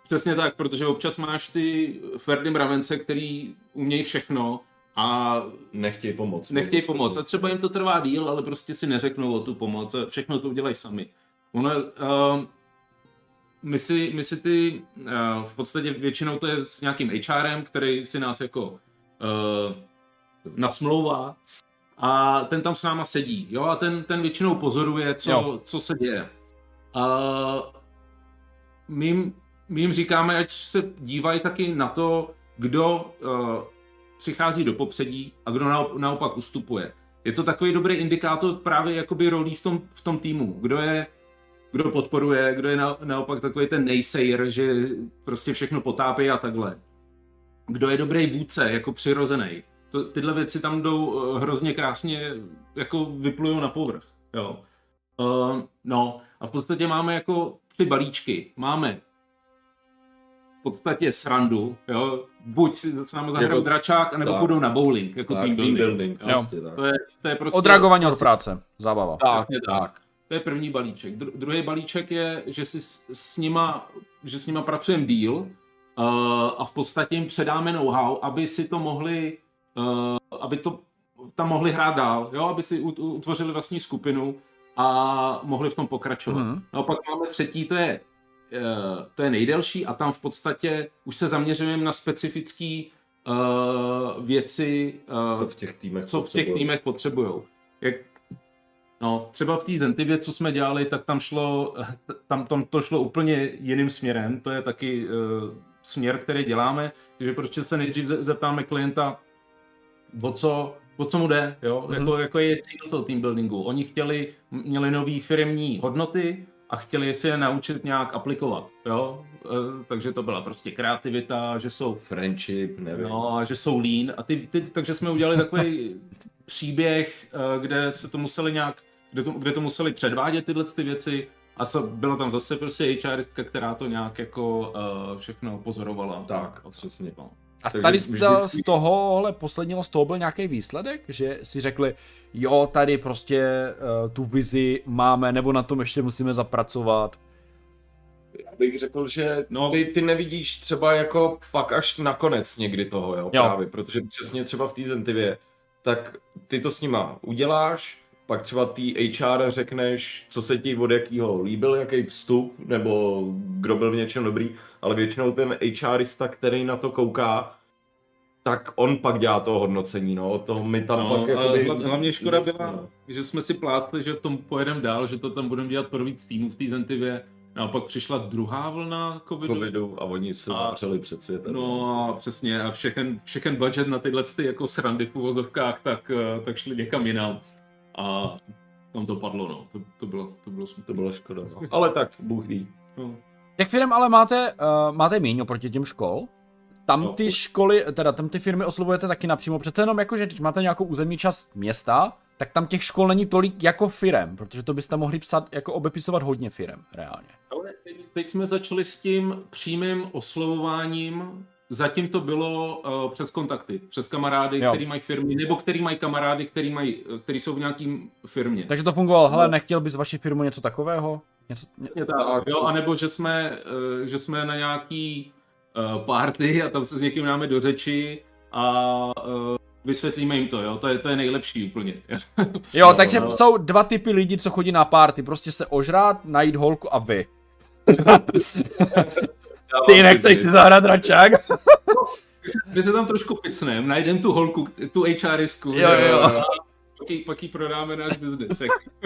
Přesně tak, protože občas máš ty Ferdy mravence, který umějí všechno a Nechtějí pomoct. nechtějí pomoct. A třeba jim to trvá díl, ale prostě si neřeknou o tu pomoc a všechno to udělají sami. Ono, uh, my, si, my si ty, uh, v podstatě většinou to je s nějakým há erem, který si nás jako uh, nasmlouvá a ten tam s náma sedí, jo, a ten, ten většinou pozoruje, co, co se děje. Uh, my, jim, my jim říkáme, ať se dívají taky na to, kdo uh, přichází do popředí a kdo naopak ustupuje. Je to takový dobrý indikátor právě jakoby rolí v tom, v tom týmu. Kdo je, kdo podporuje, kdo je na, naopak takový ten nejsayer, že prostě všechno potápí a takhle. Kdo je dobrý vůdce, jako přirozený. To, tyhle věci tam jdou hrozně krásně, jako vyplujou na povrch. Jo. Uh, no a v podstatě máme jako tři balíčky. Máme v podstatě srandu, jo, buď si s námi zahrajou jako, dračák, anebo tak, půjdou na bowling, jako tak, team building. Team building jo. Prostě, tak. To, je, to je prostě... Odreagování od práce, zábava. Tak, tak. tak. To je první balíček. Dru- druhý balíček je, že si s, s nima, že s nima pracujeme díl uh, a v podstatě jim předáme know-how, aby si to mohli, uh, aby to tam mohli hrát dál, jo, aby si utvořili vlastní skupinu a mohli v tom pokračovat. Mm. No a pak máme třetí, to je to je nejdelší a tam v podstatě už se zaměřujeme na specifické uh, věci, uh, co v těch týmech co v těch týmech potřebujou. Jak, no, třeba v té Zentivě, co jsme dělali, tak tam šlo, tam, tam to šlo úplně jiným směrem. To je taky uh, směr, který děláme, že prostě se nejdřív zeptáme klienta, o co, o co mu jde, jo? Mm-hmm. Jako, jako je cíl toho team buildingu. Oni chtěli, měli nový firemní hodnoty, a chtěli si je naučit nějak aplikovat, jo, e, takže to byla prostě kreativita, že jsou friendship, nevím. No, a že jsou lean a ty, ty, takže jsme udělali takový příběh, e, kde se to museli nějak, kde to, kde to museli předvádět tyhle ty věci a so, byla tam zase prostě HRistka, která to nějak jako e, všechno pozorovala. Tak, a přesně. No. A tady z, vždycky... z tohohle posledního z toho byl nějaký výsledek, že si řekli, jo, tady prostě uh, tu vizi máme, nebo na tom ještě musíme zapracovat? Já bych řekl, že no, ty, ty nevidíš třeba jako pak až nakonec někdy toho, jo, jo. právě, protože přesně třeba v té Zentivě, tak ty to s nima uděláš, pak třeba tý há er řekneš, co se ti od jakýho líbil, jaký vstup, nebo kdo byl v něčem dobrý, ale většinou ten HRista, který na to kouká, tak on pak dělá to hodnocení, no, to my tam no, pak jakoby... Hlavně škoda byla, no. že jsme si plátli, že v tom pojedeme dál, že to tam budeme dělat pro víc týmů v té Zentivě. Naopak přišla druhá vlna covidu. covidu a oni se zavřeli před světem. No a přesně, a všechen, všechen budget na tyhle ty jako srandy v uvozovkách, tak, tak šli někam jinam. A tam to padlo, no. To, to bylo, to bylo smutné. To bylo škoda, no. Ale tak, Bůh ví. No. Jak firm ale máte, uh, máte míň oproti těm škol? Tam ty školy, teda tam ty firmy oslovujete taky napřímo, přece jenom jako, že když máte nějakou územní část města, tak tam těch škol není tolik jako firem, protože to byste mohli psat, jako obepisovat hodně firem, reálně. Ale teď, teď jsme začali s tím přímým oslovováním, zatím to bylo uh, přes kontakty, přes kamarády, jo. který mají firmy, nebo který mají kamarády, který, mají, který jsou v nějakým firmě. Takže to fungovalo, hele, nechtěl bys vaši firmu něco takového? Něco, Přesně tak, jo, anebo že jsme, uh, že jsme na nějaký uh, party a tam se s někým dáme do řeči a uh, vysvětlíme jim to, jo, to je, to je nejlepší úplně. Jo, no, takže no. Jsou dva typy lidí, co chodí na party, prostě se ožrát, najít holku a vy. Ty nechceš si zahrát dračák? My se tam trošku picneme, najdeme tu holku, tu HRistku, jo, jo. A pak, jí, pak jí prodáme náš biznes.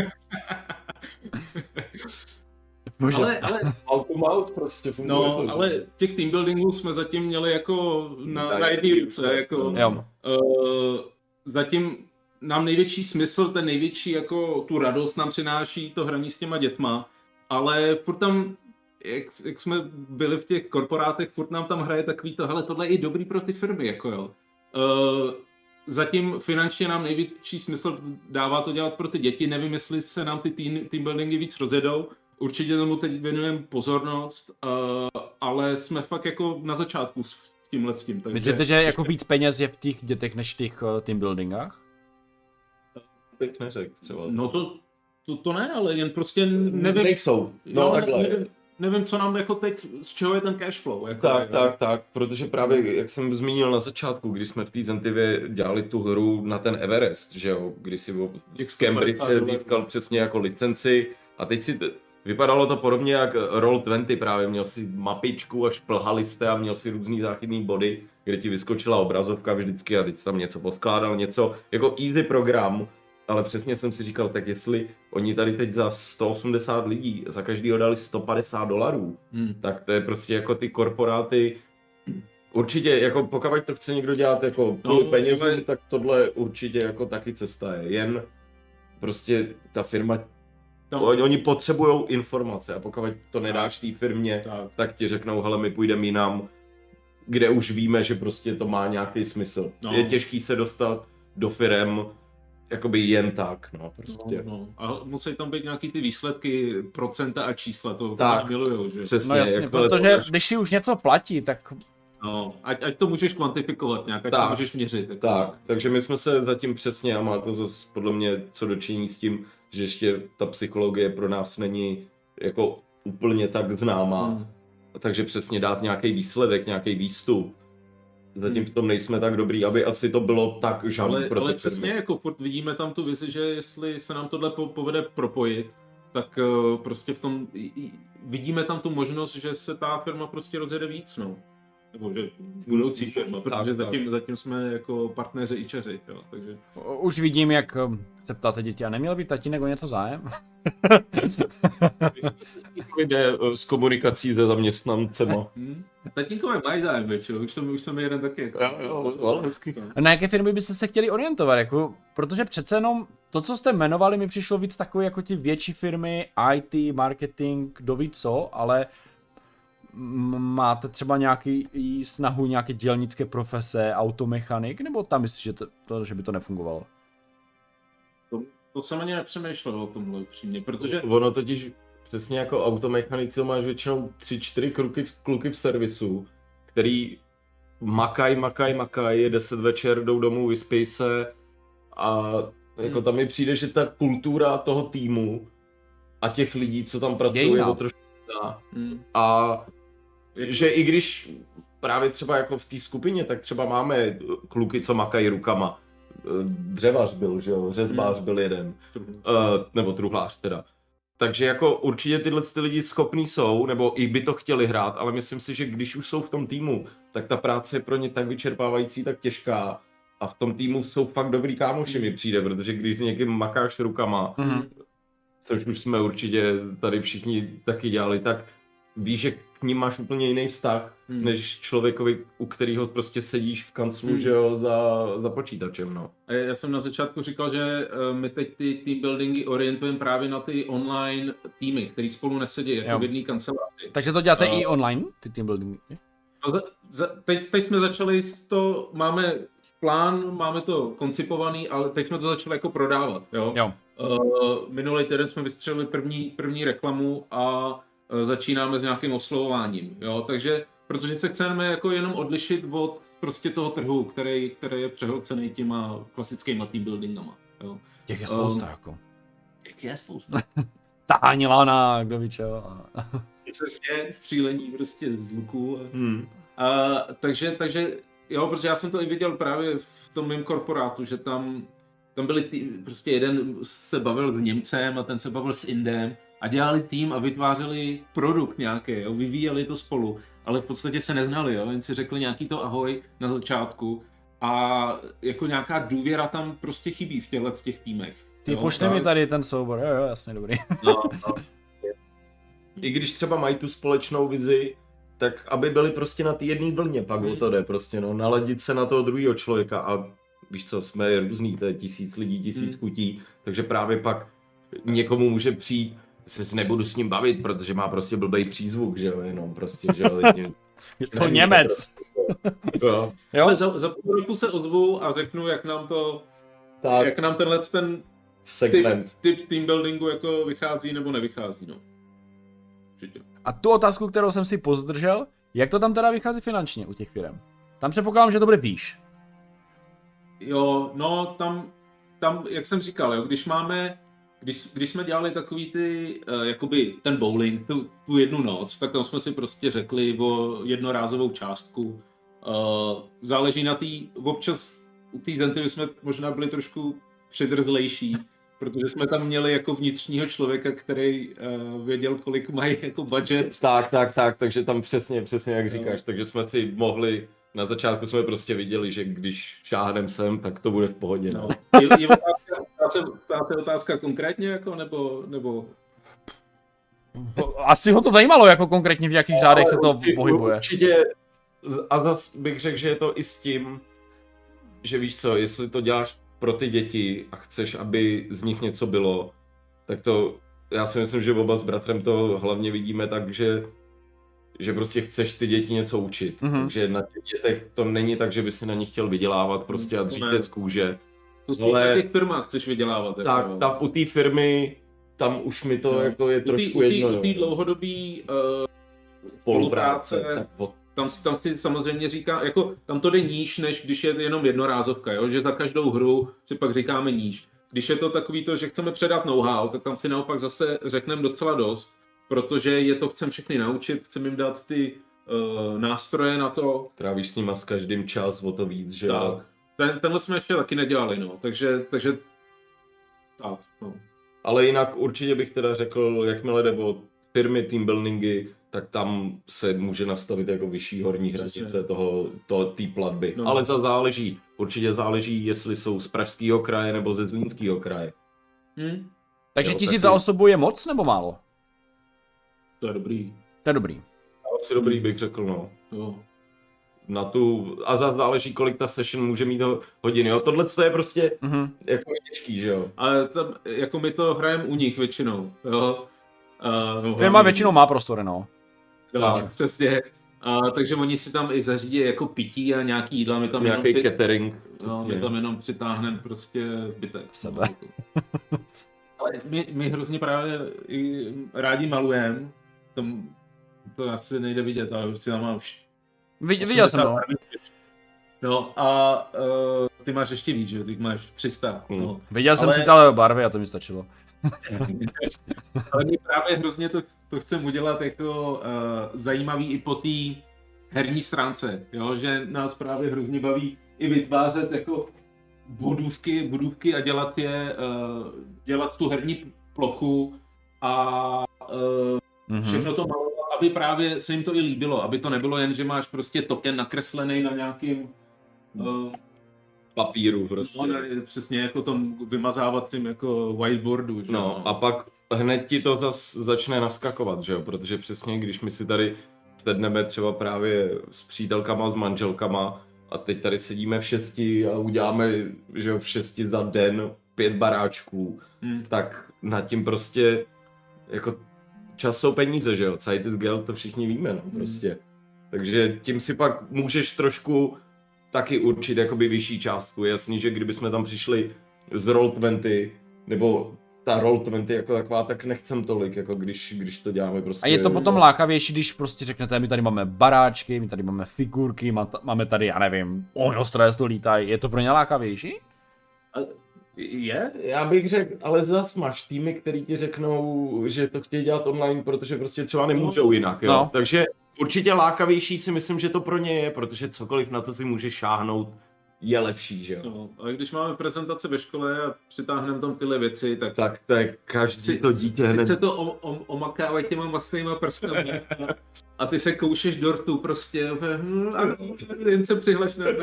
ale, ale, out to mouth prostě funguje. No, to, ale těch team buildingů jsme zatím měli jako na, na jedné ruce. Jako, jo. Uh, zatím nám největší smysl, ten největší jako tu radost nám přináší to hraní s těma dětma, ale furt tam, jak, jak jsme byli v těch korporátech, furt nám tam hraje takový to, hele, tohle je i dobrý pro ty firmy, jako jo. Uh, zatím finančně nám největší smysl dává to dělat pro ty děti, nevím, jestli se nám ty team, team buildingy víc rozjedou, určitě tomu teď věnujeme pozornost, uh, ale jsme fakt jako na začátku s tímhle s tím. Takže... Myslíte, že jako víc peněz je v těch dětech než v těch uh, team buildingách? Bych neřekl třeba. No to, to, to ne, ale jen prostě nevím. Nejsou, no jo, takhle. Nevím, nevím, co nám jako teď, z čeho je ten cash flow. Jako Tak, je, tak, tak, protože právě, jak jsem zmínil na začátku, když jsme v té Zentivě dělali tu hru na ten Everest, že jo, když si z Cambridge získal přesně jako licenci a teď si, t- vypadalo to podobně jak Roll dvacet právě, měl si mapičku a šplhali jste a měl si různý záchytný body, kde ti vyskočila obrazovka vždycky a teď jsi tam něco poskládal, něco jako easy program, ale přesně jsem si říkal, tak jestli oni tady teď za sto osmdesát lidí, za každýho dali sto padesát dolarů, Hmm. tak to je prostě jako ty korporáty, určitě, jako pokud to chce někdo dělat jako kvůli No, penězům, ale- tak tohle určitě jako taky cesta je, jen prostě ta firma, Tam, oni, oni potřebují informace a pokud to nedáš té firmě, tak. tak ti řeknou, hele, my půjdeme jinam, kde už víme, že prostě to má nějaký smysl. No. Je těžký se dostat do firem, jakoby jen tak, no, prostě. No, no. A musí tam být nějaký ty výsledky, procenta a čísla, to Tak. milujou, že? Přesně, No jasně, jakmile protože to dáš- když si už něco platí, tak No, ať, ať to můžeš kvantifikovat nějak, ať Tak. to můžeš měřit. Jako. Tak, takže my jsme se zatím přesně, a má to zase podle mě co dočiní s tím, že ještě ta psychologie pro nás není jako úplně tak známá. Hmm. Takže přesně dát nějaký výsledek, nějaký výstup. Zatím Hmm. v tom nejsme tak dobrý, aby asi to bylo tak žalý Ale, pro ale ty přesně, firmy. jako furt vidíme tam tu vizi, že jestli se nám tohle po, povede propojit, tak uh, prostě v tom, i- i- vidíme tam tu možnost, že se ta firma prostě rozjede víc, no. Nebo že budoucí firma, protože tak. zatím, zatím jsme jako partneři i čeři, jo, takže... už vidím, jak um, se ptáte děti, a neměl by tatínek o něco zájem? Jak jde eh, s komunikací se zaměstnancema. Hm? Tatínkové mají zájem většinou, už jsem, už jsem jeden taky jako... Jo, jo, ale hezky. A na jaké firmy byste se chtěli orientovat? Jako, protože přece jenom to, co jste jmenovali, mi přišlo víc takové jako ty větší firmy, í té, marketing, kdo ví co, ale m- máte třeba nějaký i snahu, nějaké dělnické profese, automechanik, nebo tam myslíš, že, to, to, že by to nefungovalo? To, to jsem ani nepřemýšlel o tomhle upřímně, protože... Ono totiž přesně jako automechanici máš většinou tři, čtyři kluky, kluky v servisu, který makaj, makaj, makaj, je deset večer, jdou domů, vyspějí se a jako Hmm. tam mi přijde, že ta kultura toho týmu a těch lidí, co tam pracují, je jiná. to trošku jiná. Hm. A že i když právě třeba jako v té skupině, tak třeba máme kluky, co makají rukama. Dřevař byl, že jo, řezbář Hmm. byl jeden, uh, nebo truhlář teda. Takže jako určitě tyhle ty lidi schopní jsou, nebo i by to chtěli hrát, ale myslím si, že když už jsou v tom týmu, tak ta práce je pro ně tak vyčerpávající, tak těžká. A v tom týmu jsou fakt dobrý kámoši, mi přijde, protože když s někým makáš rukama, Mhm. což už jsme určitě tady všichni taky dělali, tak víš, že k ním máš úplně jiný vztah, Hmm. než člověkovi, u kterého prostě sedíš v kanclu, Hmm. že jo, za, za počítačem, no. A já jsem na začátku říkal, že eh, my teď ty team buildingy orientujeme právě na ty online týmy, který spolu nesedí jako Jo. v jedné kanceláři. Takže to děláte A- i online, ty team building? No, za, za, teď, teď jsme začali s to, máme plán, máme to koncipovaný, ale teď jsme to začali jako prodávat, jo. Jo. Uh, minulý týden jsme vystřelili první, první reklamu a uh, začínáme s nějakým oslovováním, jo, takže protože se chceme jako jenom odlišit od prostě toho trhu, který, který je přehlcený těma klasickýma team buildingama, jo. Těch je spousta, Um, jako. Jak je spousta. Tahání lana, kdo ví čo. Přesně, střílení prostě z luku. A, Hmm. a, takže, takže, jo, protože já jsem to i viděl právě v tom mém korporátu, že tam, tam byli tý, prostě jeden se bavil s Němcem a ten se bavil s Indem a dělali tým a vytvářeli produkt nějaký, jo, vyvíjeli to spolu, ale v podstatě se neznali, jo, jen si řekli nějaký to ahoj na začátku a jako nějaká důvěra tam prostě chybí v těchto z těch týmech. Ty jo, pošli mi tady ten soubor, jo, jo, jasně, dobrý. No, no. I když třeba mají tu společnou vizi, tak aby byli prostě na té jedné vlně, pak o to jde prostě, no, naladit se na toho druhého člověka a víš co, jsme různý, to je tisíc lidí, tisíc Hmm. kutí, takže právě pak někomu může přijít, si si nebudu s ním bavit, protože má prostě blbej přízvuk, že jo, jenom prostě, že jo. jedním- Je to Němec. jo. Jo? Ale za, za půl roku se ozvu a řeknu, jak nám to, Tak, jak nám tenhle ten typ, segment. typ team buildingu jako vychází nebo nevychází, no. Určitě. A tu otázku, kterou jsem si pozdržel, jak to tam teda vychází finančně u těch firm? Tam předpokládám, že to bude výš. Jo, no tam, tam, jak jsem říkal, jo, když máme když, když jsme dělali takový ty, uh, jakoby ten bowling, tu, tu jednu noc, tak tam jsme si prostě řekli o jednorázovou částku. Uh, záleží na té, občas u té Zentivy jsme možná byli trošku přidrzlejší, protože jsme tam měli jako vnitřního člověka, který uh, věděl, kolik mají jako budget. Tak, tak, tak, takže tam přesně, přesně jak říkáš, takže jsme si mohli, na začátku jsme prostě viděli, že když šáhnem sem, tak to bude v pohodě. No. No. Je, je otázka, ptá se, ptá se otázka konkrétně, jako, nebo, nebo... Asi ho to zajímalo, jako konkrétně v jakých řádech se to pohybuje. Určitě, a zase bych řekl, že je to i s tím, že víš co, jestli to děláš pro ty děti a chceš, aby z nich něco bylo, tak to, já si myslím, že oba s bratrem to hlavně vidíme tak, že, že prostě chceš ty děti něco učit. Mm-hmm. Takže na těch dětech to není tak, že by si na nich chtěl vydělávat prostě a dřít z kůže. To v ale... těch firmách chceš vydělávat. Tak, jako, tam u té firmy, tam už mi to no. jako je trošku jedno. U té dlouhodobý uh, spolupráce, tam, tam si samozřejmě říká, jako tam to jde níž, než když je jenom jednorázovka, jo? Že za každou hru si pak říkáme níž. Když je to takový to, že chceme předat know-how, tak tam si naopak zase řekneme docela dost, protože je to chcem všechny naučit, chceme jim dát ty uh, nástroje na to. Trávíš s nima s každým čas o to víc, že tak. Ten, tenhle jsme ještě taky nedělali, no, takže, takže tak, no. Ale jinak určitě bych teda řekl, jakmile jde o firmy, team buildingy, tak tam se může nastavit jako vyšší horní hranice toho, toho, té platby. No. Ale za záleží, určitě záleží, jestli jsou z pražského kraje nebo ze Zlínského kraje. Hmm. Takže jo, tisíc taky... za osobu je moc nebo málo? To je dobrý. To je dobrý. Asi dobrý bych řekl, no. Jo. Na tu, a zase záleží, kolik ta session může mít hodiny, jo. Tohle je prostě mm-hmm. jako těžký, že jo. Ale tam, jako my to hrajeme u nich většinou, jo. Uh, no, Firma většinou má prostory, no. No, tak. Přesně. Uh, takže oni si tam i zařídí jako pití a nějaký jídla, my tam nějaký jenom catering. No, my tam jenom přitáhneme prostě zbytek. Sebe. No, ale my, my hrozně právě i rádi malujeme, to asi nejde vidět, ale už si tam mám už viděl jsem, no. No a uh, ty máš ještě víc, že? Ty máš tři sta. Hmm. No. Viděl jsem ale... si ale barvy a to mi stačilo. Ale my právě hrozně to, to chcem udělat jako uh, zajímavý i po té herní stránce, jo? Že nás právě hrozně baví i vytvářet jako budůvky, budůvky a dělat je, uh, dělat tu herní plochu a uh, mm-hmm. všechno to malo, aby právě se jim to i líbilo, aby to nebylo jen, že máš prostě token nakreslený na nějakým uh, papíru prostě. No, ne, přesně jako tom vymazávacím jako whiteboardu. Že? No a pak hned ti to zas začne naskakovat, že jo, protože přesně když my si tady sedneme třeba právě s přítelkama, s manželkama a teď tady sedíme v šesti a uděláme, že jo, v šesti za den pět baráčků, hmm. tak nad tím prostě jako čas jsou peníze, že jo, Zeit is Geld, to všichni víme, no, prostě. Hmm. Takže tím si pak můžeš trošku taky určit jakoby vyšší částku. Je jasný, že kdybychom tam přišli z Roll dvacet, nebo ta Roll dvacet jako taková, tak nechcem tolik, jako když, když to děláme prostě. A je to potom lákavější, když prostě řeknete, my tady máme baráčky, my tady máme figurky, máme tady, já nevím, ohňostroje to lítají, je to pro ně lákavější? Je? Já bych řekl, ale zas máš týmy, který ti řeknou, že to chtějí dělat online, protože prostě třeba nemůžou jinak, jo. No. Takže určitě lákavější si myslím, že to pro ně je, protože cokoliv na to si může šáhnout je lepší, že jo. No, ale když máme prezentace ve škole a přitáhneme tam tyhle věci, tak... Tak to je každý si, to dítě hned... se to omakávají těma vlastnýma prstami a ty se koušeš dortu prostě, a jen se přihlaš na...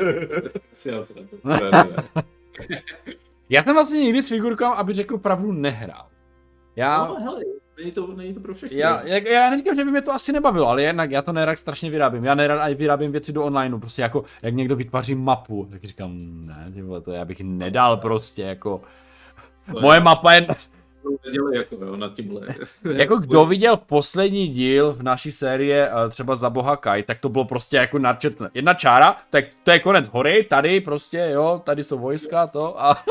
Já jsem vlastně nikdy s figurkami, aby řekl pravdu, nehrál. Já... No, hele, není to, není to pro všechny. Já, já, já neříkám, že by mě to asi nebavilo, ale jednak já to nerad strašně vyrábím. Já nerad ani vyrábím věci do onlineu, prostě jako, jak někdo vytváří mapu, tak říkám, ne, ty vole, to já bych nedal prostě, jako... To moje je mapa je... Nedělej jako, jo, nad tímhle. Jako kdo viděl poslední díl v naší série, třeba Za boha Kai, tak to bylo prostě jako načrtné. Jedna čára, tak to je konec hory, tady prostě, jo, tady jsou vojska, to a...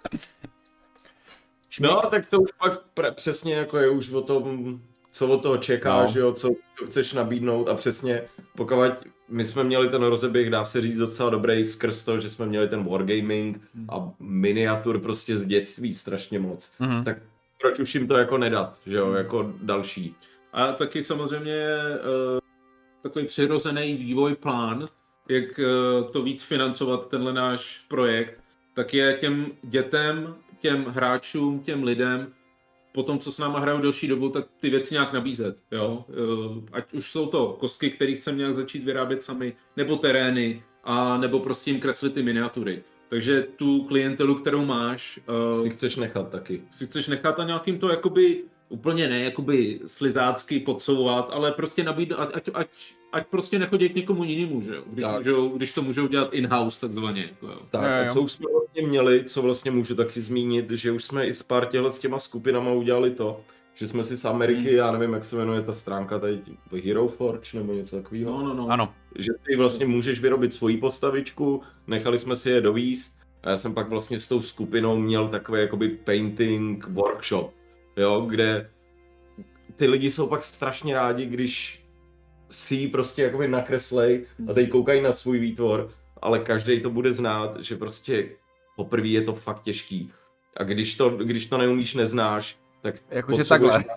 No, tak to už pak pre- přesně jako je už o tom, co od toho čekáš, no. Jo, co, co chceš nabídnout a přesně pokud my jsme měli ten rozeběh, dá se říct docela dobrý skrz to, že jsme měli ten wargaming a miniatur prostě z dětství strašně moc, mm-hmm. tak proč už jim to jako nedat, že jo, jako další. A taky samozřejmě uh, takový přirozený vývoj plán, jak uh, to víc financovat, tenhle náš projekt, tak je těm dětem, těm hráčům, těm lidem, po tom, co s náma hrajou delší dobu, tak ty věci nějak nabízet, jo. Uh, ať už jsou to kostky, které chceme nějak začít vyrábět sami, nebo terény, a nebo prostě jim kreslit ty miniatury. Takže tu klientelu, kterou máš, uh, Si chceš nechat taky. si chceš nechat a nějakým to jakoby úplně ne, jakoby slizácky podsouvat, ale prostě nabídnout, ať, ať, ať, ať prostě nechodí k někomu jinému, že jo? Když, můžou, když to můžou dělat in-house takzvaně. Jako, jo. Tak Jo, a jo. co už jsme vlastně měli, co vlastně můžu taky zmínit, že už jsme i s pár těhle s těma skupinama udělali to, že jsme si z Ameriky, Hmm. já nevím, jak se jmenuje ta stránka tady, Hero Forge nebo něco takového. No, no, no. Ano. Že si vlastně můžeš vyrobit svoji postavičku, nechali jsme si je dovízt a já jsem pak vlastně s tou skupinou měl takový jakoby painting workshop, jo, kde ty lidi jsou pak strašně rádi, když si ji prostě jakoby nakreslej a teď koukají na svůj výtvor, ale každý to bude znát, že prostě poprvé je to fakt těžký. A když to, když to neumíš, neznáš, tak Jakože potřebuješ- takhle.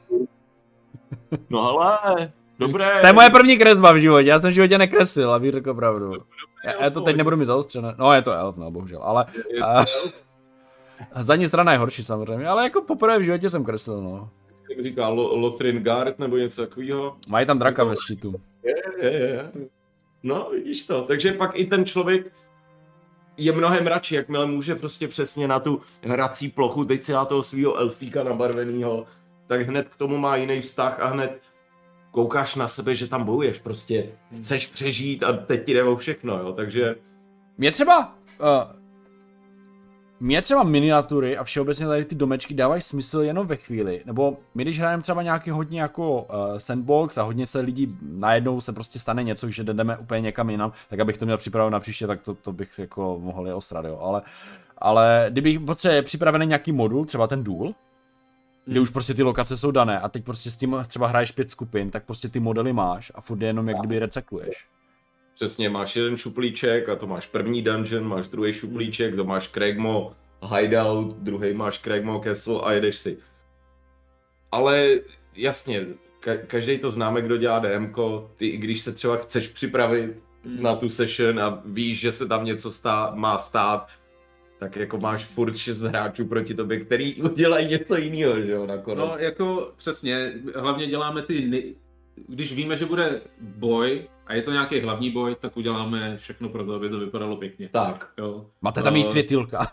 No ale, dobré. To je moje první kresba v životě, já jsem v životě nekreslil, abych řekl pravdu. Já, já to teď nebudu mít zaostřené. No je to elf, no bohužel, ale a, a zadní strana je horší samozřejmě, ale jako poprvé v životě jsem kreslil, no. Jak říká Lo- Lotrin Guard nebo něco takového. Mají tam draka ve štítu. Je, je, je. No, vidíš to. Takže pak i ten člověk je mnohem radši, jakmile může prostě přesně na tu hrací plochu, teď si dá toho svého elfíka nabarvenýho, tak hned k tomu má jiný vztah a hned koukáš na sebe, že tam bojuješ, prostě chceš přežít a teď ti jde o všechno, jo, takže Mě třeba, uh, mě třeba miniatury a všeobecně tady ty domečky dávají smysl jenom ve chvíli, nebo my když hrajeme třeba nějaký hodně jako uh, sandbox a hodně se lidí najednou se prostě stane něco, že jdeme úplně někam jinam, tak abych to měl připraveno na příště, tak to, to bych jako mohl je ostrat, jo, ale, ale kdybych potřeboval připravený nějaký modul, třeba ten důl, kde už prostě ty lokace jsou dané a teď prostě s tím třeba hraješ pět skupin, tak prostě ty modely máš a furt jenom jak kdyby recykluješ. přesně máš jeden šuplíček a to máš první dungeon, máš druhý šuplíček, to máš Cragmo Hideout, druhý máš Cragmo Castle a jedeš si. Ale jasně, ka- každý to známe, kdo dělá DMko, ty i když se třeba chceš připravit Mm. na tu session a víš, že se tam něco stá, má stát, tak jako máš furt šest hráčů proti tobě, který udělají něco jiného, že jo, nakonec. No jako přesně, hlavně děláme ty, nej- když víme, že bude boj a je to nějaký hlavní boj, tak uděláme všechno pro to, aby to vypadalo pěkně. Tak. Jo. Máte tam i Eh, světýlka.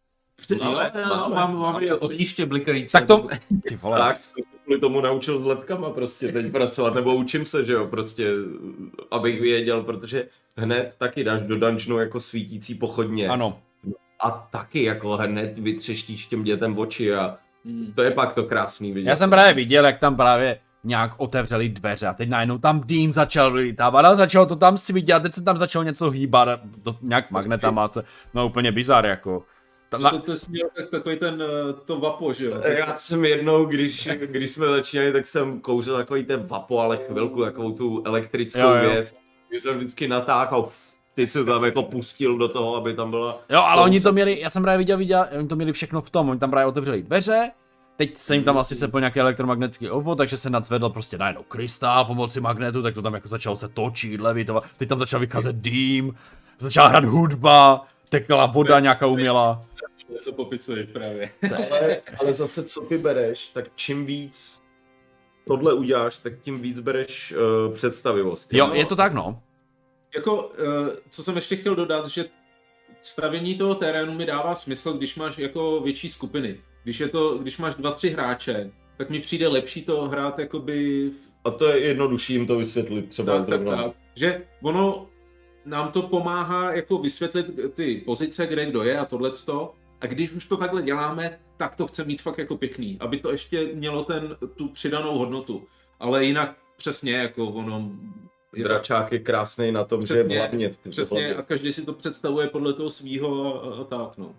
Ale máme, mám, mám i ohniště blikající. Tak to, ty vole. Tak, jsem se kvůli tomu naučil s ledkama prostě teď pracovat, nebo učím se, že jo, prostě, abych věděl, protože hned taky dáš do dungeonu jako svítící pochodně. Ano. A taky jako hned vytřeštíš těm dětem oči a Hmm. to je pak to krásný vidět. Já jsem právě viděl, jak tam právě nějak otevřeli dveře a teď najednou tam dým začal lítat a začalo to tam svítit a teď se tam začalo něco hýbat, a to nějak magnetama, se, no úplně bizar jako. Tam, To, to jsi měl tak, takový ten, eh, to vapo, že jo? Já jsem jednou, když, když jsme začínali, tak jsem kouřil takový ten vapo, ale chvilku, takovou tu elektrickou Jo, jo. věc. Že jsem vždycky natákal, teď se to tam jako pustil do toho, aby tam byla... jo, ale oni to měli, já jsem právě viděl, viděl, oni to měli všechno v tom, oni tam právě otevřeli dveře, teď se jim tam asi sepl nějaký elektromagnetický obvod, takže se nadzvedl prostě najednou krystál pomocí magnetu, tak to tam jako začalo se točit, levitovat, teď tam začal vycházet dým, začala hrát hudba, tekla voda nějaká umělá. Co popisuješ právě. Ale, ale zase, co ty bereš, tak čím víc tohle uděláš, tak tím víc bereš uh, představivost. Jo, je to tak, no. Jako, eh, co jsem ještě chtěl dodat, že stavění toho terénu mi dává smysl, když máš jako větší skupiny. Když, je to, když máš dva, tři hráče, tak mi přijde lepší to hrát jakoby... v- A to je jednodušší jim to vysvětlit třeba Tak, tak, zrovna. tak. Že ono nám to pomáhá jako vysvětlit ty pozice, kde kdo je a tohleto. A když už to takhle děláme, tak to chce mít fakt jako pěkný, aby to ještě mělo ten, tu přidanou hodnotu. Ale jinak přesně jako ono... je to- Dračák je krásný na tom, že je v Přesně, hlavně. v té Přesně, hlavě. a každý si to představuje podle toho svýho a, a tak, no.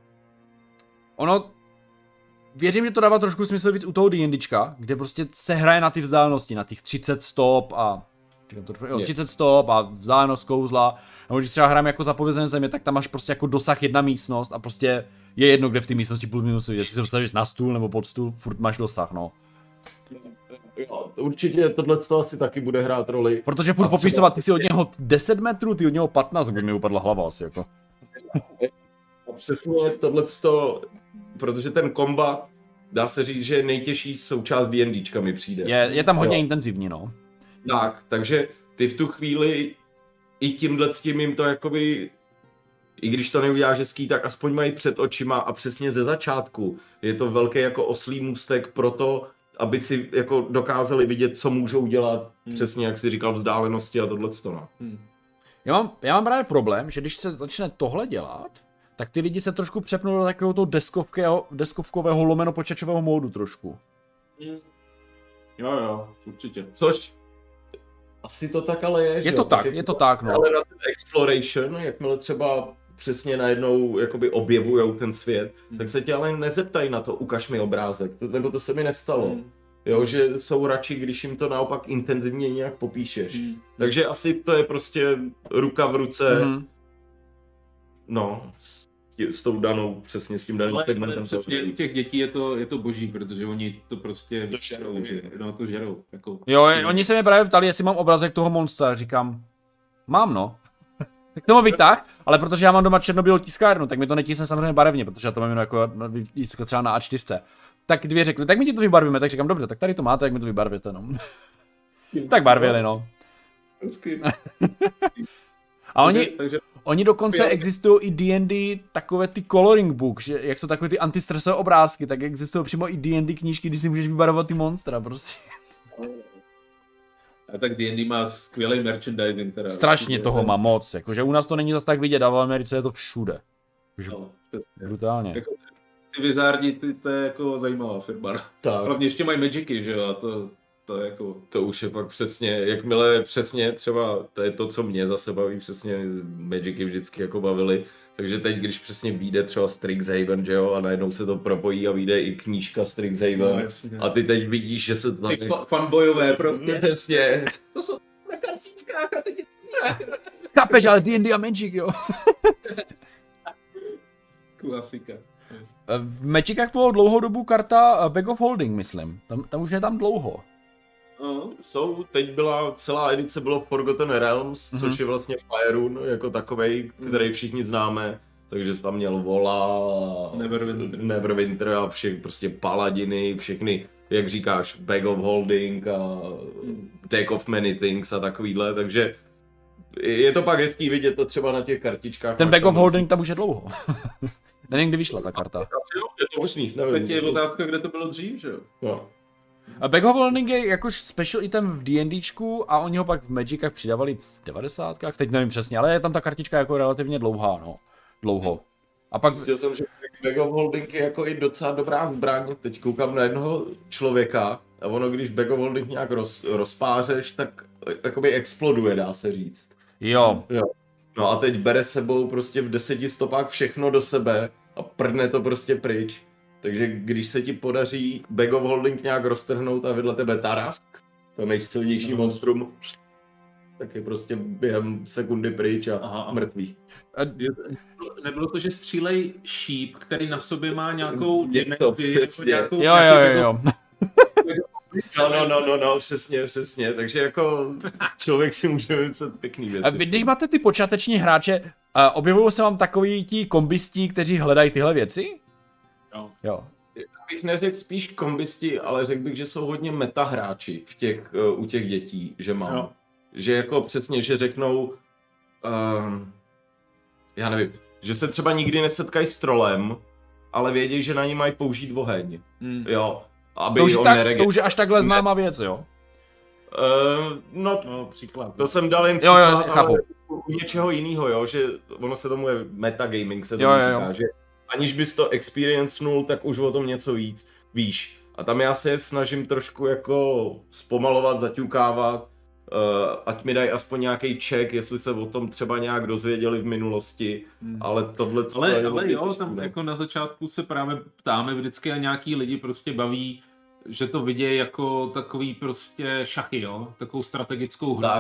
Ono, věřím, že to dává trošku smysl víc u toho D and Dčka, kde prostě se hraje na ty vzdálenosti, na těch třicet stop a jo, třicet stop a vzdálenost kouzla. A když třeba hrám jako zapovězené země, tak tam máš prostě jako dosah jedna místnost a prostě je jedno, kde v té místnosti plus minus, jestli se postavíš na stůl nebo pod stůl, furt máš dosah, no. Jo, určitě tohle asi taky bude hrát roli. Protože furt popisovat, ty si od něho deset metrů, ty od něho patnáct, by mi upadla hlava asi jako. A přesně tohleto, protože ten kombat, dá se říct, že je nejtěžší součást D&Dčka mi přijde. Je, je tam hodně jo. intenzivní, no. Tak, takže ty v tu chvíli i tímhle s tím jim to jakoby, i když to neuděláš hezký, tak aspoň mají před očima a přesně ze začátku je to velký jako oslý můstek pro to, aby si jako dokázali vidět, co můžou dělat, hmm. přesně jak jsi říkal, vzdálenosti a tohleto, no. Hmm. Já mám, já mám právě problém, že když se začne tohle dělat, tak ty lidi se trošku přepnou do takového toho deskovkového, deskovkového lomeno počítačového módu trošku. Hmm. Jo, jo, určitě. Což asi to tak ale je, Je že to jo? tak, je to tak, no. Ale na ten exploration, jakmile třeba přesně najednou jakoby objevujou ten svět, hmm. tak se tě ale nezeptají na to, ukaž mi obrázek, to, nebo to se mi nestalo. Hmm. Jo, že jsou radši, když jim to naopak intenzivně nějak popíšeš. Hmm. Takže asi to je prostě ruka v ruce, hmm. no, s, s tou danou, přesně s tím daným ale, segmentem. Ale přesně u těch dětí je to, je to boží, protože oni to prostě to žerou, že, no, to žerou. Jako, jo, je, oni se mě právě ptali, jestli mám obrazek toho monstra, říkám, mám no. Tak to mám vytah, ale protože já mám doma černobílou tiskárnu, tak mi to netisne samozřejmě barevně, protože já to mám jenom jako, jako třeba na A čtyři. Tak dvě řekli, tak mi ti to vybarvíme, tak říkám, dobře, tak tady to máte, jak mi to vybarvíte, no. Tak barvili, no. A oni, takže, oni dokonce existují i D and D takové ty coloring book, že jak jsou takové ty antistresové obrázky, tak existují přímo i D and D knížky, kdy si můžeš vybarvovat ty monstra, prostě. A tak D and D má skvělý merchandising teda. Strašně toho má moc, jakože u nás to není zase tak vidět, a v Americe je to všude. No, brutálně. Jako, ty Wizardi, ty, to je jako zajímavá firma. Tak. Hlavně ještě mají Magicy, že jo, a to, to je jako... To už je pak přesně, jakmile přesně třeba, to je to, co mě zase baví, přesně Magicy vždycky jako bavili, takže teď, když přesně vyjde třeba Strixhaven, že jo, a najednou se to propojí a vyjde i knížka Strixhaven, no, jasně, a ty teď vidíš, že se to ty tam... fanboyové prostě. Přesně. To jsou na kartičkách a teď... Chápeš, ale D and D a Magic, jo. Klasika. V Magicách bylo dlouhou dobu karta Bag of Holding, myslím. Tam, tam už je tam dlouho. Uh, jsou, teď byla, celá edice bylo Forgotten Realms, mm-hmm. což je vlastně Faerun jako takovej, který všichni známe. Takže tam měl Vola, Neverwinter. Neverwinter a všech prostě paladiny, všechny, jak říkáš, Bag of Holding a Deck of Many Things a takovýhle, takže je to pak hezký vidět to třeba na těch kartičkách. Ten Bag of Holding tam už je dlouho. Nevím, kdy vyšla ta karta. Je to možný, nevím. Teď je otázka, kde to bylo dřív, že jo? Jo. A Bag of Holding je jakož special item v DNDčku a oni ho pak v Magicách přidávali v devadesátkách, teď nevím přesně, ale je tam ta kartička jako relativně dlouhá, no. Dlouho. A pak... Zjistil jsem, že Bag of Holding je jako i docela dobrá zbraň. Teď koukám na jednoho člověka a ono, když Bag of Holding nějak roz, rozpářeš, tak jakoby exploduje, dá se říct. Jo. Jo. No a teď bere sebou prostě v deseti stopách všechno do sebe a prdne to prostě pryč. Takže když se ti podaří Bag of Holding nějak roztrhnout a vedle tebe Tarask, to nejsilnější no. monstrum, tak je prostě během sekundy pryč a Aha. mrtvý. A nebylo to, že střílej šíp, který na sobě má nějakou dimenzi, nějakou... Jo, jo, jo, jo. No, no, no, no, no, přesně, přesně, takže jako člověk si může myslet pěkný věci. A když máte ty počáteční hráče, objevují se vám takový ti kombistí, kteří hledají tyhle věci? Jo. Jo. Já bych neřekl spíš kombisti, ale řekl bych, že jsou hodně meta hráči v těch, uh, u těch dětí, že mám. Jo. Že jako přesně, že řeknou, uh, já nevím, že se třeba nikdy nesetkají s trolem, ale vědí, že na ní mají použít oheň. Hmm. Jo. Aby to, už on tak, nerege... to už je až takhle známá věc, jo? Uh, no, no, příklad. To jsem dal jen příklad, jo, jo, chápu. U něčeho jiného, jo, že ono se tomu je metagaming, se tomu jo, říká, jo. Že aniž bys to experiencenul, tak už o tom něco víc víš. A tam já se je snažím trošku jako zpomalovat, zaťukávat, uh, ať mi dají aspoň nějaký check, jestli se o tom třeba nějak dozvěděli v minulosti, hmm. ale tohle... Ale, je ale jo, tam ne? Jako na začátku se právě ptáme vždycky a nějaký lidi prostě baví, že to vidějí jako takový prostě šachy, jo, takovou strategickou hru. Tak.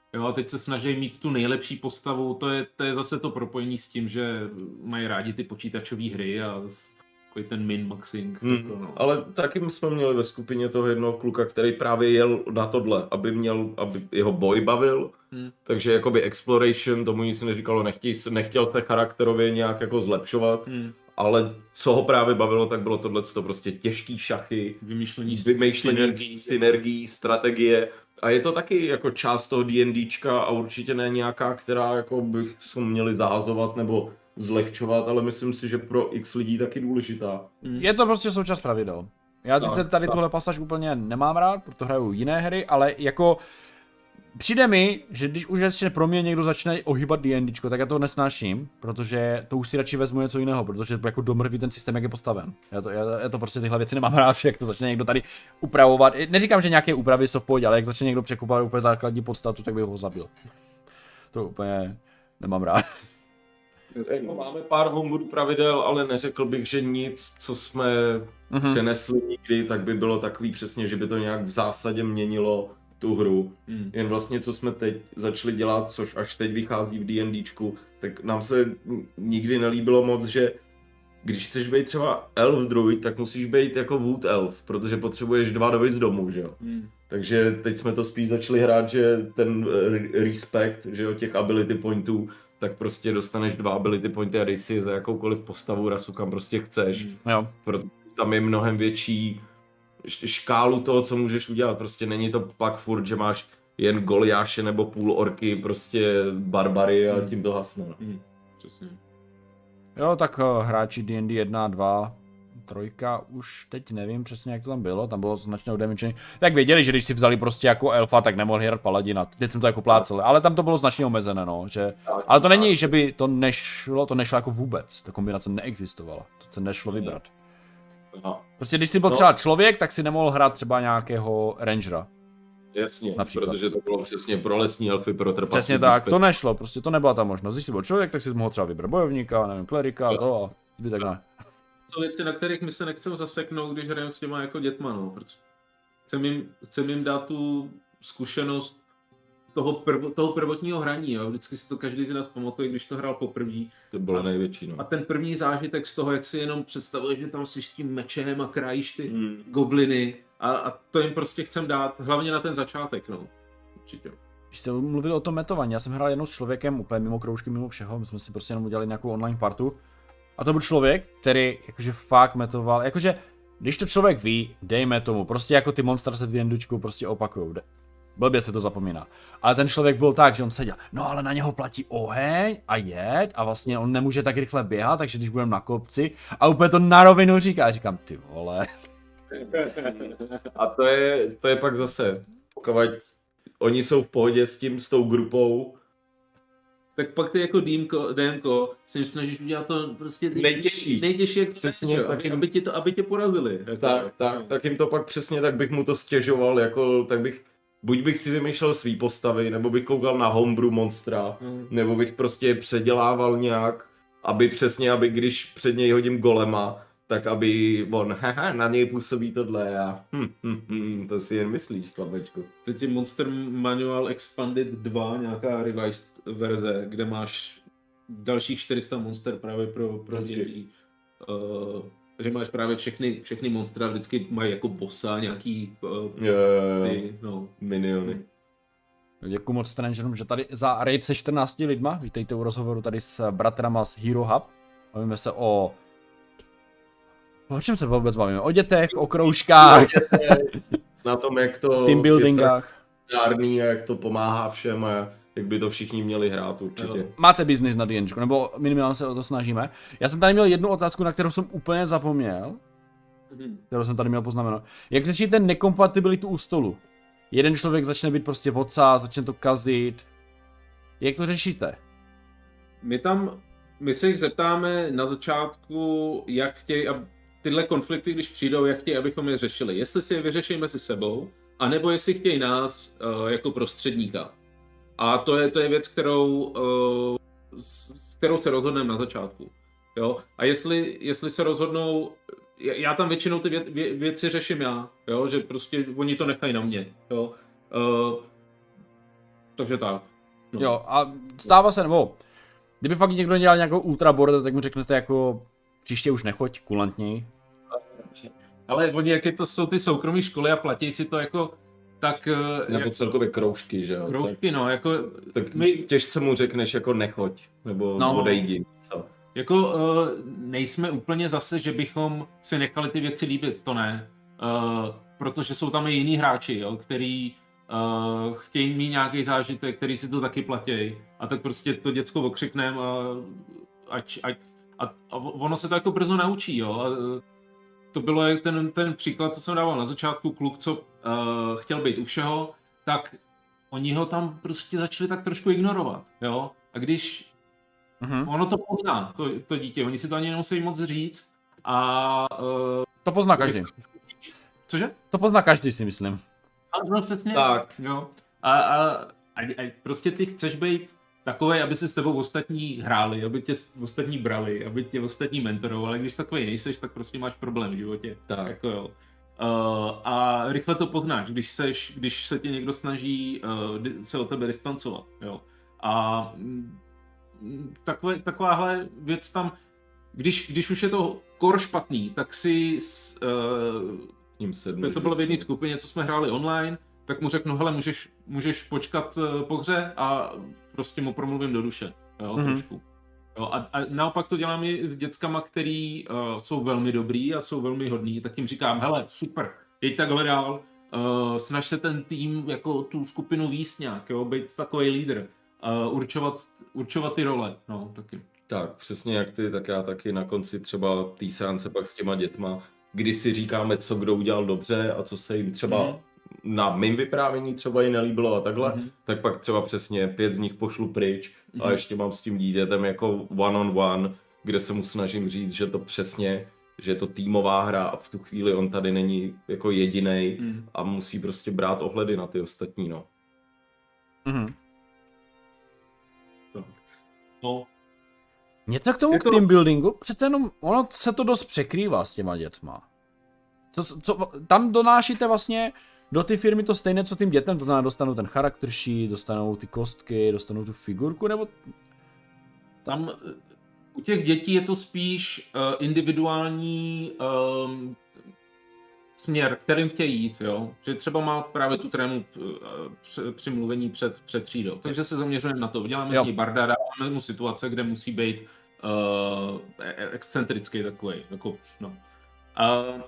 Jo, a teď se snaží mít tu nejlepší postavu, to je, to je zase to propojení s tím, že mají rádi ty počítačové hry a takový ten min-maxing. Hmm, tako, no. ale taky my jsme měli ve skupině toho jednoho kluka, který právě jel na tohle, aby měl, aby jeho boj bavil, Hmm. takže jakoby exploration, tomu nic neříkalo, nechtěl, nechtěl se charakterově nějak jako zlepšovat, Hmm. ale co ho právě bavilo, tak bylo tohleto prostě těžký šachy, Vymýšlení, vymýšlení synergií. synergií, strategie. A je to taky jako část toho D&Dčka a určitě ne nějaká, která jako bychom měli zahazovat nebo zlehčovat, ale myslím si, že pro x lidí taky důležitá. Je to prostě součást pravidel. Já teď Tak, tady tak. tuhle pasáž úplně nemám rád, protože hraju jiné hry, ale jako přijde mi, že když už ještě pro mě někdo začne ohýbat D&Dčko, tak já to nesnáším, protože to už si radši vezmu něco jiného, protože jako domrví ten systém, jak je postaven. Já to, já, já to prostě tyhle věci nemám rád, jak to začne někdo tady upravovat. Neříkám, že nějaké úpravy jsou v pohodě, ale jak začne někdo překupovat úplně základní podstatu, tak bych ho zabil. To úplně nemám rád. Jako máme pár homebrew pravidel, ale neřekl bych, že nic, co jsme Mhm. přenesli nikdy, tak by bylo takový přesně, že by to nějak v zásadě měnilo tu hru. Hmm. Jen vlastně, co jsme teď začali dělat, což až teď vychází v D&Dčku, tak nám se nikdy nelíbilo moc, že když chceš být třeba elf druid, tak musíš být jako wood elf, protože potřebuješ dva doby z domu, že jo. Hmm. Takže teď jsme to spíš začali hrát, že ten eh, respect, že jo, těch ability pointů, tak prostě dostaneš dva ability pointy a dej si je za jakoukoliv postavu, rasu, kam prostě chceš. Hmm. Jo. Protože tam je mnohem větší š- škálu toho, co můžeš udělat. Prostě není to pak furt, že máš jen goliáše nebo půl orky, prostě barbary a Hmm. tím to hasne. Hmm. Přesně. Jo, tak uh, hráči D and D jedna a dva, trojka, už teď nevím přesně, jak to tam bylo, tam bylo značně odemyčený. Tak věděli, že když si vzali prostě jako elfa, tak nemohli hrát paladina, teď jsem to jako plácel, ale tam to bylo značně omezené, no, že... Ale to není, že by to nešlo, to nešlo jako vůbec, ta kombinace neexistovala, to se nešlo vybrat. Aha, Prostě když si byl No. třeba člověk, tak si nemohl hrát třeba nějakého rangera. jasně, Například. protože to bylo přesně pro lesní elfy, pro trpaslivé. Přesně tak, to nešlo, prostě to nebyla ta možnost. Když jsi byl člověk, tak si mohl třeba vybrat bojovníka, nevím, klerika, to a zbytek ne. Jsou věci, na kterých my se nechceme zaseknout, když hrajeme s těma jako dětma, no, protože chceme jim, chcem jim dát tu zkušenost toho, prv, toho prvotního hraní, jo. Vždycky si to každý z nás pamatuje, když to hrál poprvé. To bylo největší, no. A ten první zážitek z toho, jak si jenom představuješ, že tam jsi s tím mečem a krájíš ty Hmm. gobliny a, a to jim prostě chcem dát, hlavně na ten začátek, no. Určitě. Když jste mluvili o tom metování, já jsem hrál jednou s člověkem úplně mimo kroužky, mimo všeho, my jsme si prostě jenom udělali nějakou online partu. A to byl člověk, který jakože fakt metoval, jakože když to člověk ví, dejme tomu, prostě jako ty monstra se v D&Dčku prostě opakujou. Blbě se to zapomíná. Ale ten člověk byl tak, že on seděl, no ale na něho platí oheň a jed a vlastně on nemůže tak rychle běhat, takže když budeme na kopci a úplně to na rovinu říká, a říkám, ty vole. A to je, to je pak zase, pokud oni jsou v pohodě s tím, s tou grupou, Tak pak ty jako DMko, DMko se jim snažíš udělat to prostě Nejtěžší. nejtěžší jak Přesně, chceš, jo, tak aby, jim- aby, tě to, aby tě porazili. Jako, tak, tak, tak jim to pak přesně, tak bych mu to stěžoval, jako, tak bych, buď bych si vymýšlel svý postavy, nebo bych koukal na homebrew monstra, Mm. nebo bych prostě předělával nějak, aby přesně, aby když před něj hodím golema, tak aby on, haha, na něj působí tohle a hm, hm, hm, to si jen myslíš, chlapečku. Teď je Monster Manual Expanded dva, nějaká revised verze, kde máš dalších čtyři sta monster právě pro, pro Jasně. D and D. Uh, že máš právě všechny, všechny monstra, vždycky mají jako bossa, nějaký uh, Jo, jo, jo. ty, no. Miniony. Děkuji moc Strangerům, že tady za raid se čtrnácti lidma, vítejte u rozhovoru tady s bratrama z Hero Hub. Bavíme se o... O čem se vůbec bavíme? O dětech, o kroužkách, Na tom, jak to team buildingách. je strašný a jak to pomáhá všem a jak by to všichni měli hrát určitě. Jo. Máte biznis na D&Dčku, nebo minimálně se o to snažíme. Já jsem tady měl jednu otázku, na kterou jsem úplně zapomněl, Mhm. kterou jsem tady měl poznamenat. Jak řešíte nekompatibilitu u stolu? Jeden člověk začne být prostě voca, začne to kazit. Jak to řešíte? My tam, my se jich zeptáme na začátku, jak chtějí, ab- tyhle konflikty, když přijdou, jak chtějí, abychom je řešili. Jestli si je vyřešíme mezi sebou, anebo jestli chtějí nás uh, jako prostředníka. A to je, to je věc, kterou, uh, s kterou se rozhodneme na začátku. Jo? A jestli, jestli se rozhodnou, já, já tam většinou ty vě, vě, věci řeším já, jo? Že prostě oni to nechají na mě. Jo? Uh, takže tak. No. Jo, a stává se, nebo kdyby fakt někdo dělal nějakou ultra border, tak mu řeknete jako příště už nechoď, kulantněji. Ale oni, jak je to, jsou ty soukromé školy a platí si to jako tak... Nebo jak, celkově kroužky, že jo? kroužky, tak, no, jako... tak my, těžce mu řekneš jako nechoď, nebo no. odejdi, co? Jako uh, nejsme úplně zase, že bychom si nechali ty věci líbit, to ne. Uh, protože jsou tam i jiní hráči, jo, který uh, chtějí mít nějaký zážitek, který si to taky platí. A tak prostě to děcko okřiknem a, ať, ať, a, a ono se to jako brzo naučí, jo. A, to bylo ten, ten příklad, co jsem dával na začátku, kluk, co uh, chtěl být u všeho, tak oni ho tam prostě začali tak trošku ignorovat, jo. A když mm-hmm. ono to pozná, to, to dítě, oni si to ani nemusí moc říct a... Uh, to pozná každý. Cože? To pozná každý, si myslím. A no přesně, tak. Jo. A, a, a, a prostě ty chceš být takovej, aby se s tebou ostatní hráli, aby tě ostatní brali, aby tě ostatní mentorovali. Když takovej nejseš, tak prostě máš problém v životě. Tak. Jako jo. Uh, a rychle to poznáš, když, seš, když se tě někdo snaží uh, se od tebe distancovat. Jo. A mm, takové, takováhle věc tam, když, když už je to kor špatný, tak si s, uh, s ním sednu. To bylo v jedné skupině, co jsme hráli online, tak mu řeknu, hele, můžeš, můžeš počkat uh, po hře a prostě mu promluvím do duše, jo, mm-hmm. trošku. Jo, a, a naopak to dělám i s dětskama, který uh, jsou velmi dobrý a jsou velmi hodný, tak jim říkám, hele, super, jeď takhle dál, uh, snaž se ten tým, jako tu skupinu víc nějak, jo, být takový lídr, uh, určovat, určovat ty role, no, taky. Tak, přesně jak ty, tak já taky na konci třeba té seance pak s těma dětma, když si říkáme, co kdo udělal dobře a co se jim třeba mm-hmm. na mým vyprávění třeba i nelíbilo a takhle, mm-hmm. tak pak třeba přesně pět z nich pošlu pryč mm-hmm. a ještě mám s tím dítětem jako one on one, kde se mu snažím říct, že to přesně, že je to týmová hra a v tu chvíli on tady není jako jedinej mm-hmm. a musí prostě brát ohledy na ty ostatní, no. Mm-hmm. No. Něco k tomu jako... k team buildingu, přece jenom ono se to dost překrývá s těma dětma. Co, co, tam donášíte vlastně do ty firmy to stejné, co tím dětem, to znamená dostanou ten charakter sheet, dostanou ty kostky, dostanou tu figurku, nebo... Tam u těch dětí je to spíš uh, individuální um, směr, kterým chtějí jít, jo. Že třeba má právě tu trému uh, při mluvení před, před třídou. Takže se zaměřujeme na to. Děláme jo. z něj barda, dáváme mu situace, kde musí být uh, excentrický takový. Jako, no. uh,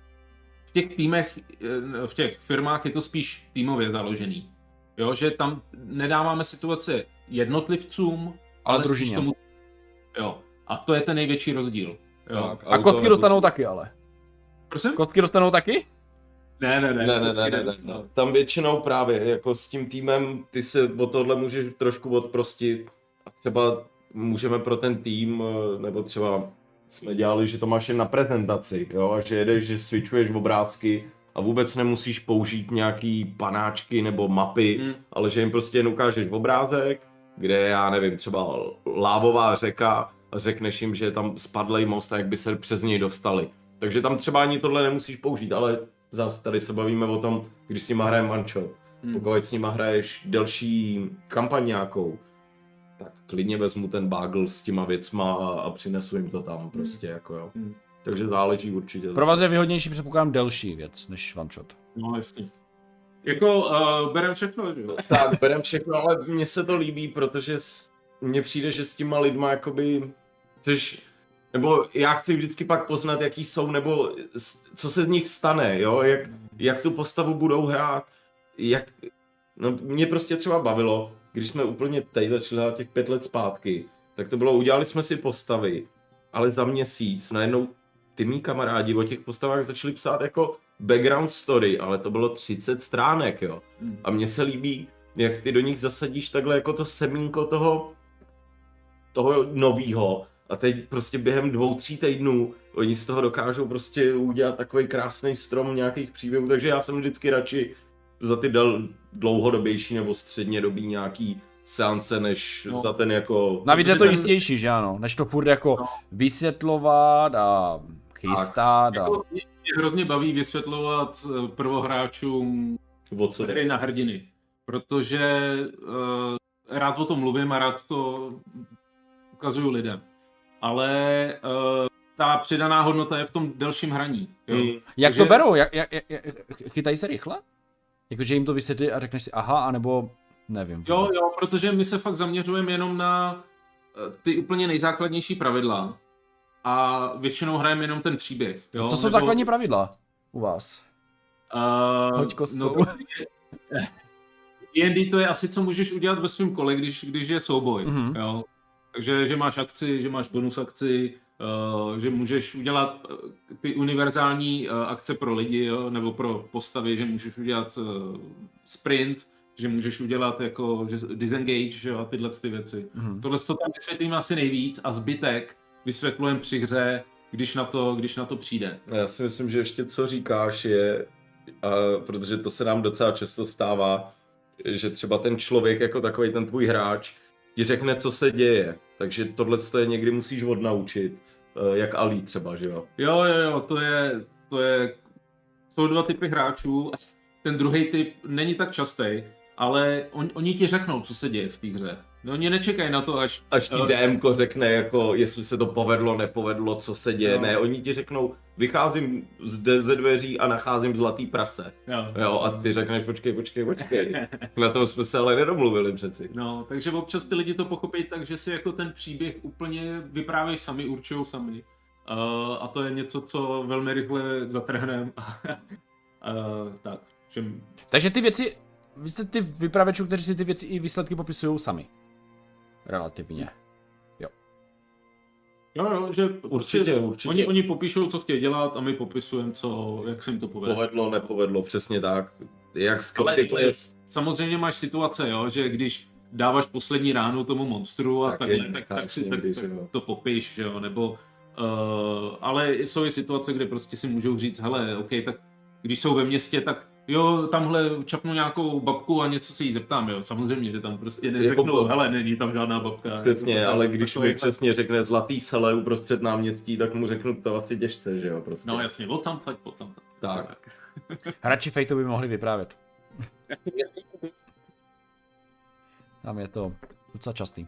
v těch týmech, v těch firmách je to spíš týmově založený. Jo, že tam nedáváme situace jednotlivcům, ale, ale družině. Tomu... Jo. A to je ten největší rozdíl. Jo. Tak, a kostky dostanou taky, ale. Prosím? Kostky dostanou taky? Ne, ne, ne. ne, ne, ne, ne, ne. Tam většinou právě jako s tím týmem ty se od tohle můžeš trošku odprostit a třeba můžeme pro ten tým, nebo třeba jsme dělali, že to máš jen na prezentaci, jo, a že jedeš, že switchuješ obrázky a vůbec nemusíš použít nějaký panáčky nebo mapy, hmm. ale že jim prostě jen ukážeš obrázek, kde je, já nevím, třeba lávová řeka a řekneš jim, že je tam spadlej most a jak by se přes něj dostali. Takže tam třeba ani tohle nemusíš použít, ale zase tady se bavíme o tom, když s nima hrajeme one shot. Hmm. Pokud s nima hraješ delší kampaň nějakou, tak klidně vezmu ten bagel s těma věcma a, a přinesu jim to tam prostě, hmm. jako jo. Hmm. Takže záleží určitě. Pro vás je výhodnější, předpokládám, delší věc než one shot. No jasně. Jako uh, berem všechno, že jo? Tak, berem všechno, ale mně se to líbí, protože mně přijde, že s těma lidma jakoby, což, nebo já chci vždycky pak poznat, jaký jsou, nebo co se z nich stane, jo, jak, jak tu postavu budou hrát, jak, no mě prostě třeba bavilo, když jsme úplně teď začali hrát těch pět let zpátky, tak to bylo, udělali jsme si postavy, ale za měsíc najednou ty mý kamarádi o těch postavách začali psát jako background story, ale to bylo třicet stránek, jo. A mně se líbí, jak ty do nich zasadíš takhle jako to semínko toho, toho novýho. A teď prostě během dvou, tří týdnů oni z toho dokážou prostě udělat takový krásný strom nějakých příběhů, takže já jsem vždycky radši za ty dlouhodobější nebo střednědobý nějaký seance, než no. za ten jako... Navíc je to jistější, že ano, než to furt jako no. vysvětlovat a chystat a... Jako, mě hrozně baví vysvětlovat prvohráčům hry na hrdiny. protože uh, rád o tom mluvím a rád to ukazuju lidem. Ale uh, ta přidaná hodnota je v tom delším hraní. Jo? Mm. Jak Takže- to berou? Jak, jak, jak, jak, chytají se rychle? Jakože jim to vysvětlí a řekneš si aha, anebo nevím. Jo, vůbec. jo, protože my se fakt zaměřujeme jenom na eh, ty úplně nejzákladnější pravidla a většinou hrajeme jenom ten příběh. Jo? Co jsou Nebo, základní pravidla u vás? Uh, Hoď kostkou. no, D and D to je asi, co můžeš udělat ve svém kole, když, když je souboj. Mhm. Jo? Takže, že máš akci, že máš bonus akci, uh, že můžeš udělat uh, ty univerzální uh, akce pro lidi, jo? Nebo pro postavy, že můžeš udělat uh, sprint, že můžeš udělat jako že disengage, že jo? A tyhle ty věci. Mhm. Tohle to tam vysvětlím asi nejvíc a zbytek vysvětlujeme při hře, když na to, když na to přijde. Já si myslím, že ještě co říkáš je, a protože to se nám docela často stává, že třeba ten člověk jako takový ten tvůj hráč ti řekne, co se děje. Takže tohle je někdy musíš odnaučit, jak Ali třeba, že jo? Jo, jo, jo, to je, to je, jsou dva typy hráčů. Ten druhý typ není tak častý, ale on, oni ti řeknou, co se děje v té hře. No, oni nečekají na to, až... Až ti eh, DMko řekne, jako, jestli se to povedlo, nepovedlo, co se děje. Jo. Ne, oni ti řeknou, vycházím zde ze dveří a nacházím zlatý prase. Jo. Jo, a ty řekneš, počkej, počkej, počkej. Na tom jsme se ale nedomluvili přeci. No, takže občas ty lidi to pochopí tak, že si jako ten příběh úplně vyprávějí sami, určují sami. Uh, a to je něco, co velmi rychle zatrhneme. uh, tak, že... Takže ty věci, vy jste ty vypravěčů, kteří si ty věci i výsledky popisují sami. Relativně. Jo, jo, že Určitě, určitě. Oni, oni popíšou, co chtějí dělat a my popisujeme, co, jak se jim to povede. Povedlo, nepovedlo, přesně tak. Jak Ale skvěle. samozřejmě máš situace, jo, že když dáváš poslední ránu tomu monstru a Tak takhle, je- tak, tak tak, si tak, někdy, tak že jo. to popiš, že jo, nebo uh, ale jsou i situace, kde prostě si můžou říct, hele, ok, tak když jsou ve městě, tak jo, tamhle čapnu nějakou babku a něco se jí zeptám, jo, samozřejmě, že tam prostě neřeknou, Jako- hele, není tam žádná babka. Přesně, Jako, ale tak- když takové- mi přesně řekne zlatý sele uprostřed náměstí, tak mu řeknu to vlastně těžce, že jo, prostě. No jasně, od tam, tak od tam, tak. Tak. Hráči Fateu by mohli vyprávět. Tam je to docela častý.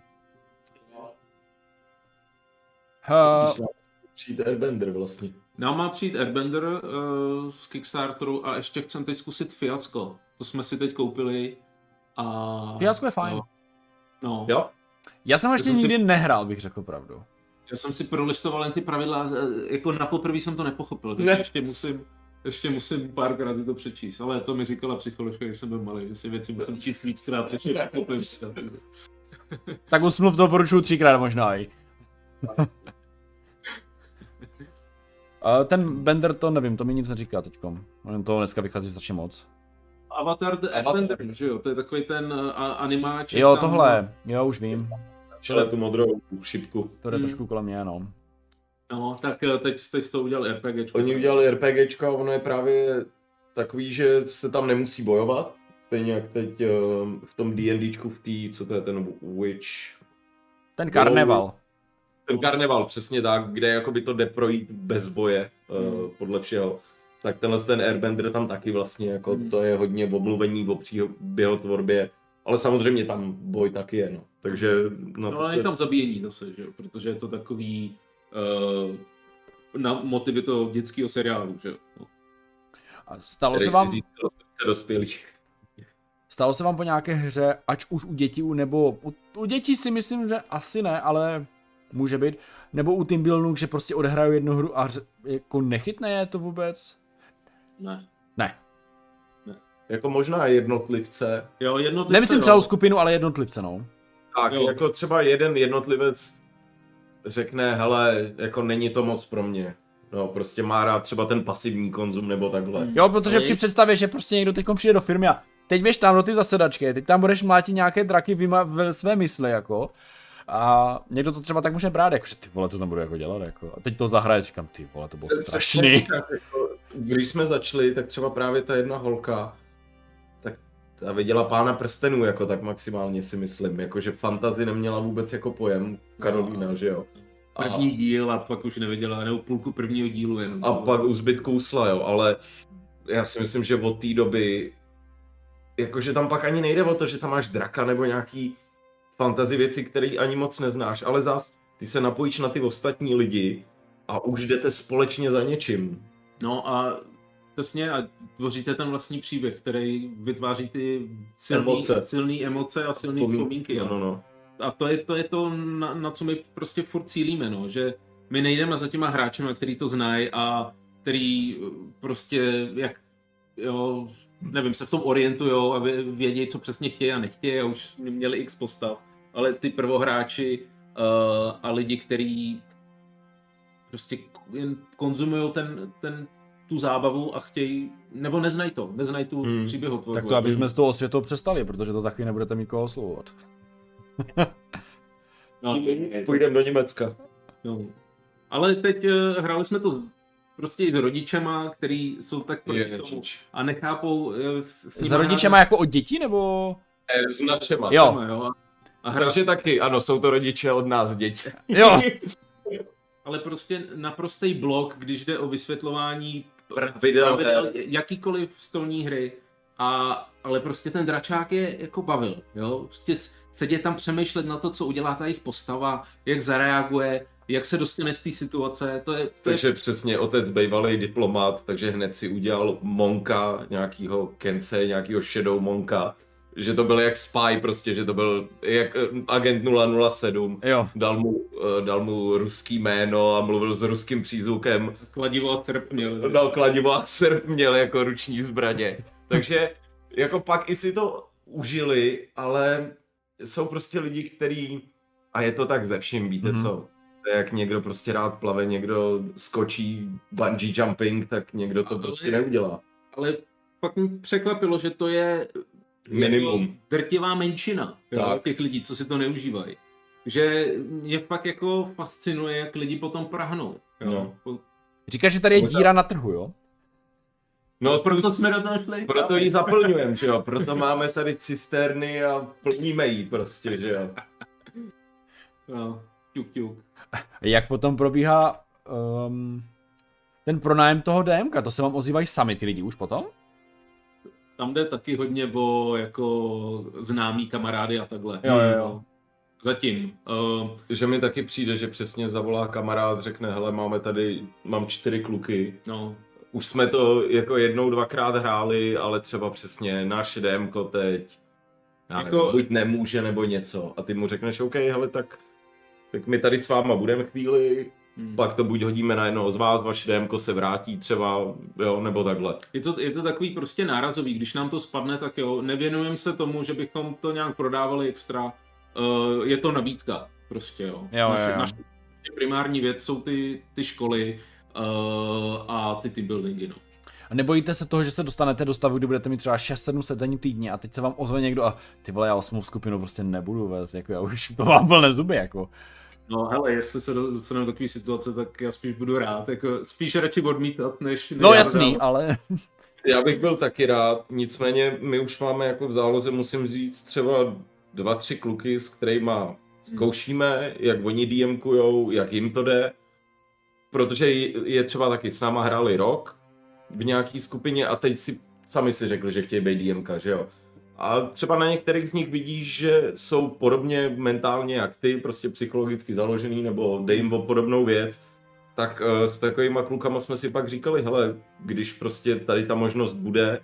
Uh, Přijde Airbender vlastně. Nám má přijít Airbender uh, z Kickstarteru a ještě chcem teď zkusit Fiasko. To jsme si teď koupili a... Fiasko je fajn. No, no. Jo? já jsem ho ještě jsem si- nikdy nehrál, bych řekl pravdu. Já jsem si prolistoval jen ty pravidla, eh, jako na poprvé jsem to nepochopil, takže Ne. ještě musím, ještě musím párkrát si to přečíst, ale to mi říkala psycholožka, když jsem byl malý, že si věci musím číst víckrát, než je pochopím. Tak u smluv to doporučuju třikrát možná i. Uh, ten Bender to nevím, to mi nic neříká teďkom. On toho dneska vychází strašně moc. Avatar The Avatar. Airbender, že jo, to je takový ten uh, animáč. Jo, tam- tohle, jo, už vím. Čele tu modrou šipku. To jde Hmm. trošku kolem mě, no. No, tak eh, teď, teď to udělal RPGčko. Oni udělali RPGčka a ono je právě takový, že se tam nemusí bojovat. Stejně jak teď ehm, v tom D&Dčku v té, co to je ten Witch... Ten karneval. Ten karneval, přesně tak, kde jakoby to jde projít bez boje, Hmm. uh, podle všeho. Tak tenhle ten Airbender tam taky vlastně, jako Hmm. to je hodně omluvení o příběhotvorbě, ale samozřejmě tam boj taky je, no. Takže na No to ale se... je tam zabíjení zase, že jo, protože je to takový uh, na motivy toho dětského seriálu, že jo. No. A stalo který se si vám, získal srdce dospělých. stalo se vám po nějaké hře, ať už u dětí, u- nebo u, u dětí si myslím, že asi ne, ale může být, nebo u Team Building, že prostě odehrajou jednu hru a hře, jako nechytne je to vůbec? Ne. Ne. Jako možná jednotlivce, Jo, jednotlivce, Nemyslím jo. celou skupinu, ale jednotlivce, no. tak Jo. jako třeba jeden jednotlivec řekne, hele, jako není to moc pro mě. No, prostě má rád třeba ten pasivní konzum nebo takhle. Hmm. Jo, protože Ale při je- představě, že prostě někdo teď přijde do firmy a teď běž tam do ty zasedačky, teď tam budeš mlátit nějaké draky vyma- ve své mysli, jako. A někdo to třeba tak může brát, jako, že ty vole, to tam budu jako dělat, jako. A teď to zahraje, říkám, ty vole, to bylo Přesně strašný. tak, jako, když jsme začali, tak třeba právě ta jedna holka, tak ta viděla Pána prstenů, jako tak maximálně si myslím, jako že fantasy neměla vůbec jako pojem, Karolína, No. že jo. A, První díl a pak už neviděla, nebo půlku prvního dílu jenom. a pak u zbytku usla, jo, ale já si myslím, že od té doby jakože tam pak ani nejde o to, že tam máš draka nebo nějaký fantasy věci, které ani moc neznáš, ale zas ty se napojíš na ty ostatní lidi a už jdete společně za něčím. No a přesně a tvoříte ten vlastní příběh, který vytváří ty silný Emoce. silný emoce a silné Vzpomínky, vzpomínky. no, no, no. A to je to, je to na, na co my prostě furt cílíme, no, že my nejdeme za těma hráčema, který to znají a který prostě, jak, jo, nevím, se v tom orientujou a vědí, co přesně chtějí a nechtějí a už měli x postav, ale ty prvohráči uh, a lidi, kteří prostě jen konzumují ten, ten, tu zábavu a chtějí, nebo neznají to, neznají tu Hmm. příběhotvorbu. Tak to, aby jsme s tou osvětou přestali, protože to taky nebudete mít koho oslovovat. No, Půjdeme do Německa. no. Ale teď uh, hráli jsme to prostě i s rodičema, který jsou tak proti Je, tomu čič. a nechápou uh, s, s, S rodičema jako od dětí, nebo? Eh, S našema. Jo. jo. A, a hra, Takže taky, ano, jsou to rodiče od nás, děti. Jo. ale prostě naprostý blok, když jde o vysvětlování Pravidel pravidel her. jakýkoliv stolní hry, a, ale prostě ten dračák je jako bavil, jo, prostě s- sedět tam přemýšlet na to, co udělá ta jejich postava, jak zareaguje, jak se dostane z té situace, to je, to je Takže přesně otec bývalý diplomat, takže hned si udělal monka, nějakýho Kence, nějakýho shadow monka, že to byl jak spy prostě, že to byl jak eh, agent nula nula sedm. Jo. Dal mu, eh, dal mu ruský jméno a mluvil s ruským přízvukem. kladivo a srp měl. Dal kladivo a srp měl jako ruční zbraně. Takže jako pak i si to užili, ale jsou prostě lidi, kteří, a je to tak ze vším, víte Mhm. co? To je jak někdo prostě rád plave, někdo skočí bungee jumping, tak někdo to Ale- prostě neudělá. Ale pak mě překvapilo, že to je Minimum. jako drtivá menšina, jo, Tak. těch lidí, co si to neužívají. Že mě fakt jako fascinuje, jak lidi potom prahnou. Jo. No. Po- Říkáš, že tady je Možná- díra na trhu, jo? No, Proto jsme do toho šli. proto ji zaplňujeme, že jo? Proto máme tady cisterny a plníme jí prostě, že jo? No, ťuk, ťuk. Jak potom probíhá um, ten pronájem toho DMka? To se vám ozývají sami ty lidi už potom? Tam jde taky hodně o jako známý kamarády a takhle. Jo, jo, jo. Zatím. Uh, Že mi taky přijde, že přesně zavolá kamarád, řekne, hele, máme tady, mám čtyři kluky, no, už jsme to jako jednou, dvakrát hráli, ale třeba přesně naše DMko teď, já Jako- nevím, buď nemůže nebo něco. A ty mu řekneš, OK, hele, tak, tak my tady s váma budeme chvíli, hmm. pak to buď hodíme na jednoho z vás, vaše DMko se vrátí třeba, jo, nebo takhle. Je to, je to takový prostě nárazový, když nám to spadne, tak jo, nevěnujeme se tomu, že bychom to nějak prodávali extra, uh, je to nabídka, prostě jo. Jo, naše, jo, jo. naše primární věc jsou ty, ty školy uh, a ty ty buildingy, no. A nebojíte se toho, že se dostanete do stavu, kdy budete mít třeba šest sedm sedení týdně a teď se vám ozve někdo a ty vole, já osmou skupinu prostě nebudu vést, jako já už to mám plné zuby, jako. No hele, jestli se dostaneme do takové situace, tak já spíš budu rád, jako spíš radši odmítat, než... No než jasný, dál. ale... Já bych byl taky rád, nicméně my už máme jako v záloze, musím říct, třeba dva, tři kluky, s kterýma zkoušíme, jak oni DMkujou, jak jim to jde, protože je třeba taky s náma hráli rok v nějaký skupině a teď si sami si řekli, že chtějí být DMka, že jo. A třeba na některých z nich vidíš, že jsou podobně mentálně jak ty, prostě psychologicky založený, nebo dej jim o podobnou věc, tak uh, s takovýma klukama jsme si pak říkali, hele, když prostě tady ta možnost bude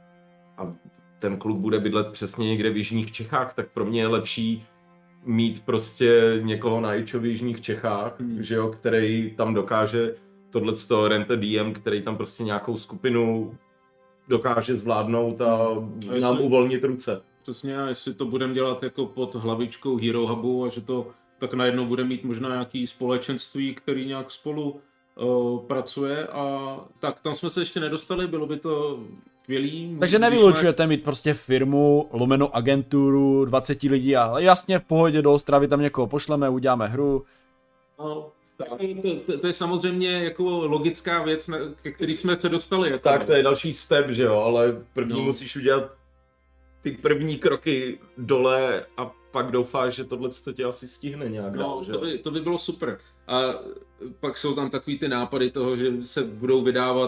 a ten kluk bude bydlet přesně někde v jižních Čechách, tak pro mě je lepší mít prostě někoho na Ičo v jižních Čechách, Hmm. že jo, který tam dokáže tohleto rente D M, který tam prostě nějakou skupinu dokáže zvládnout a A nám jestli- uvolnit ruce. Přesně, a jestli to budeme dělat jako pod hlavičkou Hero Hubu a že to tak najednou bude mít možná nějaký společenství, který nějak spolu uh, pracuje a tak tam jsme se ještě nedostali, bylo by to skvělý. Takže Když nevylučujete mít prostě firmu, lomeno agenturu, dvacet lidí a jasně v pohodě do Ostravy tam někoho pošleme, uděláme hru. Má, no, tak, to, to, to je samozřejmě jako logická věc, na- ke který jsme se dostali. Jako, Tak to je další step, že jo, ale první No. musíš udělat ty první kroky dole a pak doufáš, že tohle to tě asi stihne nějak No, dál, že to jo. by, to by bylo super. A pak jsou tam takový ty nápady toho, že se budou vydávat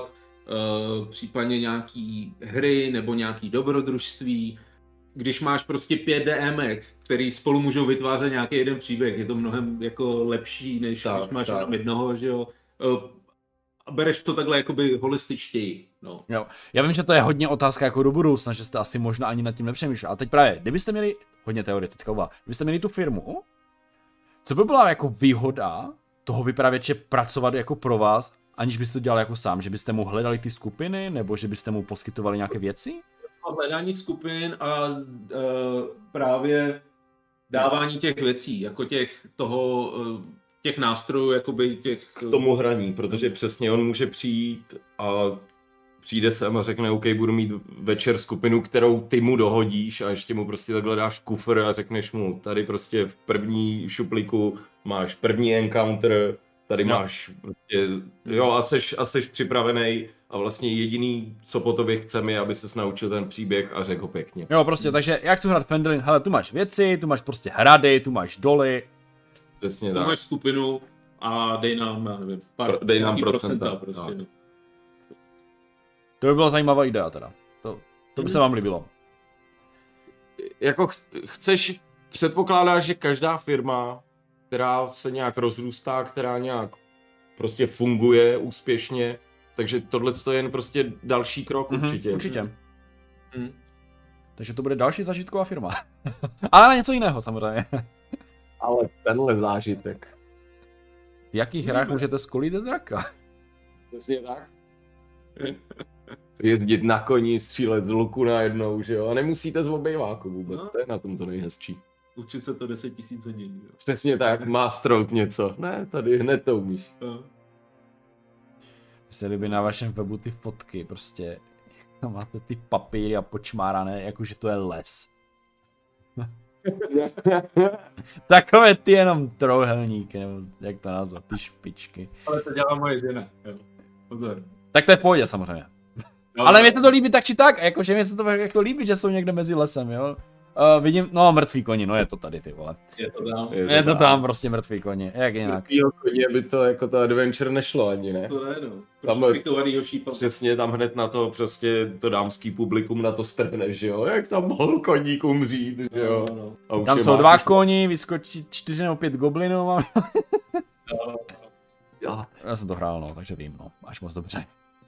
uh, případně nějaký hry nebo nějaký dobrodružství. Když máš prostě pět DMek, který spolu můžou vytvářet nějaký jeden příběh, je to mnohem jako lepší, než tak, když máš jenom jednoho, že jo. A bereš to takhle jakoby holističtěji, no. Jo, já vím, že to je hodně otázka jako do budoucna, že jste asi možná ani nad tím nepřemýšleli, ale teď právě, kdybyste měli, hodně teoretická úvaha, kdybyste měli tu firmu, co by byla jako výhoda toho vypravěče pracovat jako pro vás, aniž byste to dělali jako sám, že byste mu hledali ty skupiny, nebo že byste mu poskytovali nějaké věci? Hledání skupin a uh, právě dávání těch věcí, jako těch toho, uh, těch nástrojů, jakoby těch... K tomu hraní, protože přesně on může přijít a přijde sem a řekne, OK, budu mít večer skupinu, kterou ty mu dohodíš a ještě mu prostě takhle dáš kufr a řekneš mu, tady prostě v první šuplíku máš první encounter, tady no. máš prostě, jo, a seš, a seš připravený a vlastně jediný, co po tobě chceme, je, aby ses naučil ten příběh a řekl ho pěkně. Jo, prostě, takže jak chci hrát Phendelin, hele, tu máš věci, tu máš prostě hrady, tu máš doly. Přesně tu tak. máš skupinu a dej nám, já nevím, pár, dej nám procenta. procenta prostě, no. To by byla zajímavá idea teda, to, to by se vám líbilo. Jako ch chceš, předpokládáš, že každá firma, která se nějak rozrůstá, která nějak prostě funguje úspěšně, takže tohle je jen prostě další krok mm-hmm, určitě. Určitě. Mm. Takže to bude další zážitková firma. Ale něco jiného samozřejmě. Ale tenhle zážitek. V jakých hrách můžete skolit draka? Přesně tak. Jezdit na koni, střílet z luku najednou, že jo? A nemusíte z obejváku vůbec, no. To je na tom to nejhezčí. Učit se to deset tisíc hodin, jo? Přesně tak, masterout něco. Ne, tady hned to umíš. No. Se líbí na vašem webu ty fotky, prostě. Máte ty papíry a počmárané, jakože to je les. Takové ty jenom trouhelníky, nebo jak to nazvat, ty špičky. Ale to dělá moje žena, jo. Pozor. Tak to je v pohodě samozřejmě. No, ale mně se to líbí tak či tak, jakože mně se to jako líbí, že jsou někde mezi lesem, jo. Uh, vidím, no mrtví koni, no je to tady ty vole. Je to tam. Je to, je to tam. tam prostě mrtví koni, jak jinak. Mrtvýho koně by to jako to adventure nešlo ani, ne? To ne, no. Tam, šípa. Přesně, tam hned na to prostě to dámský publikum na to strhneš, že jo? Jak tam mohl koník umřít, že jo? No, no. Tam jsou dva koni, vyskočí čtyři nebo pět goblinů. Mám. No, no. Já jsem to hrál, no, takže vím, no, až moc dobře.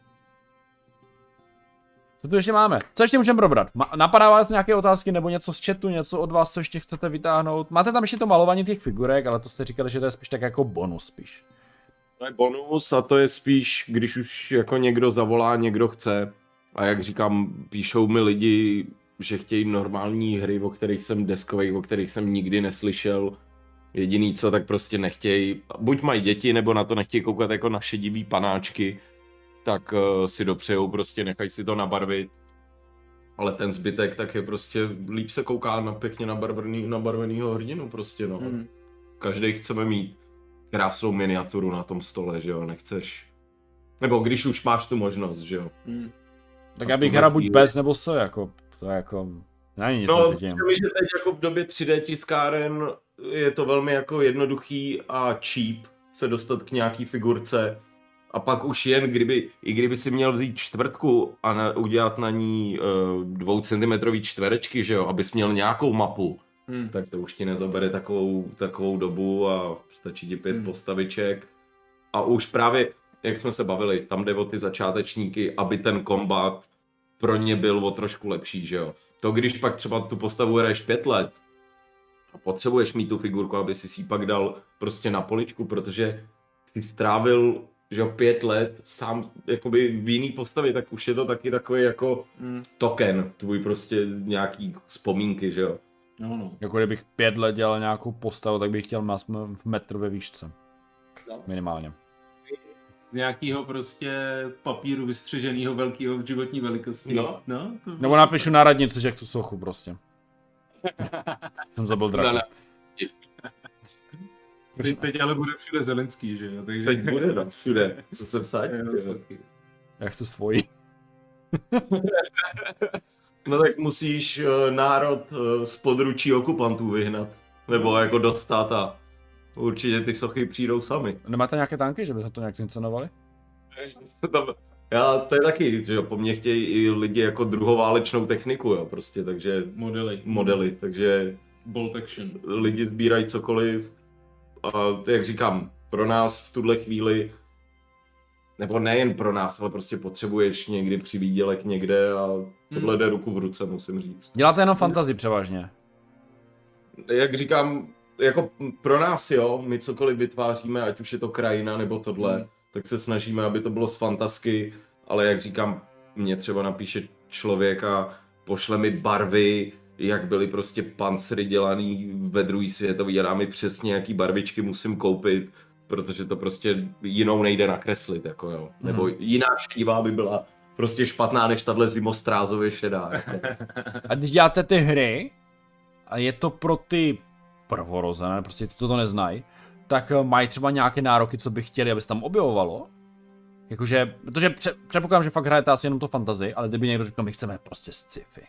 Co tu ještě máme? Co ještě můžeme probrat? Napadá vás nějaké otázky nebo něco z chatu, něco od vás, co ještě chcete vytáhnout? Máte tam ještě to malování těch figurek, ale to jste říkali, že to je spíš tak jako bonus spíš. To je bonus a to je spíš, když už jako někdo zavolá, někdo chce. A jak říkám, píšou mi lidi, že chtějí normální hry, o kterých jsem deskovej, o kterých jsem nikdy neslyšel. Jediný co, tak prostě nechtějí, buď mají děti, nebo na to nechtějí koukat jako na šedivý panáčky. Tak uh, si dopřejou, prostě nechají si to nabarvit. Ale ten zbytek tak je prostě, líp se kouká na pěkně nabarvený, nabarvenýho hrdinu prostě, no. Hmm. Každý chceme mít krásnou miniaturu na tom stole, že jo, nechceš. Nebo když už máš tu možnost, že jo. Hmm. Tak já bych hra buď bez nebo so, jako, to jako, není nic no, mezi tím. No, že teď jako v době tři dé tiskáren je to velmi jako jednoduchý a cheap se dostat k nějaký figurce. A pak už jen, kdyby, i kdyby si měl vzít čtvrtku a na, udělat na ní uh, dvoucentimetrový čtverečky, že jo, abys měl nějakou mapu, hmm. tak to už ti nezabere takovou, takovou dobu a stačí ti pět hmm. postaviček. A už právě, jak jsme se bavili, tam jde o ty začátečníky, aby ten kombat pro ně byl o trošku lepší, že jo. To když pak třeba tu postavu hraješ pět let a potřebuješ mít tu figurku, aby si si ji pak dal prostě na poličku, protože jsi strávil že jo, pět let sám jakoby v jiný postavě, tak už je to taky takový jako mm. token, tvůj prostě nějaký vzpomínky, že jo. No, no. Jako kdybych pět let dělal nějakou postavu, tak bych chtěl mít v metru ve výšce. No. Minimálně. Z nějakého prostě papíru vystřeženého velkého v životní velikosti. No. No, to nebo napíšu na radnici, že chci sochu prostě. Jsem zabil draku. Teď, teď ale bude všude Zelenský, že jo? Takže... Teď bude, no, všude. To se vsaď. Já chci svoji. No tak musíš uh, národ uh, z područí okupantů vyhnat. Nebo jako dostat a určitě ty sochy přijdou sami. Nemáte nějaké tanky, že byste to nějak zincenovali? tam, Já, to je taky, že jo, po mně chtějí i lidi jako druhoválečnou techniku, jo, prostě, takže Modely. modely, takže Bolt action. lidi sbírají cokoliv a jak říkám, pro nás v tuhle chvíli, nebo nejen pro nás, ale prostě potřebuješ někdy přivýdělek někde a tohle jde ruku v ruce, musím říct. Děláte jenom fantasy převážně. Jak říkám, jako pro nás jo, my cokoliv vytváříme, ať už je to krajina nebo tohle, hmm. tak se snažíme, aby to bylo z fantasky, ale jak říkám, mě třeba napíše člověk a pošle mi barvy, jak byly prostě pancry dělaný ve druhé světové a dá mi přesně, jaký barvičky musím koupit, protože to prostě jinou nejde nakreslit, jako jo. Nebo hmm. jiná štíva by byla prostě špatná, než tahle zimostrázově šedá. Jako. A když děláte ty hry, a je to pro ty prvorozené, prostě ty, co to neznají, tak mají třeba nějaké nároky, co by chtěli, aby se tam objevovalo? Jakože, protože pře- předpokládám, že fakt hrajete asi jenom to fantasy, ale kdyby někdo řekl, my chceme prostě sci-fi.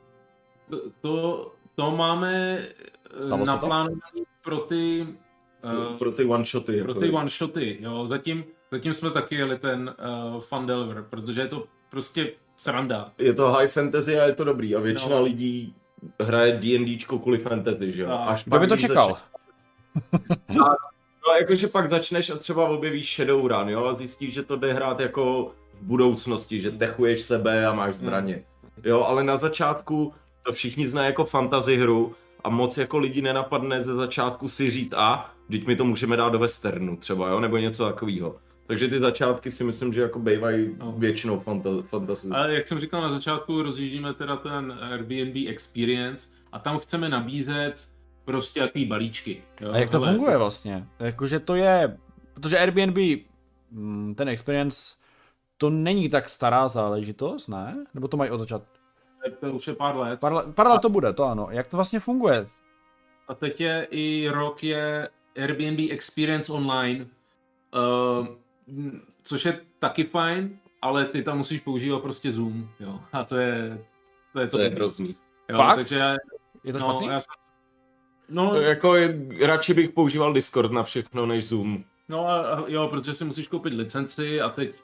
To, to máme naplánované pro ty... Uh, pro ty one-shoty. Pro jako ty one-shoty, jo. Zatím, zatím jsme taky jeli ten uh, fun deliver, protože je to prostě sranda. Je to high fantasy a je to dobrý a většina no. lidí hraje D&Dčko kvůli fantasy, že jo. Až kdo by to čekal? Začne... no, jakože pak začneš a třeba objevíš Shadowrun, jo, a zjistíš, že to jde hrát jako v budoucnosti, že techuješ sebe a máš zbraně. Jo, ale na začátku to všichni znají jako fantasy hru a moc jako lidi nenapadne ze začátku si říct a, vždyť my to můžeme dát do westernu třeba, jo, nebo něco takového. Takže ty začátky si myslím, že jako bývají no. většinou fanta- fantasy. Ale jak jsem říkal na začátku, rozjíždíme teda ten Airbnb Experience a tam chceme nabízet prostě jaký balíčky. Jo? A jak to funguje vlastně? Jakože to je, protože Airbnb, ten Experience, to není tak stará záležitost, ne? Nebo to mají od začátku? To už je pár let. Pár, pár let to bude, to ano. Jak to vlastně funguje? A teď je i rok je Airbnb Experience Online, uh, což je taky fajn, ale ty tam musíš používat prostě Zoom, jo. A to je to je to, to je hrozný. Jo, Fakt? takže je to no, špatný? Já jsem, no, jako je, radši bych používal Discord na všechno než Zoom. No a jo, protože si musíš koupit licenci a teď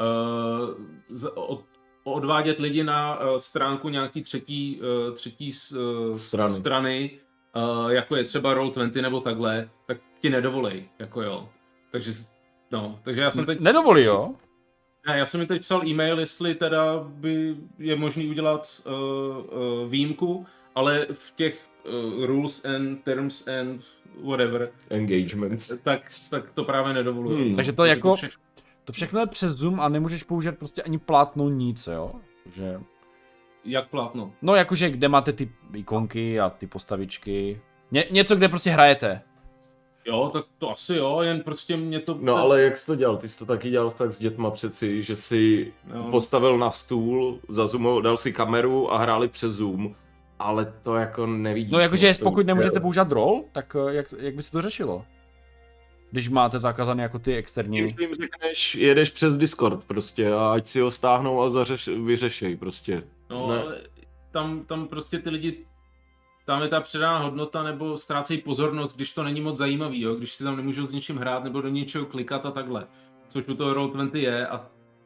uh, z, od, odvádět lidi na uh, stránku nějaký třetí, uh, třetí uh, strany, strany uh, jako je třeba Roll dvacet nebo takhle, tak ti nedovolej, jako jo. Takže, no, takže já jsem teď... Nedovolí, jo? Ne, já jsem mi teď psal e-mail, jestli teda by je možný udělat uh, uh, výjimku, ale v těch uh, rules and terms and whatever. Engagements. Tak, tak to právě nedovoluje. Hmm. Takže to Takže jako... To všechno... to všechno je přes Zoom a nemůžeš použít prostě ani plátno nic, jo? Že... Jak plátno? No jakože kde máte ty ikonky a ty postavičky. Ně, něco, kde prostě hrajete. Jo, tak to asi jo, jen prostě mě to... No ale jak jsi to dělal? Ty jsi to taky dělal tak s dětma přeci, že si jo. postavil na stůl, zazoomoval, dal si kameru a hráli přes Zoom, ale to jako nevidíš. No jakože pokud nemůžete používat roll, tak jak, jak by se to řešilo? Když máte zakázané jako ty externí... Když jim řekneš, jedeš přes Discord prostě a ať si ho stáhnou a zařeš, vyřešej prostě. No ne. Ale tam, tam prostě ty lidi... Tam je ta předána hodnota, nebo ztrácejí pozornost, když to není moc zajímavý, jo? Když si tam nemůžou s něčím hrát, nebo do něčeho klikat a takhle. Což u toho Roll dvacet je a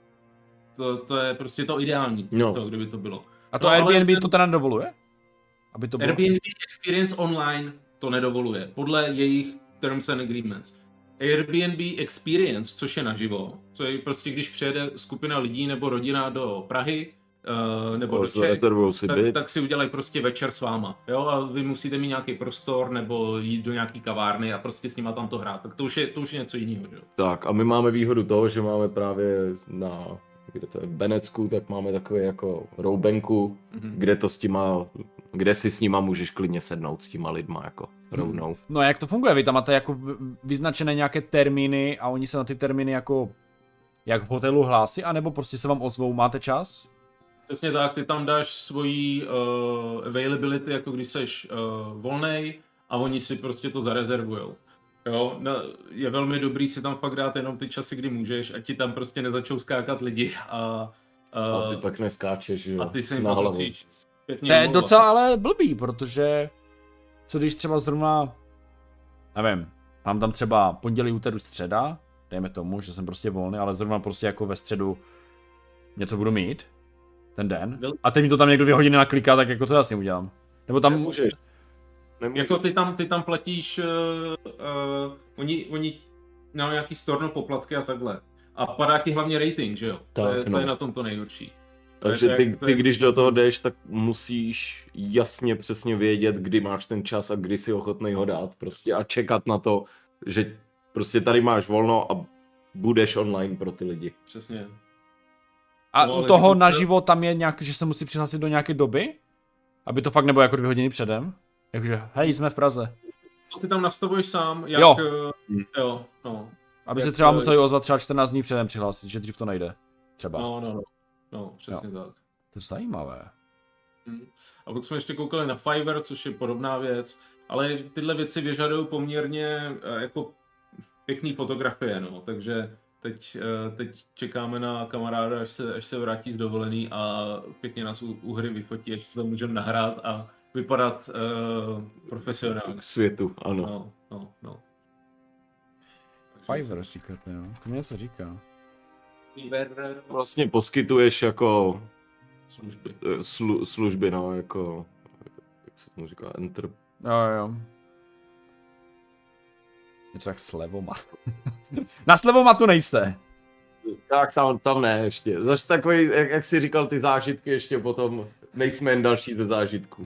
to, to je prostě to ideální, no. to, kdyby to bylo. A to no, Airbnb ten... to teda nedovoluje? Aby to bylo... Airbnb Experience Online to nedovoluje, podle jejich Terms and Agreements. Airbnb Experience, což je naživo, co je prostě, když přijede skupina lidí nebo rodina do Prahy, Uh, nebo do Čech, si tak, tak si udělají prostě večer s váma, jo, a vy musíte mít nějaký prostor nebo jít do nějaký kavárny a prostě s nima tam to hrát, tak to už je, to už je něco jiného, jo. Tak a my máme výhodu toho, že máme právě na, kde to je, v Benecku, tak máme takové jako roubenku, mm-hmm. kde to s těma, kde si s nima můžeš klidně sednout s těma lidma, jako rovnou. No a jak to funguje? Vy tam máte jako vyznačené nějaké termíny a oni se na ty termíny jako, jak v hotelu hlásí, anebo prostě se vám ozvou, máte čas? Přesně tak, ty tam dáš svoji uh, availability, jako když seš uh, volnej a oni si prostě to zarezervujou. Jo, no, je velmi dobrý si tam fakt dát jenom ty časy, kdy můžeš, ať ti tam prostě nezačnou skákat lidi a... Uh, a ty pak neskáčeš, jo, a ty si jim na hlavu. To je docela ale blbý, protože co když třeba zrovna, nevím, mám tam třeba pondělí, úterý, středa, dejme tomu, že jsem prostě volný, ale zrovna prostě jako ve středu něco budu mít ten den Byl- a teď mi to tam někdo dvě hodiny nakliká, tak jako co já s tím udělám? Nebo tam... Nemůžeš. Nemůžeš. Jako ty tam, ty tam platíš, uh, uh, oni, oni na nějaký storno poplatky a takhle. A padá ti hlavně rating, že jo? To Tak, je, to no. je na tom to nejhorší. Takže To je- ty, to ty, je- když do toho jdeš, tak musíš jasně přesně vědět, kdy máš ten čas a kdy jsi ochotný ho dát prostě a čekat na to, že prostě tady máš volno a budeš online pro ty lidi. Přesně. A No, u ale toho to- naživo tam je nějak, že se musí přihlásit do nějaké doby? Aby to fakt nebylo jako dvě hodiny předem? Jakože, hej, jsme v Praze. To si tam nastavuješ sám, jak... Jo. Uh, jo, no. Aby Jak se třeba to- museli ozvat třeba čtrnáct dní předem přihlásit, že dřív to nejde. Třeba. No, no, no. No, přesně tak. To je zajímavé. Hmm. A pak jsme ještě koukali na Fiverr, což je podobná věc, ale tyhle věci vyžadují poměrně eh, jako pěkný fotografie, no, takže teď, eh, teď čekáme na kamaráda, až se, až se vrátí z dovolený a pěkně nás u, u hry vyfotí, až si to můžeme nahrát a vypadat uh, profesionálně. K světu, ano. No, no, no. Takže Fiverr říkáte, jo? To mi něco říká. Fiverr Vlastně poskytuješ jako služby. eh, slu, služby, no, jako, jak se tomu říká, enter... Jo, jo. Něco jak slevomat. Na slevomatu nejste. Tak tam, tam ne ještě. Zaš takový, jak, jak jsi říkal, ty zážitky ještě potom, nejsme jen další ze zážitků.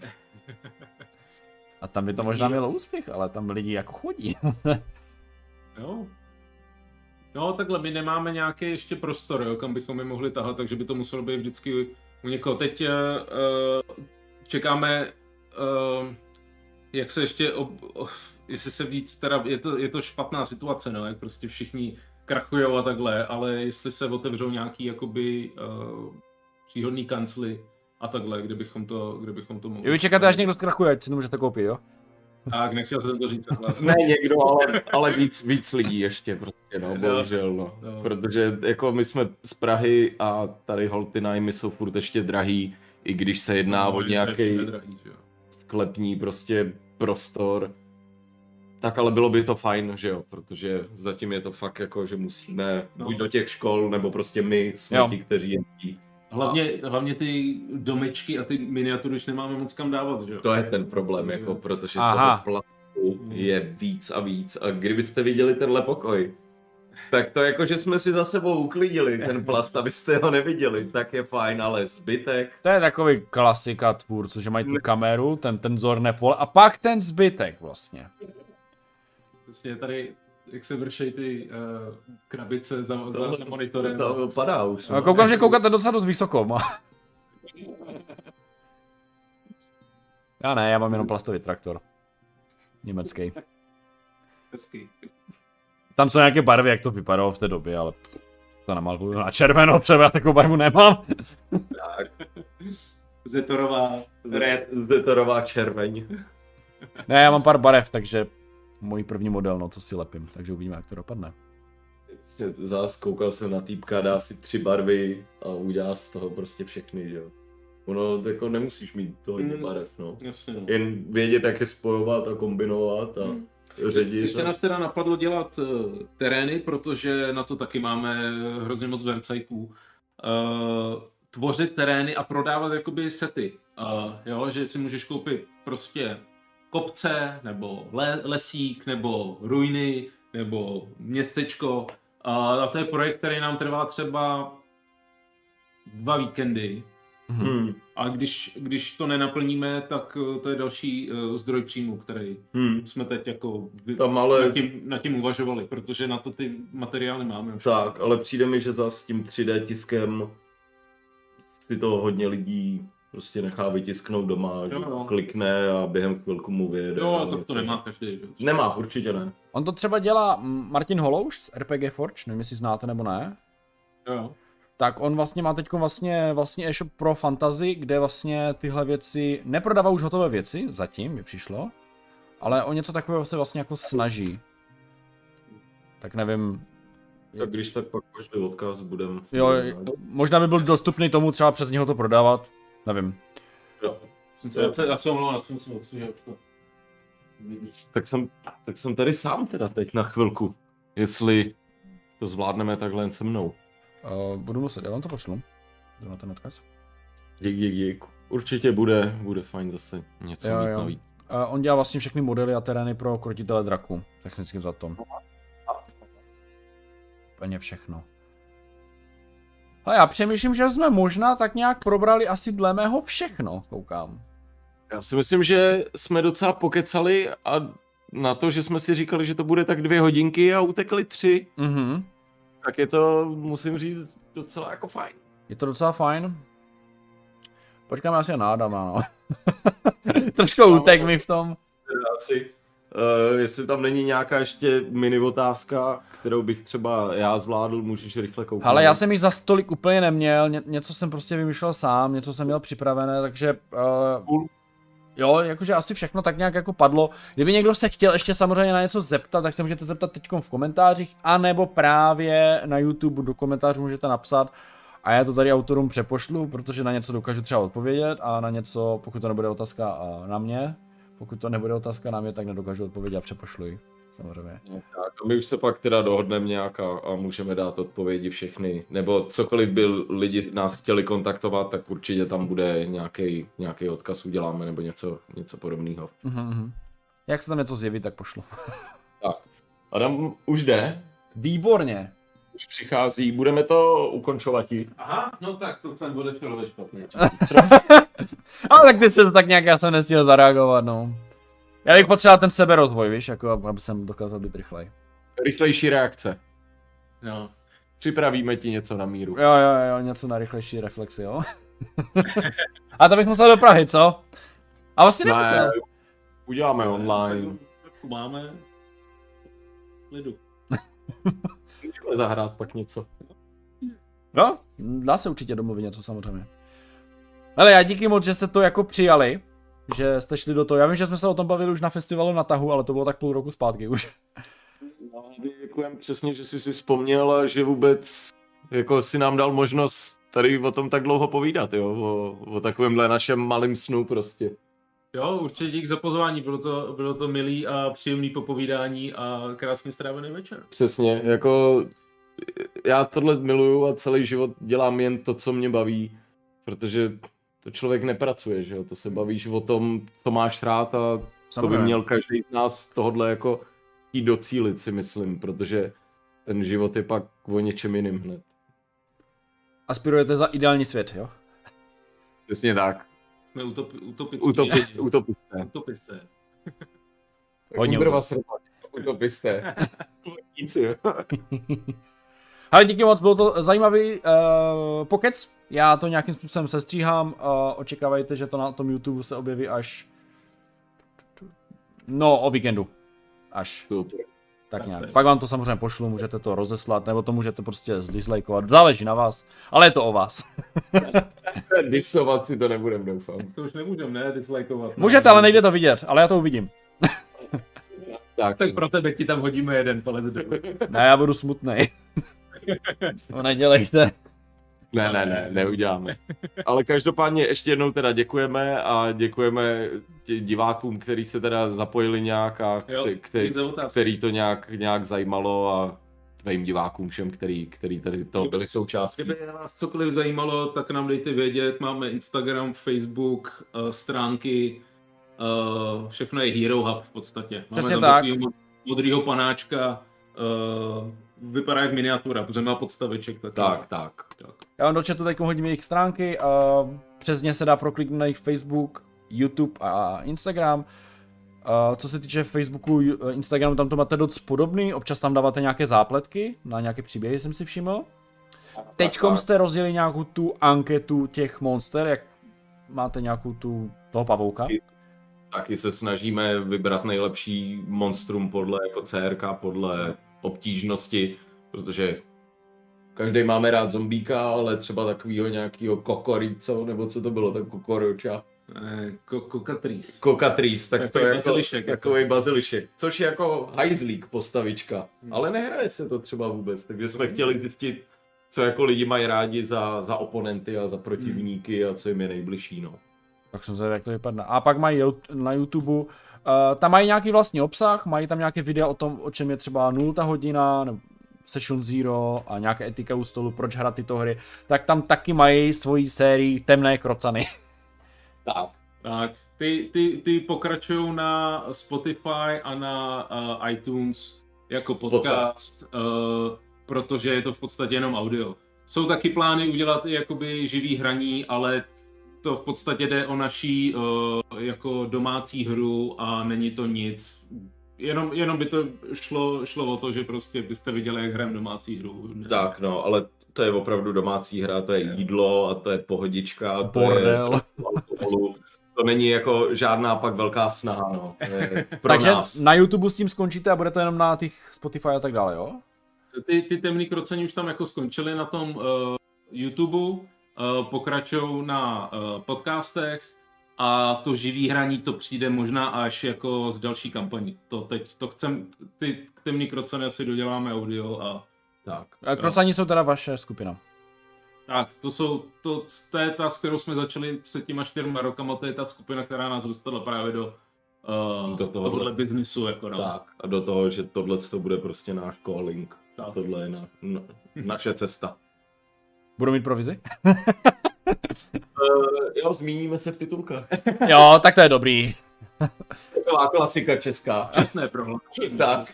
A tam by to možná mělo úspěch, ale tam lidi jako chodí. Jo. No, takhle, my nemáme nějaký ještě prostor, jo, kam bychom je mohli tahat, takže by to muselo být vždycky u někoho. Teď uh, uh, čekáme, uh, jak se ještě, ob, ob, jestli se víc, teda je to, je to špatná situace, no, jak prostě všichni krachujou a takhle, ale jestli se otevřou nějaký jakoby uh, příhodný kancly a takhle, kde bychom to, kde bychom to mohli. Jo, vy čekáte, až někdo zkrachuje, ať si to můžete koupit, jo? Tak, nechtěl jsem to říct takhle. Ne někdo, ale, ale víc, víc lidí ještě prostě, no, bohužel, no. Jo. Protože jako my jsme z Prahy a tady hol ty nájmy jsou furt ještě drahý, i když se jedná No, o je nějaký všude drahý, že jo. sklepní prostě prostor. Tak ale bylo by to fajn, že jo, protože zatím je to fakt jako, že musíme No. buď do těch škol, nebo prostě my jsme Jo. ti, kteří jezdí. Hlavně, hlavně ty domečky a ty miniatury už nemáme moc kam dávat, že jo? To je ten problém, jako, protože Aha. toho plastu je víc a víc. A kdybyste viděli tenhle pokoj, tak to jako, že jsme si za sebou uklidili ten plast, abyste ho neviděli, tak je fajn, ale zbytek... To je takový klasika tvůrců, že mají tu kameru, ten, ten zorné pole a pak ten zbytek vlastně. Vlastně tady, jak se vršejí ty uh, krabice za, za, za monitorem. To padá už. A No. koukám, že koukáte docela dost vysoko, má. Já ne, já mám jenom plastový traktor. Německý. Hezky. Tam jsou nějaké barvy, jak to vypadalo v té době, ale to namaluju na červenou, třeba já takovou barvu nemám. Tak, Zetorová rest. Zetorová červeň. Ne, já mám pár barev, takže můj první model, no co si lepím, takže uvidíme, jak to dopadne. Zás koukal jsem na týpka, dá si tři barvy a udělá z toho prostě všechny, že jo. Ono jako nemusíš mít to hodně Mm. barev, no. Jasně, no. Jen vědět, jak je spojovat a kombinovat a Mm. ředit. Ještě a... nás teda napadlo dělat uh, terény, protože na to taky máme hrozně moc vercajků. Uh, tvořit terény a prodávat jakoby sety. Uh, jo, že si můžeš koupit prostě kopce, nebo le- lesík, nebo ruiny, nebo městečko. Uh, a to je projekt, který nám trvá třeba dva víkendy. Hmm. A když, když to nenaplníme, tak uh, to je další uh, zdroj příjmu, který Hmm. jsme teď jako vy- Tam ale- nad, tím, nad tím uvažovali, protože na to ty materiály máme. Už. Tak, ale přijde mi, že zas s tím tři dé tiskem si to hodně lidí prostě nechá vytisknout doma, Jo, že jo. klikne a během chvilku mu vyjede. Jo, a tak to něco. nemá každý. Že? Nemá, určitě ne. On to třeba dělá mm, Martin Holouš z R P G Forge, nevím, jestli znáte nebo ne. Jo, jo. Tak on vlastně má teď vlastně, vlastně e-shop pro fantasy, kde vlastně tyhle věci, neprodává už hotové věci, zatím mi přišlo, ale o něco takového se vlastně jako snaží. Tak nevím, Tak když tak pak pošli odkaz, budem... jo, možná by byl dostupný tomu třeba přes něho to prodávat, nevím. Jo. Jsem se, já se, já se omlouvám, já jsem se odsvěděl. Tak jsem, tak jsem tady sám teda teď na chvilku, jestli to zvládneme takhle jen se mnou. Uh, budu muset, já vám to pošlu. Zrovna ten odkaz. Dík, dík, dík. Určitě bude, bude fajn zase něco Jo, mít jo. navíc. Uh, on dělá vlastně všechny modely a terény pro krotitele draků, technicky za to. Úplně všechno. Ale já přemýšlím, že jsme možná tak nějak probrali asi dle mého všechno, koukám. Já si myslím, že jsme docela pokecali a na to, že jsme si říkali, že to bude tak dvě hodinky a utekly tři, Mhm. tak je to, musím říct, docela jako fajn. Je to docela fajn. Počkáme asi na Adama, no. Trošku útek mi v tom. Asi, uh, jestli tam není nějaká ještě mini otázka, kterou bych třeba já zvládl, můžeš rychle kouknout. Ale já jsem jich za stolik úplně neměl, Ně- něco jsem prostě vymýšlel sám, něco jsem měl připravené, takže uh, jo, jakože asi všechno tak nějak jako padlo. Kdyby někdo se chtěl ještě samozřejmě na něco zeptat, tak se můžete zeptat teď v komentářích, anebo právě na YouTube do komentářů můžete napsat a já to tady autorům přepošlu, protože na něco dokážu třeba odpovědět a na něco, pokud to nebude otázka a na mě, pokud to nebude otázka na mě, tak nedokážu odpovědět a přepošlu ji, samozřejmě. No, tak, a my už se pak teda dohodneme nějak a, a můžeme dát odpovědi všechny, nebo cokoliv by lidi nás chtěli kontaktovat, tak určitě tam bude nějaký nějaký odkaz uděláme, nebo něco, něco podobného. Mhm. Jak se tam něco zjeví, tak pošlu. Tak, Adam už jde, Výborně. už přichází, budeme to ukončovat. Aha, no tak to jsem odešel ve špatně. Ale tak ty se to tak nějak, já jsem nestihl zareagovat, no. Já bych potřeboval ten seberozvoj, víš, jako aby jsem dokázal být rychlej. Rychlejší reakce. No. Připravíme ti něco na míru. Jo, jo, jo, něco na rychlejší reflexi, jo. A to bych musel do Prahy, co? A vlastně nemusel. Ne, uděláme online. Máme lidu. Můžeme zahrát pak něco. No, dá se určitě domluvit něco samozřejmě. Ale já díky moc, že jste to jako přijali, že jste šli do toho. Já vím, že jsme se o tom bavili už na festivalu na tahu, ale to bylo tak půl roku zpátky už. No, děkujem přesně, že jsi si vzpomněl a že vůbec jako si nám dal možnost tady o tom tak dlouho povídat, jo, o, o takovémhle našem malém snu prostě. Jo, určitě dík za pozvání, bylo to, bylo to milý a příjemný popovídání a krásně strávený večer. Přesně, jako já tohle miluju a celý život dělám jen to, co mě baví, protože to člověk nepracuje, že jo, to se bavíš o tom, co máš rád a to by měl každý z nás tohodle jako jít docílit, si myslím, protože ten život je pak o něčem jiným hned. Aspirujete za ideální svět, jo? Přesně tak. Jsme utop, utopický. Utopist, utopisté. Utopisté. Hodně Kundrova srpa. Utopisté. Nic, jo. Ale díky moc, byl to zajímavý uh, pokec. Já to nějakým způsobem sestříhám. Uh, očekávajte, že to na tom YouTube se objeví až... No, o víkendu. Až. Super. Tak nějak. Pak vám to samozřejmě pošlu, můžete to rozeslat, nebo to můžete prostě zdislikeovat. Záleží na vás, ale je to o vás. Disovat si to nebudem, doufám. To už nemůžeme, ne, dislikeovat. Můžete, ale nejde to vidět, ale já to uvidím. Tak, Tak pro tebe ti tam hodíme jeden palec dolů. Ne, já budu smutnej. No nedělejte. Ne, ne, ne, neuděláme. Ale každopádně ještě jednou teda děkujeme a děkujeme divákům, kteří se teda zapojili nějak a Jo, který, dík za otázky. který to nějak, nějak zajímalo a tvým divákům všem, který, který tady to byli součástí. Kdyby vás cokoliv zajímalo, tak nám dejte vědět. Máme Instagram, Facebook, uh, stránky, uh, všechno je Hero Hub v podstatě. Máme Přesně tam tak. takovýho modrýho panáčka, uh, vypadá jak miniatura, protože má podstaveček. Tak, Tak, tak. tak. Já vám do chatu teď hodím jejich stránky, a přes ně se dá prokliknout na jejich Facebook, YouTube a Instagram. A co se týče Facebooku, Instagramu, tam to máte dost podobný, občas tam dáváte nějaké zápletky, na nějaké příběhy jsem si všiml. Teďkom jste rozjeli nějakou tu anketu těch monster, jak máte nějakou tu toho pavouka. Taky se snažíme vybrat nejlepší monstrum podle jako C R K, podle obtížnosti, protože každý máme rád zombíka, ale třeba takovýho nějakýho kokorico, nebo co to bylo, tak kokoroča. Kokatrýs. Kokatrýs, tak to Takový je bazilišek, jako, jako. takový bazilišek, což je jako hajzlík postavička, ale nehraje se to třeba vůbec, takže jsme chtěli zjistit, co jako lidi mají rádi za, za oponenty a za protivníky a co jim je nejbližší, no. Tak jsem zvědavý, jak to vypadne. A pak mají na YouTube, uh, tam mají nějaký vlastní obsah, mají tam nějaké videa o tom, o čem je třeba nultá hodina, nebo Session Zero a nějaké etika u stolu, proč hrát tyto hry, tak tam taky mají svoji sérii Temné krocany. Tak. Tak, ty, ty, ty pokračují na Spotify a na uh, iTunes jako podcast, uh, protože je to v podstatě jenom audio. Jsou taky plány udělat i jakoby živý hraní, ale to v podstatě jde o naší uh, jako domácí hru a není to nic. Jenom, jenom by to šlo, šlo o to, že prostě byste viděli, jak hrajeme domácí hru. Tak no, ale to je opravdu domácí hra, to je jídlo a to je pohodička, to Bordel. je alkoholu. To není jako žádná pak velká snaha, no. To je pro Takže nás. na YouTube s tím skončíte a bude to jenom na těch Spotify a tak dále, jo? Ty, ty temný krocení už tam jako skončily na tom uh, YouTube, uh, pokračují na uh, podcastech a to živý hraní to přijde možná až jako z další kampaní. To teď, to chcem, ty temný kroceny asi doděláme audio a Tak. A krocani jsou teda vaše skupina. tak, to jsou, to, to je ta, s kterou jsme začali před těma čtyřma rokama, to je ta skupina, která nás dostala právě do, uh, Do tohohle. tohohle biznisu, jako no. Tak. A do toho, že tohle to bude prostě náš calling. Tak. Tohle je na, na, naše cesta. Budou mít provizi? Uh, jo, zmíníme se v titulkách. Jo, tak to je dobrý. Taková klasika česká. Čestné prohlášení. Tak.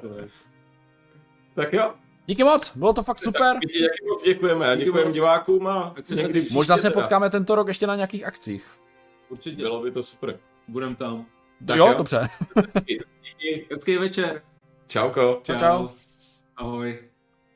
Tak jo. Díky moc, bylo to fakt super. Tak, díky, díky moc děkujeme a Díky děkujeme moc. divákům a Ať se někdy daří. příště Možná se teda. potkáme tento rok ještě na nějakých akcích. Určitě, Bylo by to super. budem tam. Tak jo, jo. dobře. Díky. Hezký večer. Čauko. Čau, čau. Ahoj.